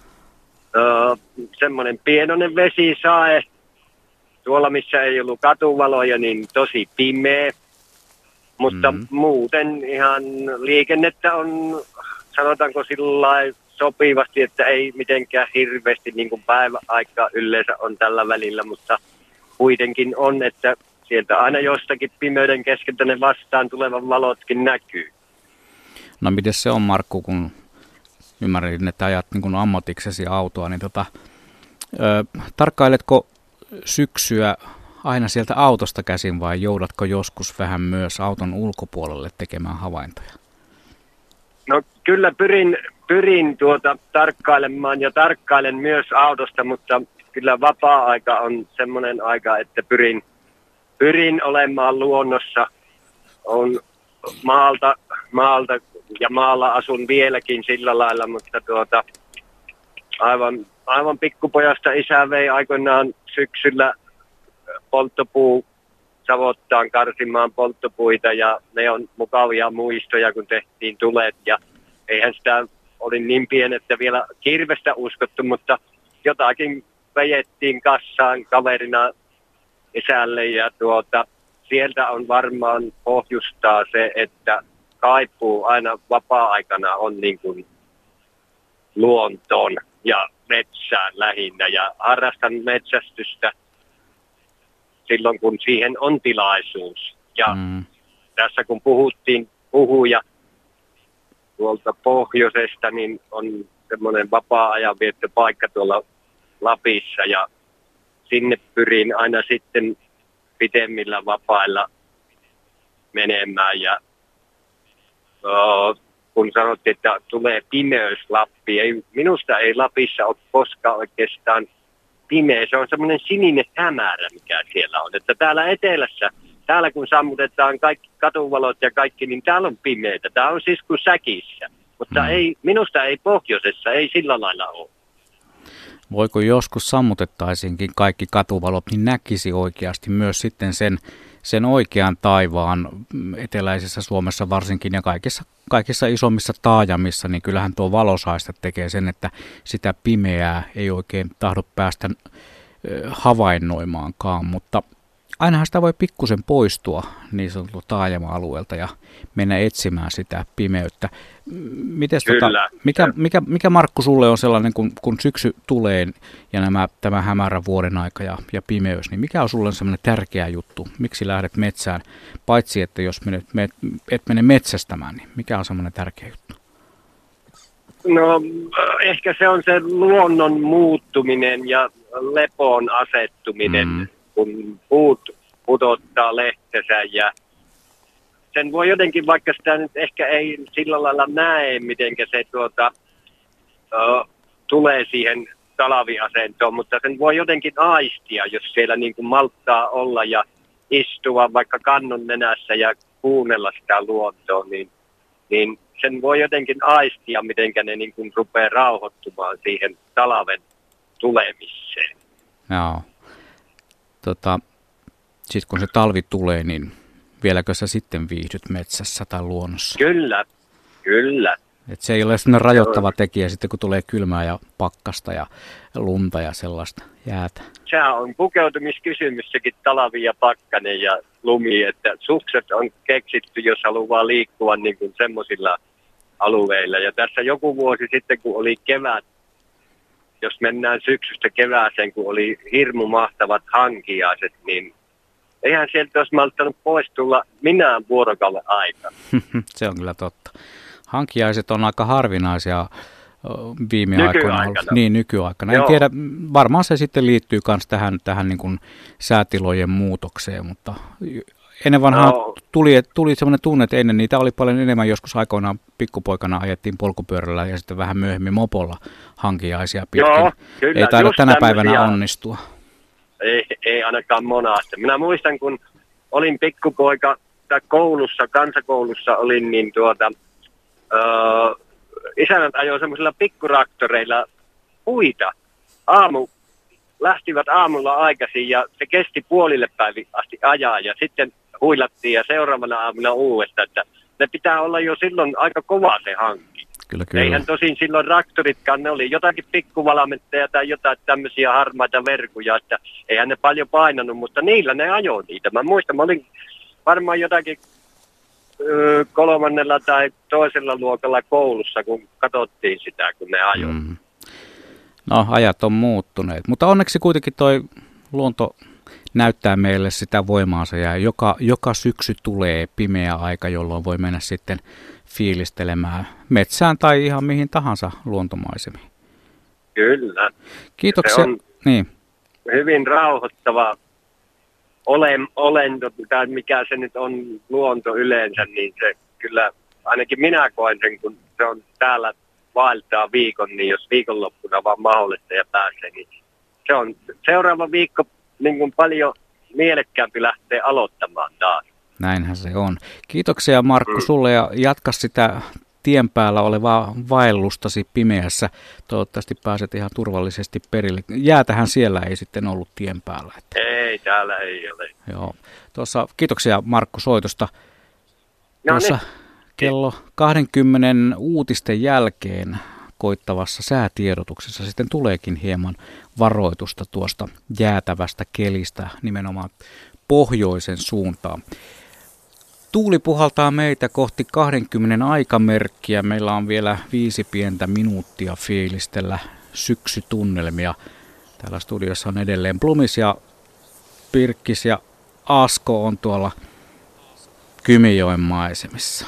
Öö, semmoinen pienoinen vesisae. Tuolla, missä ei ollut katuvaloja, niin tosi pimeä. Mutta mm. muuten ihan liikennettä on, sanotaanko sillä sopivasti, että ei mitenkään hirveästi niin kuin päiväaikaa yleensä on tällä välillä, mutta kuitenkin on, että sieltä aina jostakin pimeyden keskeltä ne vastaan tulevan valotkin näkyy. No miten se on, Markku, kun ymmärrin, että ajat niin kuin ammatiksesi autoa, niin tota, ö, tarkkailetko syksyä aina sieltä autosta käsin vai joudatko joskus vähän myös auton ulkopuolelle tekemään havaintoja? No kyllä pyrin, pyrin tuota tarkkailemaan ja tarkkailen myös autosta, mutta kyllä vapaa-aika on semmoinen aika, että pyrin, pyrin olemaan luonnossa. On maalta, maalta ja maalla asun vieläkin sillä lailla, mutta tuota, aivan, aivan pikkupojasta isä vei aikoinaan syksyllä polttopuu Savottaan karsimaan polttopuita ja ne on mukavia muistoja, kun tehtiin tulet ja eihän sitä oli niin pieni, että vielä kirvestä uskottu, mutta jotakin vejettiin kassaan kaverina isälle ja tuota, sieltä on varmaan pohjustaa se, että kaipuu aina vapaa-aikana on niin kuin luontoon ja metsään lähinnä ja harrastan metsästystä silloin, kun siihen on tilaisuus. Ja mm. tässä kun puhuttiin puhuja tuolta pohjoisesta, niin on semmoinen vapaa-ajanviettopaikka tuolla Lapissa ja sinne pyrin aina sitten pitemmillä vapailla menemään ja oh, kun sanottiin, että tulee pimeys Lappi, ei, minusta ei Lapissa ole koskaan oikeastaan pimeä, se on semmoinen sininen hämärä, mikä siellä on, että täällä etelässä, täällä kun sammutetaan kaikki katuvalot ja kaikki, niin täällä on pimeitä, tää on siis kuin säkissä, mutta mm. ei, minusta ei pohjoisessa, ei sillä lailla ole. Voiko joskus sammutettaisiinkin kaikki katuvalot, niin näkisi oikeasti myös sitten sen, sen oikean taivaan eteläisessä Suomessa varsinkin ja kaikissa, kaikissa isommissa taajamissa, niin kyllähän tuo valosaiste tekee sen, että sitä pimeää ei oikein tahdo päästä havainnoimaankaan, mutta ainahan sitä voi pikkusen poistua niin sanotulta taajama-alueelta ja mennä etsimään sitä pimeyttä. Mites tota, mikä, mikä, mikä Markku sulle on sellainen, kun, kun syksy tulee ja nämä, tämä hämärä vuoden aika ja, ja pimeys, niin mikä on sulle sellainen tärkeä juttu? Miksi lähdet metsään? Paitsi, että jos menet, met, et mene metsästämään, niin mikä on sellainen tärkeä juttu? No ehkä se on se luonnon muuttuminen ja lepoon asettuminen. Mm. Kun puut pudottaa lehtensä ja sen voi jotenkin, vaikka sitä nyt ehkä ei sillä lailla näe, miten se tuota, uh, tulee siihen talviasentoon, mutta sen voi jotenkin aistia, jos siellä niin kuin malttaa olla ja istua vaikka kannun nenässä ja kuunnella sitä luontoa, niin, niin sen voi jotenkin aistia, miten ne niin kuin rupeaa rauhoittumaan siihen talven tulemiseen. Joo. Tota, sitten kun se talvi tulee, niin vieläkö sä sitten viihdyt metsässä tai luonnossa? Kyllä, kyllä. Et se ei ole sellainen rajoittava tekijä sitten, kun tulee kylmää ja pakkasta ja lunta ja sellaista jäätä. Sehän on pukeutumiskysymys sekin talvi ja pakkanen ja lumi, että sukset on keksitty, jos haluaa liikkua niin kuin semmoisilla alueilla. Ja tässä joku vuosi sitten, kun oli kevät, jos mennään syksystä kevääseen, kun oli hirmu mahtavat hankiaiset, niin eihän sieltä olisi malttanut pois tulla minään vuorokauden aikana. Se on kyllä totta. Hankiaiset on aika harvinaisia viime aikoina. Niin, nykyaikana. En tiedä, varmaan se sitten liittyy myös tähän, tähän niin kuin säätilojen muutokseen, mutta ennen vanhaa no. tuli, tuli sellainen tunne, että ennen niitä oli paljon enemmän. Joskus aikoinaan pikkupoikana ajettiin polkupyörällä ja sitten vähän myöhemmin mopolla hankiaisia pitkin. Joo, kyllä, ei taida tänä päivänä onnistua. Ei, ei ainakaan monasti. Minä muistan, kun olin pikkupoika tai koulussa, kansakoulussa olin, niin tuota, öö, isännät ajoi semmoisilla pikkuraktoreilla puita. Aamu, lähtivät aamulla aikaisin ja se kesti puolille päivin asti ajaa ja sitten huilattiin ja seuraavana aamuna uudestaan, että ne pitää olla jo silloin aika kova se hankki. Kyllä, kyllä. Eihän tosin silloin traktoritkaan, ne oli jotakin pikkuvalmentajia tai jotain tämmöisiä harmaita verkuja, että eihän ne paljon painanut, mutta niillä ne ajoi niitä. Mä muistan, mä olin varmaan jotakin ö, kolmannella tai toisella luokalla koulussa, kun katsottiin sitä, kun ne ajoi. Mm. No, ajat on muuttuneet, mutta onneksi kuitenkin toi luonto näyttää meille sitä voimaansa ja joka, joka syksy tulee pimeä aika, jolloin voi mennä sitten fiilistelemään metsään tai ihan mihin tahansa luontomaisemiin. Kyllä. Kiitoksia. Se on niin. hyvin rauhoittava olen, olento, tai mikä se nyt on luonto yleensä, niin se kyllä, ainakin minä koen sen, kun se on täällä vaeltaa viikon, niin jos viikonloppuna vaan mahdollista ja pääsee, niin se on seuraava viikko niin kuin paljon mielekkäämpi lähtee aloittamaan taas. Näinhän se on. Kiitoksia Markku mm. sulle ja jatka sitä tien päällä olevaa vaellustasi pimeässä. Toivottavasti pääset ihan turvallisesti perille. Jäätähän siellä ei sitten ollut tien päällä. Että... Ei, täällä ei ole. Joo. Tuossa, kiitoksia Markku soitosta. No Tuossa niin. kello kaksikymmentä uutisten jälkeen koittavassa säätiedotuksessa sitten tuleekin hieman varoitusta tuosta jäätävästä kelistä nimenomaan pohjoisen suuntaan. Tuuli puhaltaa meitä kohti kaksikymmentä aikamerkkiä. Meillä on vielä viisi pientä minuuttia fiilistellä syksytunnelmia. Täällä studiossa on edelleen Blumis ja Pirkkis ja Asko on tuolla Kymijoen maisemissa.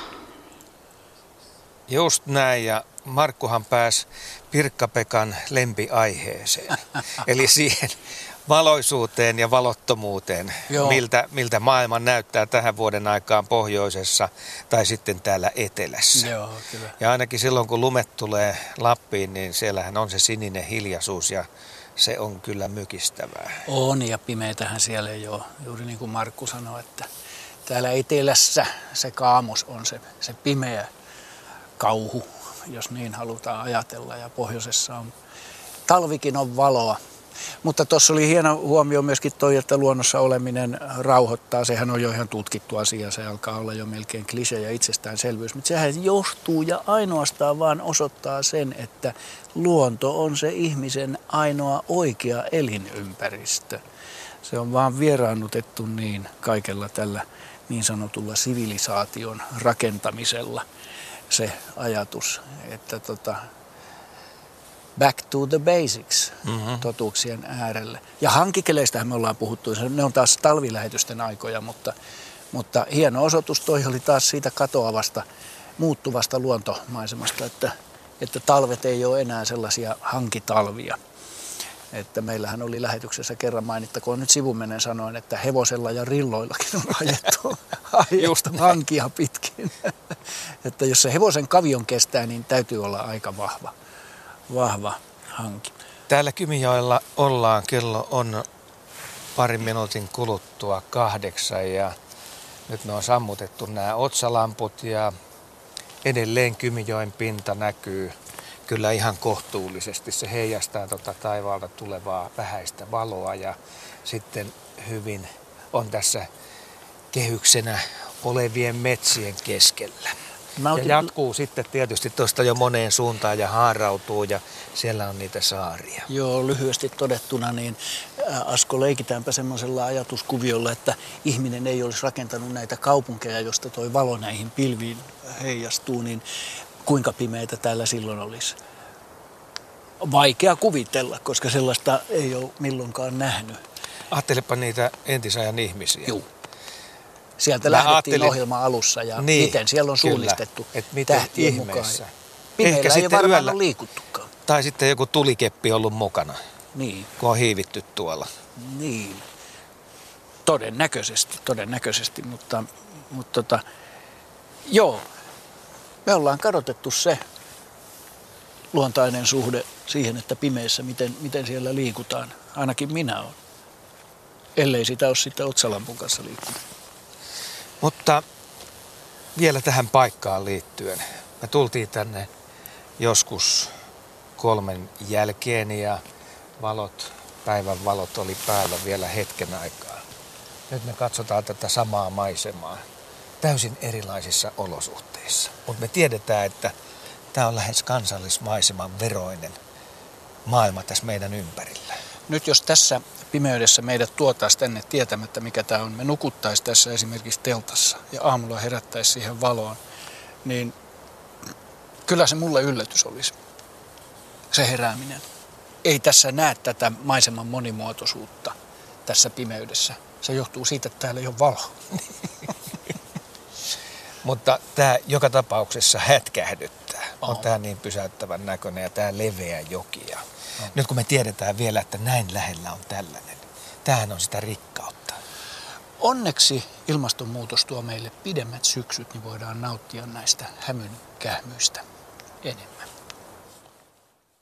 Just näin, ja Markkuhan pääsi Pirkka-Pekan lempiaiheeseen, eli siihen valoisuuteen ja valottomuuteen, miltä, miltä maailma näyttää tähän vuoden aikaan pohjoisessa tai sitten täällä etelässä. Joo, kyllä. Ja ainakin silloin, kun lumet tulee Lappiin, niin siellähän on se sininen hiljaisuus ja se on kyllä mykistävää. On, ja pimeitähän siellä ei ole, juuri niin kuin Markku sanoi, että täällä etelässä se kaamos on se, se pimeä kauhu, jos niin halutaan ajatella, ja pohjoisessa on, talvikin on valoa. Mutta tuossa oli hieno huomio myöskin toi, että luonnossa oleminen rauhoittaa. Sehän on jo ihan tutkittu asia, se alkaa olla jo melkein klisee ja itsestäänselvyys. Mutta sehän johtuu ja ainoastaan vaan osoittaa sen, että luonto on se ihmisen ainoa oikea elinympäristö. Se on vaan vieraannutettu niin kaikella tällä niin sanotulla sivilisaation rakentamisella se ajatus, että tota, back to the basics, mm-hmm. totuuksien äärelle. Ja hankikeleistähän me ollaan puhuttu, ne on taas talvilähetysten aikoja, mutta, mutta hieno osoitus toi oli taas siitä katoavasta, muuttuvasta luontomaisemasta, että, että talvet ei ole enää sellaisia hankitalvia. Että meillähän oli lähetyksessä kerran mainittakoon nyt sivumennen sanoen, että hevosella ja rilloillakin on ajettu, ajettu hankia pitkin. Että jos se hevosen kavion kestää, niin täytyy olla aika vahva. Vahva hanki. Täällä Kymijoella ollaan, kello on parin minuutin kuluttua kahdeksan ja nyt me on sammutettu nämä otsalamput ja edelleen Kymijoen pinta näkyy kyllä ihan kohtuullisesti. Se heijastaa tuota taivaalta tulevaa vähäistä valoa ja sitten hyvin on tässä kehyksenä olevien metsien keskellä. Ja jatkuu sitten tietysti tuosta jo moneen suuntaan ja haarautuu ja siellä on niitä saaria. Joo, lyhyesti todettuna, niin Asko, leikitäänpä semmoisella ajatuskuviolla, että ihminen ei olisi rakentanut näitä kaupunkeja, josta toi valo näihin pilviin heijastuu, niin kuinka pimeitä täällä silloin olisi? Vaikea kuvitella, koska sellaista ei ole milloinkaan nähnyt. Ajattelepa niitä entisajan ihmisiä. Joo. Sieltä Mä lähdettiin ohjelman alussa ja niin, miten siellä on suunnistettu tähtien mukaan. Pimeillä ei varmaan yöllä ole liikuttukaan. Tai sitten joku tulikeppi ollut mukana, niin. kun on hiivitty tuolla. Niin, todennäköisesti, todennäköisesti, mutta, mutta tota, joo, me ollaan kadotettu se luontainen suhde siihen, että pimeässä, miten, miten siellä liikutaan. Ainakin minä olen, ellei sitä ole sitten otsalampun kanssa liikkunut. Mutta vielä tähän paikkaan liittyen. Me tultiin tänne joskus kolmen jälkeen ja valot, päivän valot oli päällä vielä hetken aikaa. Nyt me katsotaan tätä samaa maisemaa täysin erilaisissa olosuhteissa. Mutta me tiedetään, että tämä on lähes kansallismaiseman veroinen maailma tässä meidän ympärillä. Nyt jos tässä pimeydessä meidät tuotaisiin tänne tietämättä, mikä tämä on, me nukuttaisiin tässä esimerkiksi teltassa ja aamulla herättäisiin siihen valoon, niin kyllä se mulle yllätys olisi, se herääminen. Ei tässä näe tätä maiseman monimuotoisuutta tässä pimeydessä. Se johtuu siitä, että täällä ei ole valoa. Mutta tämä joka tapauksessa hätkähdyttää. On oh. tämä niin pysäyttävän näköinen ja tämä leveä joki. Ja oh. nyt kun me tiedetään vielä, että näin lähellä on tällainen, tämähän on sitä rikkautta. Onneksi ilmastonmuutos tuo meille pidemmät syksyt, niin voidaan nauttia näistä hämynkähmyistä enemmän.